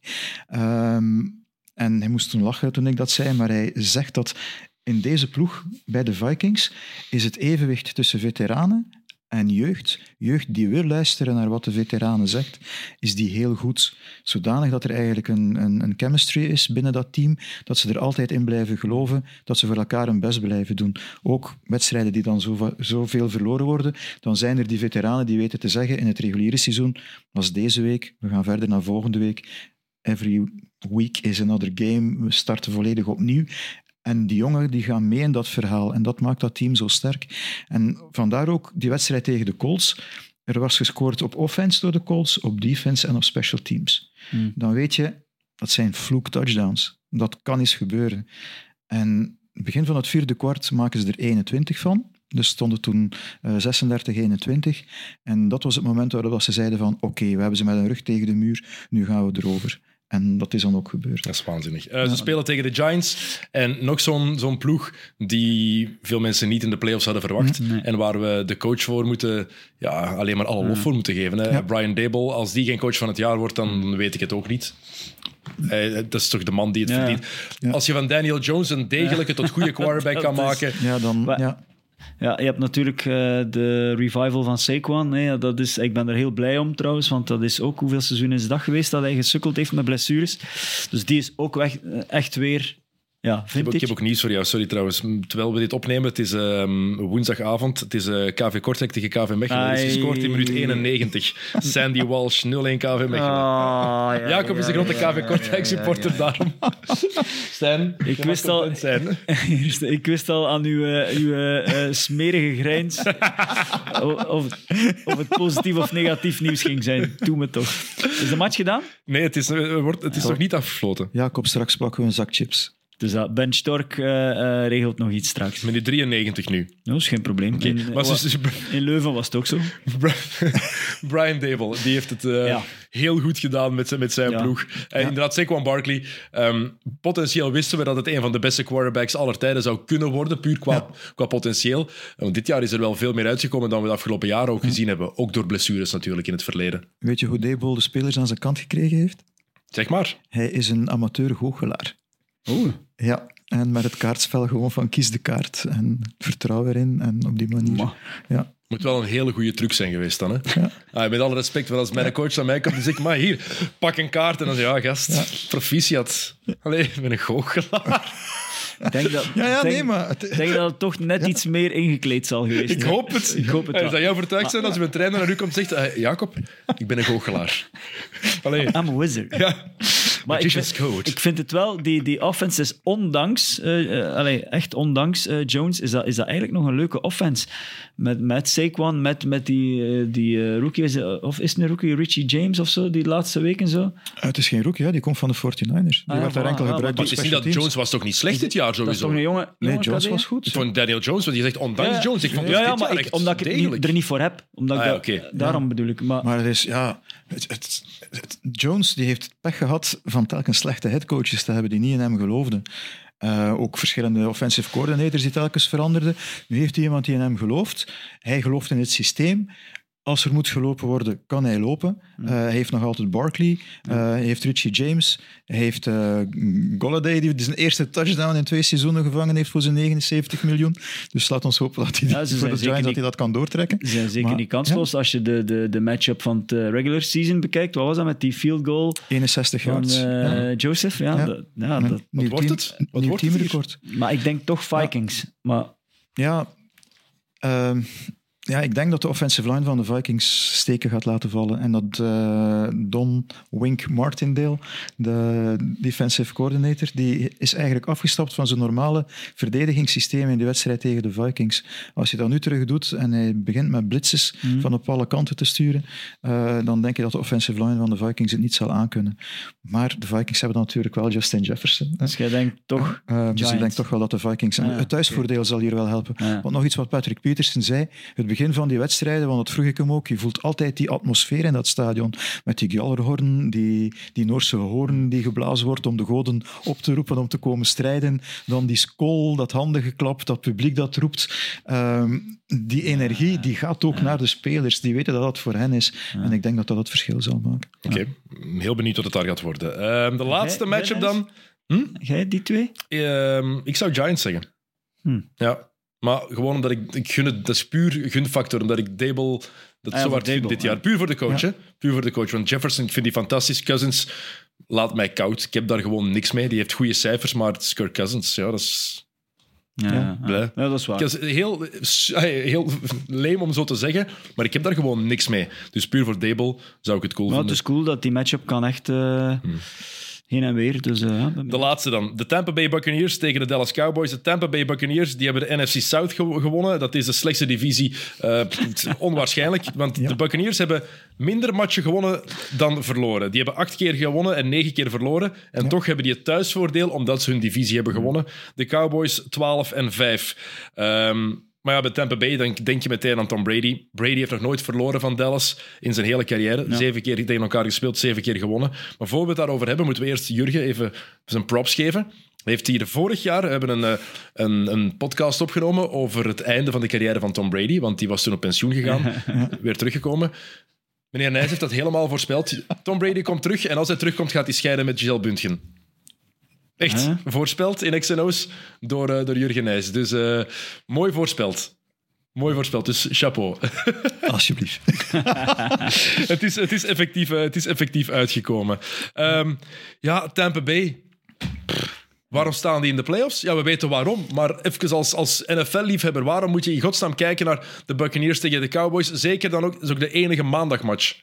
Um, en hij moest toen lachen toen ik dat zei, maar hij zegt dat in deze ploeg, bij de Vikings, is het evenwicht tussen veteranen en jeugd, jeugd die wil luisteren naar wat de veteranen zegt, is die heel goed. Zodanig dat er eigenlijk een, een, een chemistry is binnen dat team, dat ze er altijd in blijven geloven, dat ze voor elkaar hun best blijven doen. Ook wedstrijden die dan zo, zoveel verloren worden, dan zijn er die veteranen die weten te zeggen in het reguliere seizoen, was deze week, we gaan verder naar volgende week, every week is another game, we starten volledig opnieuw. En die jongen die gaan mee in dat verhaal. En dat maakt dat team zo sterk. En vandaar ook die wedstrijd tegen de Colts. Er was gescoord op offense door de Colts, op defense en op special teams. Hmm. Dan weet je, dat zijn fluke touchdowns. Dat kan eens gebeuren. En begin van het vierde kwart maken ze er eenentwintig van. Dus stonden toen uh, zesendertig eenentwintig. En dat was het moment waarop ze zeiden van oké, okay, we hebben ze met een rug tegen de muur, nu gaan we erover. En dat is dan ook gebeurd. Dat is waanzinnig. Uh, ze spelen tegen de Giants en nog zo'n, zo'n ploeg die veel mensen niet in de playoffs hadden verwacht. Nee. En waar we de coach voor moeten, ja, alleen maar alle lof voor moeten geven. Hè. Ja. Brian Daboll, als die geen coach van het jaar wordt, dan weet ik het ook niet. Uh, dat is toch de man die het ja. verdient. Ja. Als je van Daniel Jones een degelijke tot goede quarterback kan maken... Ja, dan... Ja. Ja, je hebt natuurlijk uh, de revival van Saquon. Hè. Dat is, ik ben er heel blij om trouwens, want dat is ook hoeveel seizoenen is dat geweest dat hij gesukkeld heeft met blessures. Dus die is ook echt, echt weer... Ja, ik, heb, ik heb ook nieuws voor jou, sorry trouwens. Terwijl we dit opnemen, het is um, woensdagavond, het is uh, K V Kortrijk tegen K V Mechelen. Het is gescoord in minuut eenennegentig. Sandy Walsh, nul een K V Mechelen. Oh, ja, Jacob ja, is de grote ja, K V Kortrijk supporter, ja, ja, ja. daarom. Stijn, ik wist, al, ik wist al aan uw, uw uh, smerige grijns of, of het positief of negatief nieuws ging zijn. Doe me toch. Is de match gedaan? Nee, het is, het is nog niet afgefloten. Jacob, straks pakken we een zak chips. Dus dat Ben Stork uh, uh, regelt nog iets straks. Minuut drieënnegentig nu. Dat is geen probleem. Okay. In, was dus, in Leuven was het ook zo. Brian Daboll, die heeft het uh, ja. heel goed gedaan met zijn, met zijn ja. ploeg. En ja. inderdaad, Saquon Barkley. Um, potentieel wisten we dat het een van de beste quarterbacks aller tijden zou kunnen worden, puur qua, ja. qua potentieel. Want dit jaar is er wel veel meer uitgekomen dan we de afgelopen jaren ook ja. gezien hebben. Ook door blessures natuurlijk in het verleden. Weet je hoe Daboll de spelers aan zijn kant gekregen heeft? Zeg maar. Hij is een amateur goochelaar. Oeh. Ja, en met het kaartspel gewoon van kies de kaart en vertrouw erin en op die manier. Ma. Ja. Moet wel een hele goede truc zijn geweest dan, hè? Ja. Ah, met alle respect, want als mijn ja. coach aan mij komt, dan zeg ik, maar hier, pak een kaart. En dan zeg ik, ja, gast, ja. proficiat. Allee, ik ben een goochelaar. Ik denk dat, ja, ja, denk, nee, maar... Het, denk dat het toch net ja. iets meer ingekleed zal geweest zijn. Ik hoop het. Ik hoop het hey, zou jij overtuigd zijn als je mijn trainer naar u komt en zegt, uh, Jacob, ik ben een goochelaar. Allee. I'm a wizard. Ja. Maar ik vind, ik vind het wel, die, die offense is ondanks, uh, uh, allez, echt ondanks uh, Jones, is dat, is dat eigenlijk nog een leuke offense. Met, met Saquon, met, met die, uh, die uh, rookie, is het, of is het een rookie, Richie James of zo, die laatste weken zo? Uh, het is geen rookie, hè? Die komt van de forty-niners. Die ah, werd daar enkel ah, gebruikt. Maar het is niet dat Jones was toch niet slecht dit jaar sowieso? Dat is toch een jonge, jonge nee, Jones was goed. Ik vond Daniel Jones, want je zegt ondanks ja, Jones. Ik vond ja, ja, dit maar ik, omdat ik het niet, er niet voor heb. Omdat ah, ik dat, okay. Daarom ja. bedoel ik. Maar, maar het is, ja... Het, het, het, Jones die heeft het pech gehad van telkens slechte headcoaches te hebben die niet in hem geloofden. Uh, ook verschillende offensive coordinators die telkens veranderden. Nu heeft hij iemand die in hem gelooft. Hij gelooft in het systeem. Als er moet gelopen worden, kan hij lopen. Uh, hij heeft nog altijd Barkley. Uh, hij heeft Richie James. Hij heeft uh, Golladay, die zijn eerste touchdown in twee seizoenen gevangen heeft voor zijn negenenzeventig miljoen. Dus laat ons hopen dat hij, ja, voor de Giants, dat hij dat kan doortrekken. Ze zijn zeker maar, niet kansloos. Ja. Als je de, de, de matchup van het regular season bekijkt, wat was dat met die field goal? eenenzestig yards. Van uh, ja. Joseph. Ja, ja. Dat, ja, dat, wat nieuw wordt het? Wat wordt teamrecord. Maar ik denk toch Vikings. Ja. Maar... Ja... Uh, Ja, ik denk dat de offensive line van de Vikings steken gaat laten vallen. En dat uh, Don Wink Martindale, de defensive coordinator, die is eigenlijk afgestapt van zijn normale verdedigingssysteem in de wedstrijd tegen de Vikings. Als je dat nu terug doet en hij begint met blitzes mm. van op alle kanten te sturen, uh, dan denk je dat de offensive line van de Vikings het niet zal aankunnen. Maar de Vikings hebben dan natuurlijk wel Justin Jefferson. Dus jij denkt toch uh, uh, Dus ik denk toch wel dat de Vikings... En ah, het thuisvoordeel okay. zal hier wel helpen. Ah. Want nog iets wat Patrick Peterson zei, het begin van die wedstrijden, want dat vroeg ik hem ook, je voelt altijd die atmosfeer in dat stadion, met die Gjallarhorn, die, die Noorse hoorn die geblazen wordt om de goden op te roepen om te komen strijden, dan die skol, dat handengeklap, dat publiek dat roept. Um, die energie, die gaat ook naar de spelers, die weten dat dat voor hen is. Ja. En ik denk dat dat het verschil zal maken. Oké, okay. ja. Heel benieuwd wat het daar gaat worden. Uh, de laatste Gij, matchup dan... Hm? Jij die twee? Uh, ik zou Giants zeggen. Hm. Ja. Maar gewoon omdat ik, ik gun het, dat is puur gunfactor, omdat ik Daboll dat ah, ja, zo hard vind dit jaar. Puur voor de coach, ja. hè? Puur voor de coach. Want Jefferson, ik vind die fantastisch. Cousins laat mij koud. Ik heb daar gewoon niks mee. Die heeft goede cijfers, maar het is Kirk Cousins. Ja, dat is... Ja, ja, ja. ja, dat is waar. Ik heel, heel leem om zo te zeggen, maar ik heb daar gewoon niks mee. Dus puur voor Daboll zou ik het cool maar vinden. Het is cool dat die matchup kan echt... Uh... Hmm. Heen en weer. Dus, uh, de laatste dan. De Tampa Bay Buccaneers tegen de Dallas Cowboys. De Tampa Bay Buccaneers die hebben de N F C South ge- gewonnen. Dat is de slechtste divisie. Uh, onwaarschijnlijk. Want ja. de Buccaneers hebben minder matchen gewonnen dan verloren. Die hebben acht keer gewonnen en negen keer verloren. En ja. toch hebben die het thuisvoordeel omdat ze hun divisie hebben gewonnen. De Cowboys twaalf en vijf. Um, Maar ja, bij Tampa Bay dan denk je meteen aan Tom Brady. Brady heeft nog nooit verloren van Dallas in zijn hele carrière. Ja. Zeven keer tegen elkaar gespeeld, zeven keer gewonnen. Maar voor we het daarover hebben, moeten we eerst Jurgen even zijn props geven. Hij heeft hier vorig jaar hebben een, een, een podcast opgenomen over het einde van de carrière van Tom Brady, want die was toen op pensioen gegaan, weer teruggekomen. Meneer Nijs heeft dat helemaal voorspeld. Tom Brady komt terug en als hij terugkomt gaat hij scheiden met Gisele Bündchen. Echt, huh? Voorspeld in X N O's door, uh, door Jurgen Nijs. Dus uh, mooi voorspeld. Mooi voorspeld, dus chapeau. Alsjeblieft. het, is, het, is effectief, uh, het is effectief uitgekomen. Um, ja, Tampa Bay. Pff, waarom staan die in de playoffs? Ja, we weten waarom. Maar even als, als N F L-liefhebber, waarom moet je in godsnaam kijken naar de Buccaneers tegen de Cowboys? Zeker dan ook, dat is ook de enige maandagmatch.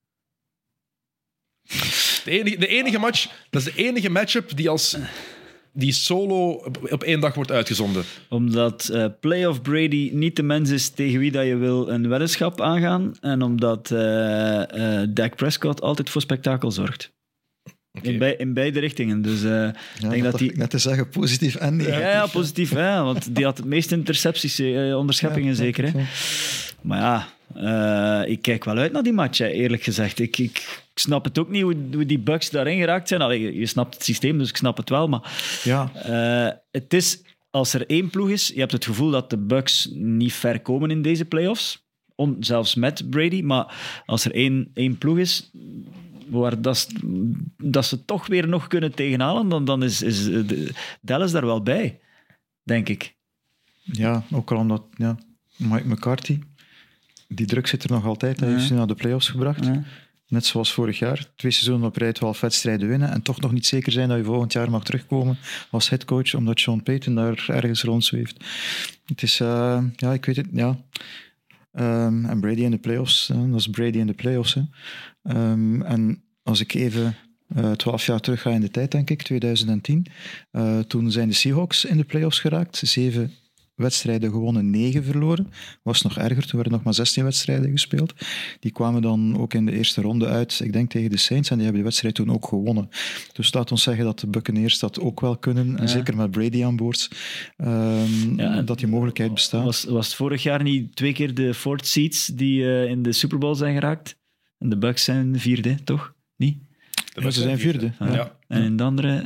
De enige, de enige match, dat is de enige matchup die als die solo op, op één dag wordt uitgezonden. Omdat uh, Playoff Brady niet de mens is tegen wie dat je wil een weddenschap aangaan. En omdat uh, uh, Dak Prescott altijd voor spektakel zorgt. Okay. In, bij, in beide richtingen. Dus, uh, ja, denk dat dat die... ik net te zeggen, positief en negatief. Ja, ja positief. Ja, want die had het meeste intercepties, uh, onderscheppingen ja, zeker. Hè. Maar ja, uh, ik kijk wel uit naar die match, hè, eerlijk gezegd. Ik, ik, ik snap het ook niet hoe, hoe die Bucks daarin geraakt zijn. Allee, je, je snapt het systeem, dus ik snap het wel. Maar ja. uh, het is, als er één ploeg is, je hebt het gevoel dat de Bucks niet ver komen in deze playoffs. On, zelfs met Brady. Maar als er één, één ploeg is waar dat, dat ze toch weer nog kunnen tegenhalen, dan, dan is, is de, Dallas daar wel bij, denk ik. Ja, ook al omdat ja, Mike McCarthy, die druk zit er nog altijd. Hij ja. is nu naar de playoffs gebracht. Ja. Net zoals vorig jaar. Twee seizoenen op rij, twaalf wedstrijden winnen en toch nog niet zeker zijn dat je volgend jaar mag terugkomen als headcoach, omdat Sean Payton daar ergens rondzweeft. Het is, uh, ja, ik weet het, ja. Um, en Brady in de playoffs, uh, dat is Brady in de playoffs. Hè. Um, en als ik even twaalf uh, jaar terug ga in de tijd, denk ik, twintig tien, uh, toen zijn de Seahawks in de playoffs geraakt. Zeven wedstrijden gewonnen, negen verloren. Was nog erger, toen werden nog maar zestien wedstrijden gespeeld. Die kwamen dan ook in de eerste ronde uit, ik denk tegen de Saints, en die hebben de wedstrijd toen ook gewonnen. Dus laat ons zeggen dat de Buccaneers dat ook wel kunnen, en ja. zeker met Brady aan boord, um, ja, dat die mogelijkheid bestaat. Was, was het vorig jaar niet twee keer de fourth seeds die uh, in de Super Bowl zijn geraakt? En de Bucks zijn vierde, toch? Niet? Ja, ze zijn vierde. Ah, ja. En in de andere...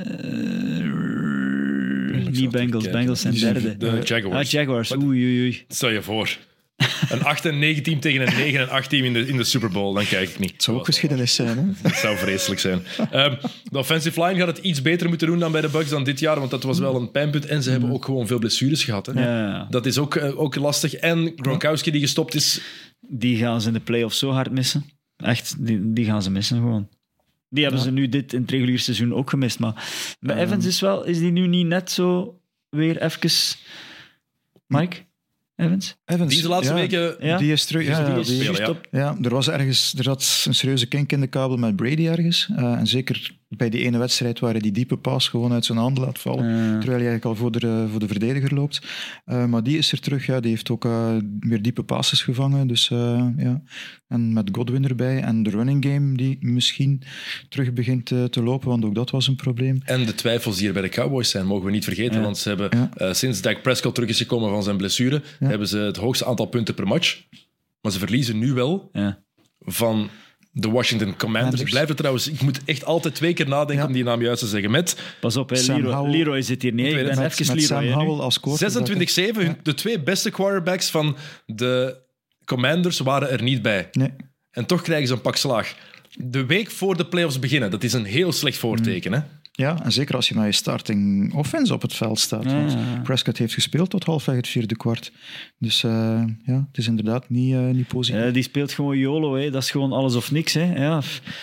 Uh, niet Bengals, Bengals zijn derde. De Jaguars. Ah, Jaguars, oei, oei, oei. Stel je voor. Een acht en negen team tegen een negen en acht team in de, in de Super Bowl, dan kijk ik niet. Het zou ook geschiedenis zijn, hè? Het zou vreselijk zijn. Um, de offensive line gaat het iets beter moeten doen dan bij de Bucks dan dit jaar, want dat was wel een pijnpunt. En ze hebben ook gewoon veel blessures gehad. Hè? Ja, ja. Dat is ook, uh, ook lastig. En Gronkowski die gestopt is... Die gaan ze in de playoffs zo hard missen. Echt, die, die gaan ze missen gewoon. Die hebben ja. ze nu dit in het reguliere seizoen ook gemist. Maar bij um, Evans is, wel, is die nu niet net zo weer even... Mike? Evans? Evans? Die is de laatste ja, weken... Ja. Die is terug. Ja, die is die, spelen, ja. ja, er was ergens... Er zat een serieuze kink in de kabel met Brady ergens. Uh, en zeker bij die ene wedstrijd waar hij die diepe paas gewoon uit zijn hand laat vallen. Uh. Terwijl hij eigenlijk al voor de, voor de verdediger loopt. Uh, maar die is er terug. Ja, die heeft ook uh, meer diepe passes gevangen. Dus, uh, ja. En met Godwin erbij. En de running game die misschien terug begint uh, te lopen. Want ook dat was een probleem. En de twijfels die er bij de Cowboys zijn, mogen we niet vergeten. Ja. Want ze hebben ja. uh, sinds Dak Prescott terug is gekomen van zijn blessure, ja. hebben ze het hoogste aantal punten per match. Maar ze verliezen nu wel ja. van de Washington Commanders. Ik blijf er trouwens... Ik moet echt altijd twee keer nadenken ja. om die naam juist te zeggen. Met... Pas op, hè, Leroy, Howell, Leroy zit hier niet. Ik ben met, even met Leroy. Sam Howell als coach. zesentwintig zeven. Ja. De twee beste quarterbacks van de Commanders waren er niet bij. Nee. En toch krijgen ze een pak slaag. De week voor de playoffs beginnen, dat is een heel slecht voorteken, hè? Ja, en zeker als je met je starting offense op het veld staat. Ja, want ja. Prescott heeft gespeeld tot halfweg het vierde kwart. Dus uh, ja, het is inderdaad niet, uh, niet positief. Ja, die speelt gewoon YOLO, hè. Dat is gewoon alles of niks. Hè. Ja,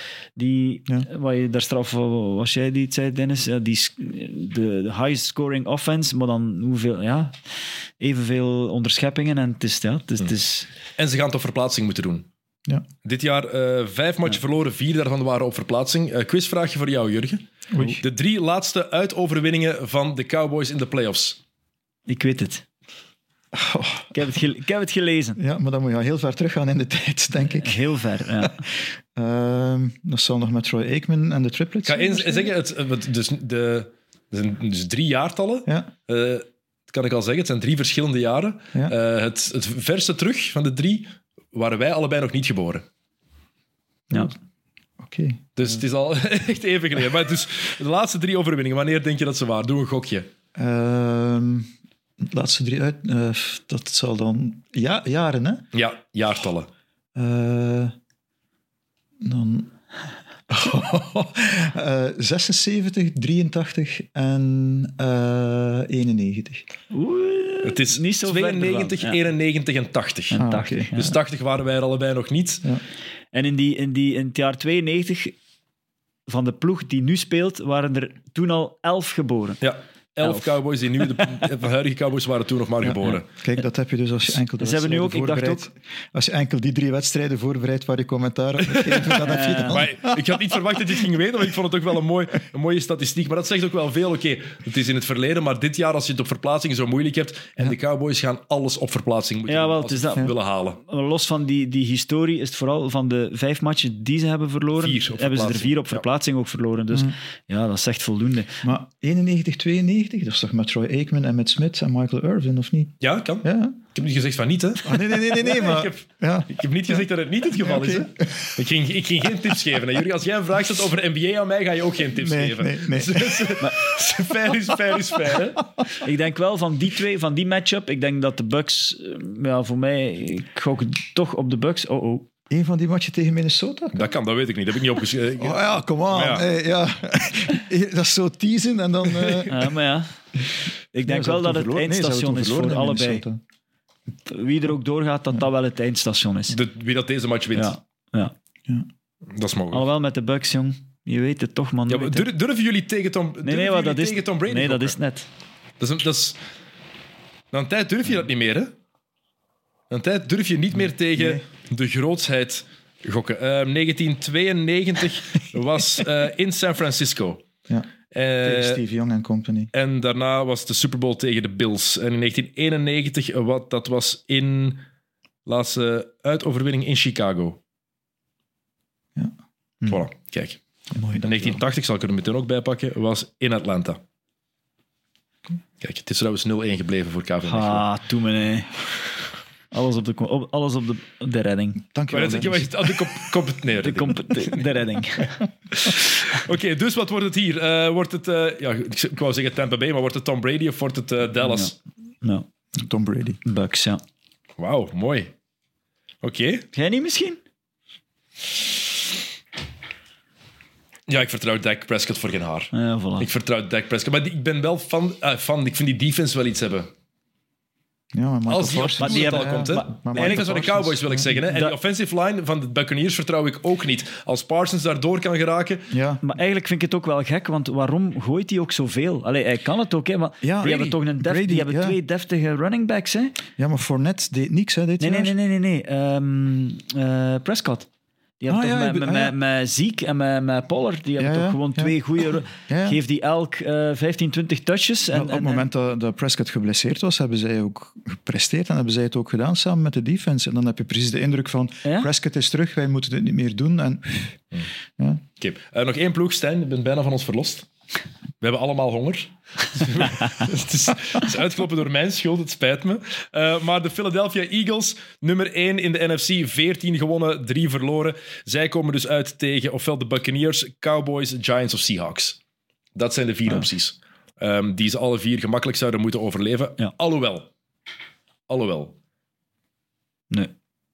die, ja. Wat je daar straf was jij die het zei, Dennis? Ja, die, de, de highest scoring offense, maar dan hoeveel... Ja, evenveel onderscheppingen en het is... Ja, het is, het is... En ze gaan toch verplaatsing moeten doen. Ja. Dit jaar uh, vijf matchen ja. verloren, vier daarvan waren op verplaatsing. Uh, quizvraagje voor jou, Jurgen. Oei. De drie laatste uitoverwinningen van de Cowboys in de playoffs. Ik weet het. Oh. Ik, heb het ge- ik heb het gelezen. Ja, maar dan moet je heel ver teruggaan in de tijd, denk ik. Heel ver, ja. uh, dat zal nog met Troy Aikman en de triplets. Ik ga eens zeggen, het, het, dus, de, dus drie jaartallen. Ja. Uh, het kan ik al zeggen. Het zijn drie verschillende jaren. Ja. Uh, het, het verste terug van de drie waren wij allebei nog niet geboren. Ja. Oké. Okay. Dus het is al echt even geleden. Maar dus de laatste drie overwinningen, wanneer denk je dat ze waren? Doe een gokje. Uh, de laatste drie uit... Uh, dat zal dan... Ja, jaren, hè? Ja, jaartallen. Uh, dan... uh, zesenzeventig, drieëntachtig en uh, eenennegentig. Oeh, het is niet zo tweeënnegentig, ja. eenennegentig en tachtig. En ah, tachtig okay. ja. Dus tachtig waren wij er allebei nog niet. Ja. En in, die, in, die, in het jaar tweeënnegentig, van de ploeg die nu speelt, waren er toen al elf geboren. Ja. Elf, elf Cowboys die nu, de, de huidige Cowboys waren toen nog maar geboren. Ja, ja. Kijk, dat heb je dus als je enkel de Ze hebben nu ook, ik dacht ook, als je enkel die drie wedstrijden voorbereidt waar je commentaar op geeft, dan heb je dan. Maar ik had niet verwacht dat je het ging weten, want ik vond het ook wel een, mooi, een mooie statistiek. Maar dat zegt ook wel veel. Oké, okay, het is in het verleden, maar dit jaar, als je het op verplaatsingen zo moeilijk hebt, en ja. de Cowboys gaan alles op verplaatsing moeten ja, wel, doen, als ze het ja. willen halen. Los van die, die historie is het vooral van de vijf matchen die ze hebben verloren, hebben ze er vier op verplaatsing ja. ook verloren. Dus mm. ja, dat is echt voldoende. Maar eenennegentig, tweeënnegentig, dat is toch met Troy Aikman en met Smith en Michael Irvin, of niet? Ja, kan. Ja. Ik heb niet gezegd van niet, hè. Oh, nee, nee, nee, nee, nee, maar... ik, heb, ja. ik heb niet gezegd dat het niet het geval ja, okay. is, hè. Ik ging, ik ging geen tips geven, hè. Jurgen, als jij een vraag stelt over N B A aan mij, ga je ook geen tips nee, geven. Nee, nee, fair is fair is fair, hè. Ik denk wel van die twee, van die matchup, ik denk dat de Bucks, ja, voor mij, ik gok toch op de Bucks. Oh, oh. Eén van die matchen tegen Minnesota? Dat kan, dat weet ik niet. Dat heb ik niet opgeschreven. Oh ja, kom aan. Ja. Hey, ja. Dat is zo teasen en dan... Uh... Ja, maar ja. Ik denk ja, wel dat het verloren? eindstation nee, is voor allebei. Wie er ook doorgaat, dat ja. dat wel het eindstation is. De, wie dat deze match wint. Ja. Ja. Ja. Dat is mogelijk. Alhoewel met de Bucks, jong. Je weet het toch, man. Ja, maar durf, durven jullie tegen Tom, nee, nee, jullie dat tegen is, Tom Brady Nee, gokken? dat is net. Dat is, dat is, na een tijd durf je dat niet meer, hè? Na een tijd durf je niet meer tegen nee. de grootsheid gokken. Uh, negentien tweeënnegentig was uh, in San Francisco. Ja. Uh, tegen Steve Young en company. En daarna was de Super Bowl tegen de Bills. En in negentien eenennegentig, wat, dat was in laatste uitoverwinning in Chicago. Ja. Hm. Voilà, kijk. Mooi, in negentien tachtig, zal ik er meteen ook bij pakken, was in Atlanta. Kijk, het is trouwens nul-één gebleven voor K V M. Ah, toe me nee. Alles op de, op, alles op de, op de redding. Dank je wel. Ik heb de kop, kop het neer. De, kop, de, de redding. Oké, okay, dus wat wordt het hier? Uh, wordt het, uh, ja, ik wou zeggen Tampa Bay, maar wordt het Tom Brady of wordt het uh, Dallas? Ja. No. Tom Brady. Bucks, ja. Wauw, mooi. Oké. Okay. Jij niet misschien? Ja, ik vertrouw Dak Prescott voor geen haar. Ja, voilà. Ik vertrouw Dak Prescott. Maar die, ik ben wel fan, uh, fan. Ik vind die defense wel iets hebben. Ja, maar als die op maar die hebben, al komt, hè. Maar, maar eigenlijk van de Cowboys wil ik zeggen. Hè. En dat, die offensive line van de Buccaneers vertrouw ik ook niet. Als Parsons daardoor kan geraken... Ja. Maar eigenlijk vind ik het ook wel gek, want waarom gooit hij ook zoveel? Allee, hij kan het ook, hè, maar ja, die Brady, hebben toch een def, Brady, die hebben ja. twee deftige running backs. Hè? Ja, maar Fournette deed niks, hè, dit nee, nee, nee, nee, nee, nee. Um, uh, Prescott. Die hebben ah, toch ja, met, met, ah, ja. met, met Zeke en met, met Pollard, die hebben ja, toch gewoon ja. twee goede... Ja, ja. Geef die elk uh, vijftien, twintig touches. En, op het moment dat, dat Prescott geblesseerd was, hebben zij ook gepresteerd en hebben zij het ook gedaan samen met de defense. En dan heb je precies de indruk van, ja? Prescott is terug, wij moeten dit niet meer doen. En, ja. Ja. Okay. Uh, nog één ploeg, Stijn, je bent bijna van ons verlost. We hebben allemaal honger. het, is, het is uitgelopen door mijn schuld, het spijt me. Uh, maar de Philadelphia Eagles, nummer één in de N F C, veertien gewonnen, drie verloren. Zij komen dus uit tegen ofwel de Buccaneers, Cowboys, Giants of Seahawks. Dat zijn de vier ja. opties. Um, die ze alle vier gemakkelijk zouden moeten overleven. Ja. Alhoewel. Alhoewel. Nee.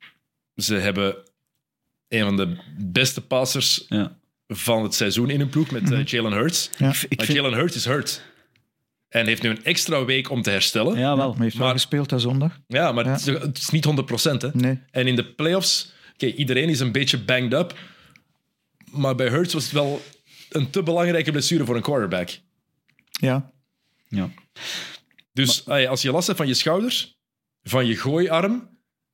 Ze hebben een van de beste passers... Ja. van het seizoen in een ploeg met uh, Jalen Hurts. Ja. Maar vind... Jalen Hurts is hurt. En heeft nu een extra week om te herstellen. Ja, wel. Maar hij heeft wel gespeeld hè, zondag. Ja, maar ja. Het, is, het is niet honderd procent. Hè. Nee. En in de playoffs, okay, iedereen is een beetje banged up. Maar bij Hurts was het wel een te belangrijke blessure voor een quarterback. Ja. ja. Dus maar... als je last hebt van je schouders, van je gooiarm...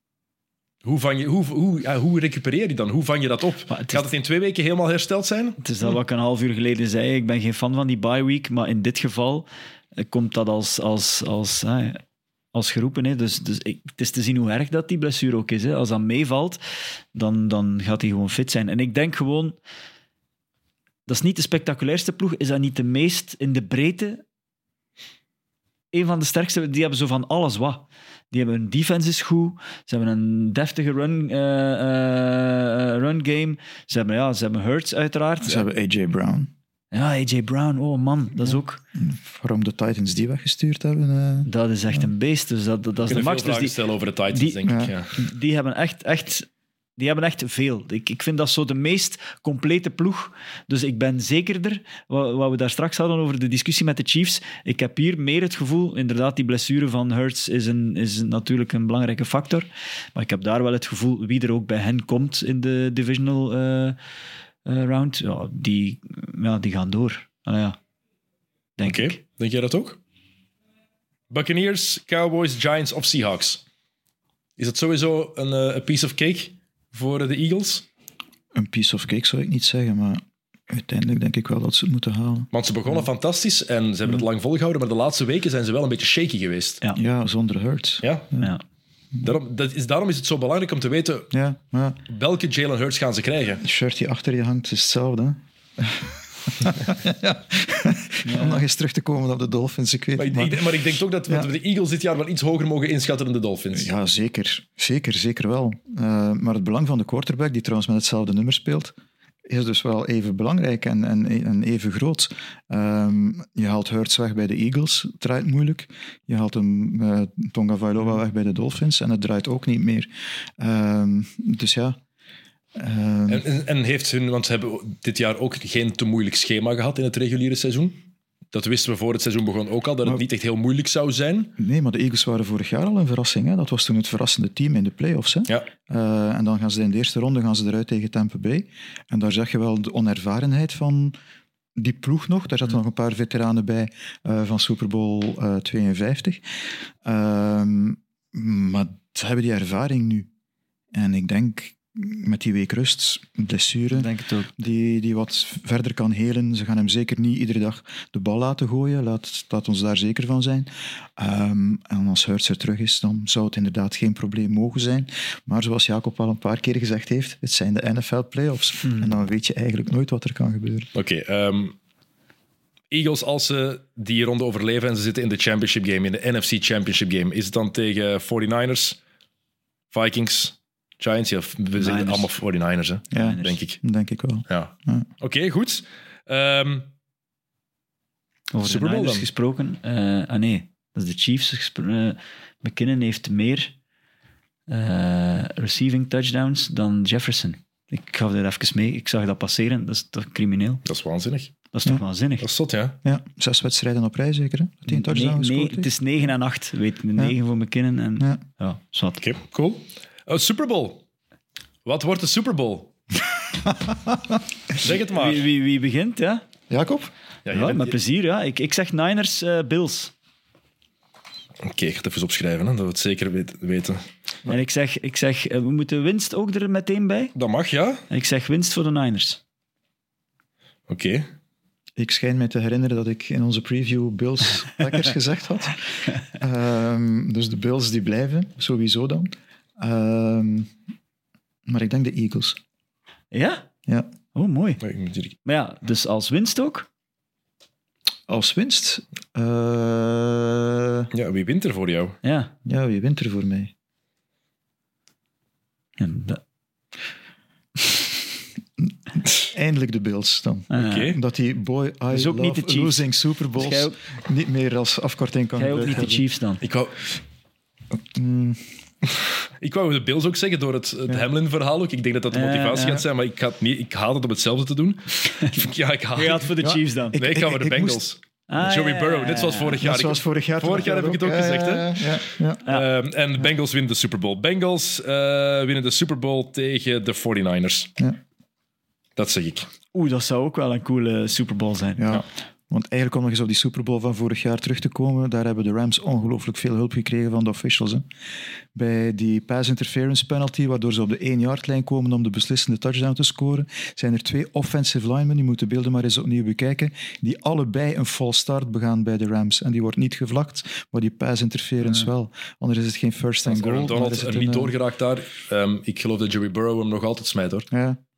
Hoe, vang je, hoe, hoe, ja, hoe recupereer je dan? Hoe vang je dat op? Het is, Gaat het in twee weken helemaal hersteld zijn? Het is dat wat ik een half uur geleden zei. Ik ben geen fan van die bye week, maar in dit geval komt dat als, als, als, als, als geroepen. Hè. Dus, dus ik, het is te zien hoe erg dat die blessure ook is. Hè. Als dat meevalt, dan, dan gaat hij gewoon fit zijn. En ik denk gewoon... Dat is niet de spectaculairste ploeg. Is dat niet de meest in de breedte een van de sterkste. Die hebben zo van alles wat. Die hebben een defense is goed. Ze hebben een deftige run, uh, uh, run game. Ze hebben, ja, ze hebben Hurts uiteraard. Ze hebben A J Brown. Ja, A J Brown. Oh man, dat is ja. ook... Waarom de Titans die weggestuurd hebben? Uh... Dat is echt ja. een beest. Dus dat, dat, dat is de max. Dus die stellen over de Titans, die, denk ja. ik. Ja. Die hebben echt... echt Die hebben echt veel. Ik, ik vind dat zo de meest complete ploeg. Dus ik ben zekerder, wat, wat we daar straks hadden over de discussie met de Chiefs, ik heb hier meer het gevoel, inderdaad, die blessure van Hurts is, een, is natuurlijk een belangrijke factor, maar ik heb daar wel het gevoel, wie er ook bij hen komt in de divisional uh, uh, round, ja, die, ja, die gaan door. Ah, ja. Denk Oké, ik. Denk jij dat ook? Buccaneers, Cowboys, Giants of Seahawks? Is dat sowieso een uh, piece of cake voor de Eagles? Een piece of cake zou ik niet zeggen, maar uiteindelijk denk ik wel dat ze het moeten halen. Want ze begonnen ja. fantastisch en ze hebben het lang volgehouden, maar de laatste weken zijn ze wel een beetje shaky geweest. Ja, ja zonder Hurts. Ja. ja. ja. Daarom, dat is, daarom is het zo belangrijk om te weten ja, ja. welke Jalen Hurts gaan ze krijgen. Het shirt die achter je hangt is hetzelfde. Hè? ja. Ja. Om nog eens terug te komen op de Dolphins. Ik weet maar, maar, ik, maar ik denk toch dat we ja. de Eagles dit jaar wel iets hoger mogen inschatten dan de Dolphins. Ja, zeker. Zeker, zeker wel. Uh, maar het belang van de quarterback, die trouwens met hetzelfde nummer speelt, is dus wel even belangrijk en, en, en even groot. Um, je haalt Hurts weg bij de Eagles, het draait moeilijk. Je haalt hem, uh, Tonga Vailoa weg bij de Dolphins en het draait ook niet meer. Um, dus ja... Um, en, en, en heeft hun, want ze hebben dit jaar ook geen te moeilijk schema gehad in het reguliere seizoen. Dat wisten we voor het seizoen begon ook al, dat maar, het niet echt heel moeilijk zou zijn. Nee, maar de Eagles waren vorig jaar al een verrassing. Hè? Dat was toen het verrassende team in de playoffs. Hè? Ja. Uh, en dan gaan ze in de eerste ronde gaan ze eruit tegen Tampa Bay. En daar zag je wel de onervarenheid van die ploeg nog. Daar zaten mm. nog een paar veteranen bij uh, van Super Bowl uh, tweeënvijftig. Uh, maar ze hebben die ervaring nu. En ik denk... met die week rust, blessure, denk het ook. Die, die wat verder kan helen. Ze gaan hem zeker niet iedere dag de bal laten gooien. Laat, laat ons daar zeker van zijn. Um, en als Hurts er terug is, dan zou het inderdaad geen probleem mogen zijn. Maar zoals Jacob al een paar keer gezegd heeft, het zijn de N F L playoffs. Hmm. En dan weet je eigenlijk nooit wat er kan gebeuren. Oké, okay, um, Eagles, als ze die ronde overleven en ze zitten in de championship game, in de N F C championship game, is het dan tegen forty-niners, Vikings... Giants, ja, we zijn allemaal forty-niners, hè? Ja, denk ik. Denk ik wel. Ja. ja. Oké, okay, goed. Um, Over Super Bowl gesproken. Uh, ah nee, dat is de Chiefs. Gespro- uh, McKinnon heeft meer uh, receiving touchdowns dan Jefferson. Ik gaf dit even mee. Ik zag dat passeren. Dat is toch crimineel? Dat is waanzinnig. Dat is toch ja. waanzinnig? Dat is zot, ja. Ja, zes wedstrijden op rij zeker, hè? Tien touchdowns nee, nee, het is negen en acht. Weet je, negen ja. voor McKinnon en... Ja, ja zat. Oké, okay, cool. Oh, Super Bowl. Wat wordt de Super Bowl? Zeg het maar. Wie, wie, wie begint, ja? Jacob? Ja, ja bent, met plezier, ja. Ik, ik zeg Niners, uh, Bills. Oké, okay, ik ga het even opschrijven, hè, dat we het zeker weten. En ik zeg, ik zeg uh, we moeten winst ook er meteen bij. Dat mag, ja. En ik zeg winst voor de Niners. Oké. Okay. Ik schijn me te herinneren dat ik in onze preview Bills Packers gezegd had. Um, dus de Bills die blijven, sowieso dan. Um, maar ik denk de Eagles. Ja? Ja. Oh, mooi. Maar, maar ja, dus als winst ook? Als winst? Uh... Ja, wie wint er voor jou? Ja, ja wie wint er voor mij? En dat... Eindelijk de Bills dan. Ah, okay. Omdat die boy I dus ook love niet de losing Super Bowls dus ook... niet meer als afkorting kan gebruiken. Jij ook niet de Chiefs dan? Ik wou... Mm. Ik wou de Bills ook zeggen door het, het ja. Hamlin-verhaal ook. Ik denk dat dat de motivatie ja, ja. gaat zijn, maar ik, ga het niet, ik haat het om hetzelfde te doen. ja, ik haat Je gaat voor de ja. Chiefs dan? Nee, ik, ik ga voor de Bengals. Moest... Ah, Joey ja, Burrow, ja, net zoals vorig jaar. Net zoals vorig jaar. Vorig jaar heb ik het ook ja, gezegd, hè? Ja, ja, ja. Ja. Um, en de Bengals winnen de Super Bowl. Bengals uh, winnen de Super Bowl tegen de forty-niners. Ja. Dat zeg ik. Oeh, dat zou ook wel een coole Super Bowl zijn. Ja. ja. Want eigenlijk om nog eens op die Super Bowl van vorig jaar terug te komen, daar hebben de Rams ongelooflijk veel hulp gekregen van de officials. Hè. Bij die pass interference penalty, waardoor ze op de één-yard-lijn komen om de beslissende touchdown te scoren, zijn er twee offensive linemen, die moeten de beelden maar eens opnieuw bekijken, die allebei een false start begaan bij de Rams. En die wordt niet gevlakt, maar die pass interference ja. wel. Anders is het geen first and goal. Aaron Donald er niet een... doorgeraakt daar. Um, ik geloof dat Joey Burrow hem nog altijd smijt, hoor. Ja.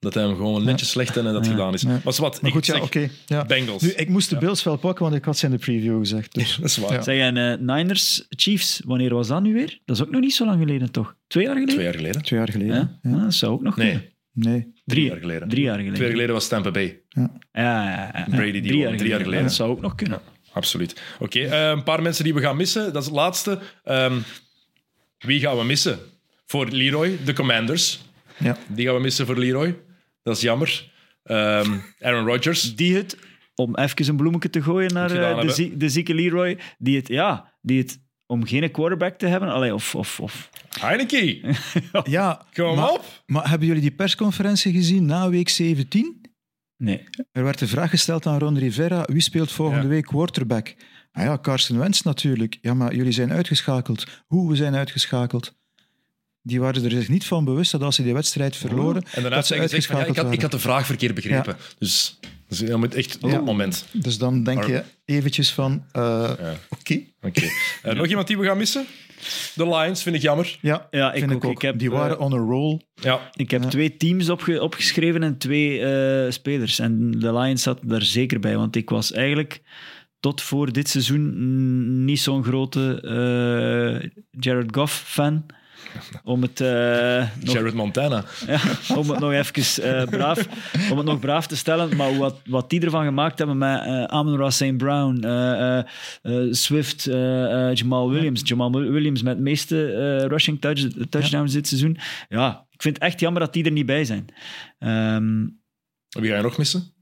Dat hij hem gewoon netjes ja. slecht en dat ja. gedaan is. Ja. Maar wat, maar goed, ik ja, oké. Okay, ja. Bengals. Nu, ik moest de Bills ja. wel pakken, want ik had ze in de preview gezegd. Dus. Dat is waar. Ja. Zeg, en uh, Niners, Chiefs, wanneer was dat nu weer? Dat is ook nog niet zo lang geleden, toch? Twee jaar geleden? Twee jaar geleden. Twee jaar geleden. Ja? Ja. Ah, dat zou ook nog nee. kunnen. Nee. Drie, Drie jaar geleden. Drie jaar geleden. Twee jaar geleden was Tampa Bay. Ja, ja, ja, ja. Brady die Drie, jaar Drie jaar geleden. Ja, dat zou ook nog kunnen. Ja, absoluut. Oké, okay, uh, een paar mensen die we gaan missen. Dat is het laatste. Um, wie gaan we missen? Voor Leroy, de Commanders. Ja. Die gaan we missen voor Leroy. Dat is jammer. Um, Aaron Rodgers. Die het, om even een bloemetje te gooien naar uh, de, zie, de zieke Leroy, die het, ja, die het om geen quarterback te hebben, allee, of... of, of... Heineke. Ja, kom maar, op. Maar hebben jullie die persconferentie gezien na week zeventien? Nee. Er werd de vraag gesteld aan Ron Rivera, wie speelt volgende ja. week quarterback? Ah ja, Carson Wentz natuurlijk. Ja, maar jullie zijn uitgeschakeld. Hoe we zijn uitgeschakeld? Die waren er zich niet van bewust dat als ze die wedstrijd verloren, en daarna dat ze uitgeschakeld van, ja, ik, had, ik had de vraag verkeerd begrepen. Ja. Dus, dus dat moet echt op ja. dat moment. Dus dan denk je eventjes van, uh, ja. oké. Okay. Okay. Uh, nog iemand die we gaan missen? De Lions, vind ik jammer. Ja, ja ik, vind ik ook. Ik heb, die waren uh, on a roll. Ja. Ik heb ja. twee teams opge- opgeschreven en twee uh, spelers. En de Lions zat daar zeker bij, want ik was eigenlijk tot voor dit seizoen niet zo'n grote uh, Jared Goff-fan. Om het, uh, Jared nog, Montana. Ja, om het nog even uh, braaf, om het nog braaf te stellen. Maar wat, wat die ervan gemaakt hebben met uh, Amon-Ra Saint Brown, uh, uh, uh, Swift, uh, uh, Jamal Williams. Jamal Williams met de meeste uh, rushing touch, touchdowns ja. dit seizoen. Ja, ik vind het echt jammer dat die er niet bij zijn. Um, Wie ga je nog missen?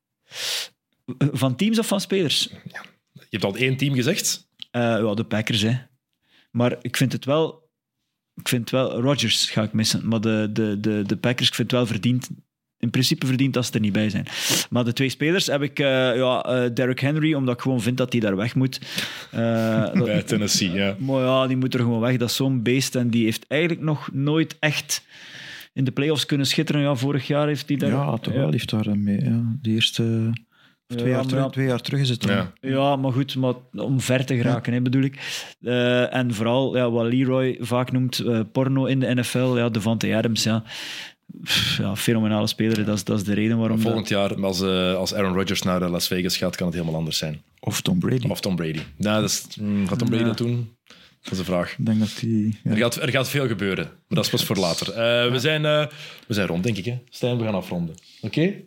Van teams of van spelers? Ja. Je hebt al één team gezegd. Uh, ja, de Packers, hè. Maar ik vind het wel... Ik vind wel... Rodgers ga ik missen. Maar de, de, de, de Packers, ik vind het wel verdiend. In principe verdiend als ze er niet bij zijn. Maar de twee spelers heb ik... Uh, ja, uh, Derrick Henry, omdat ik gewoon vind dat hij daar weg moet. Uh, dat, bij Tennessee, ja. Maar ja, die moet er gewoon weg. Dat is zo'n beest. En die heeft eigenlijk nog nooit echt in de playoffs kunnen schitteren. Ja, vorig jaar heeft hij daar... Ja, toch wel. heeft daar mee. Ja. De eerste... Of twee, ja, jaar terug, ja. twee jaar terug is het dan. Ja, ja maar goed, maar om ver te geraken, ja. hè, bedoel ik. Uh, en vooral, ja, wat Leroy vaak noemt, uh, porno in de N F L, ja, Davante Adams, ja. Pff, ja, fenomenale speler, dat is, dat is de reden waarom... Volgend dat... jaar, als, uh, als Aaron Rodgers naar Las Vegas gaat, kan het helemaal anders zijn. Of Tom Brady. Of Tom Brady. Nou, dat is, mm, gaat Tom Brady ja. dat doen? Dat is de vraag. Ik denk dat die, ja. er, gaat, er gaat veel gebeuren, maar dat is pas voor later. Uh, ja. we, zijn, uh, we zijn rond, denk ik. Hè? Stijn, we gaan afronden. Oké? Okay?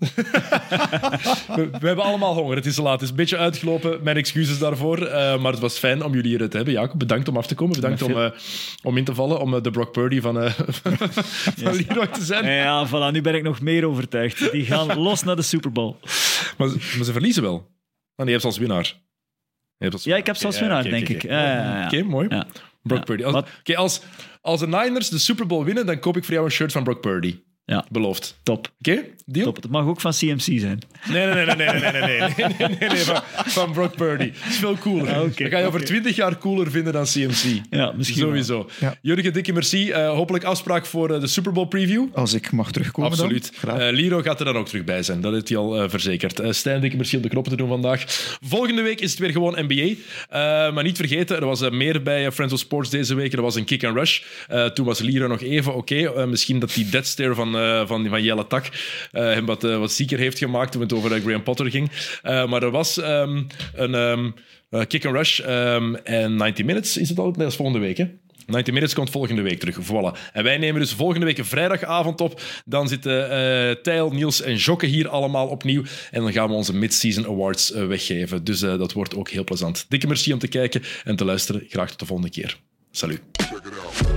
we, we hebben allemaal honger. Het is te laat. Het is een beetje uitgelopen. Mijn excuses daarvoor. Uh, maar het was fijn om jullie hier te hebben. Jacob, bedankt om af te komen. Bedankt om, uh, om in te vallen. Om uh, de Brock Purdy van, uh, van yes. Leroy te zijn. Ja, voilà, nu ben ik nog meer overtuigd. Die gaan los naar de Super Bowl. Maar, maar ze verliezen wel. Oh, nee, je hebt ze als winnaar. Als... Ja, ik heb ze als winnaar, ja, okay, denk okay, okay. ik. Oké, uh, okay, mooi. Ja. Brock ja. Purdy. Als, okay, als, als de Niners de Super Bowl winnen, dan koop ik voor jou een shirt van Brock Purdy. Ja. Beloofd. Top. Oké, okay, deal? Top. Het mag ook van C M C zijn. Nee, nee, nee, nee, nee, nee, nee, nee, nee, nee, nee, nee van, van Brock Purdy. Dat is veel cooler. Ah, okay, dan ga je over twintig okay. jaar cooler vinden dan C M C. Ja, misschien sowieso. Ja. Jurgen, dikke merci. Uh, hopelijk afspraak voor uh, de Super Bowl preview. Als ik mag terugkomen. Absoluut. Uh, Liro gaat er dan ook terug bij zijn. Dat heeft hij al uh, verzekerd. Uh, Stijn, dikke merci om de knoppen te doen vandaag. Volgende week is het weer gewoon N B A. Uh, maar niet vergeten, er was uh, meer bij uh, Friends of Sports deze week. Er was een kick and rush. Uh, toen was Liro nog even oké. Okay. Uh, misschien dat die dead stare van, uh, van, van Jelle Tak uh, hem wat, uh, wat zieker heeft gemaakt toen het over uh, Graham Potter ging. Uh, maar er was um, een um, uh, kick and rush um, en negentig minutes is het al. Nee, dat is volgende week, hè? negentig minutes komt volgende week terug. Voilà. En wij nemen dus volgende week een vrijdagavond op. Dan zitten uh, Tijl, Niels en Jokke hier allemaal opnieuw. En dan gaan we onze mid-season awards uh, weggeven. Dus uh, dat wordt ook heel plezant. Dikke merci om te kijken en te luisteren. Graag tot de volgende keer. Salut.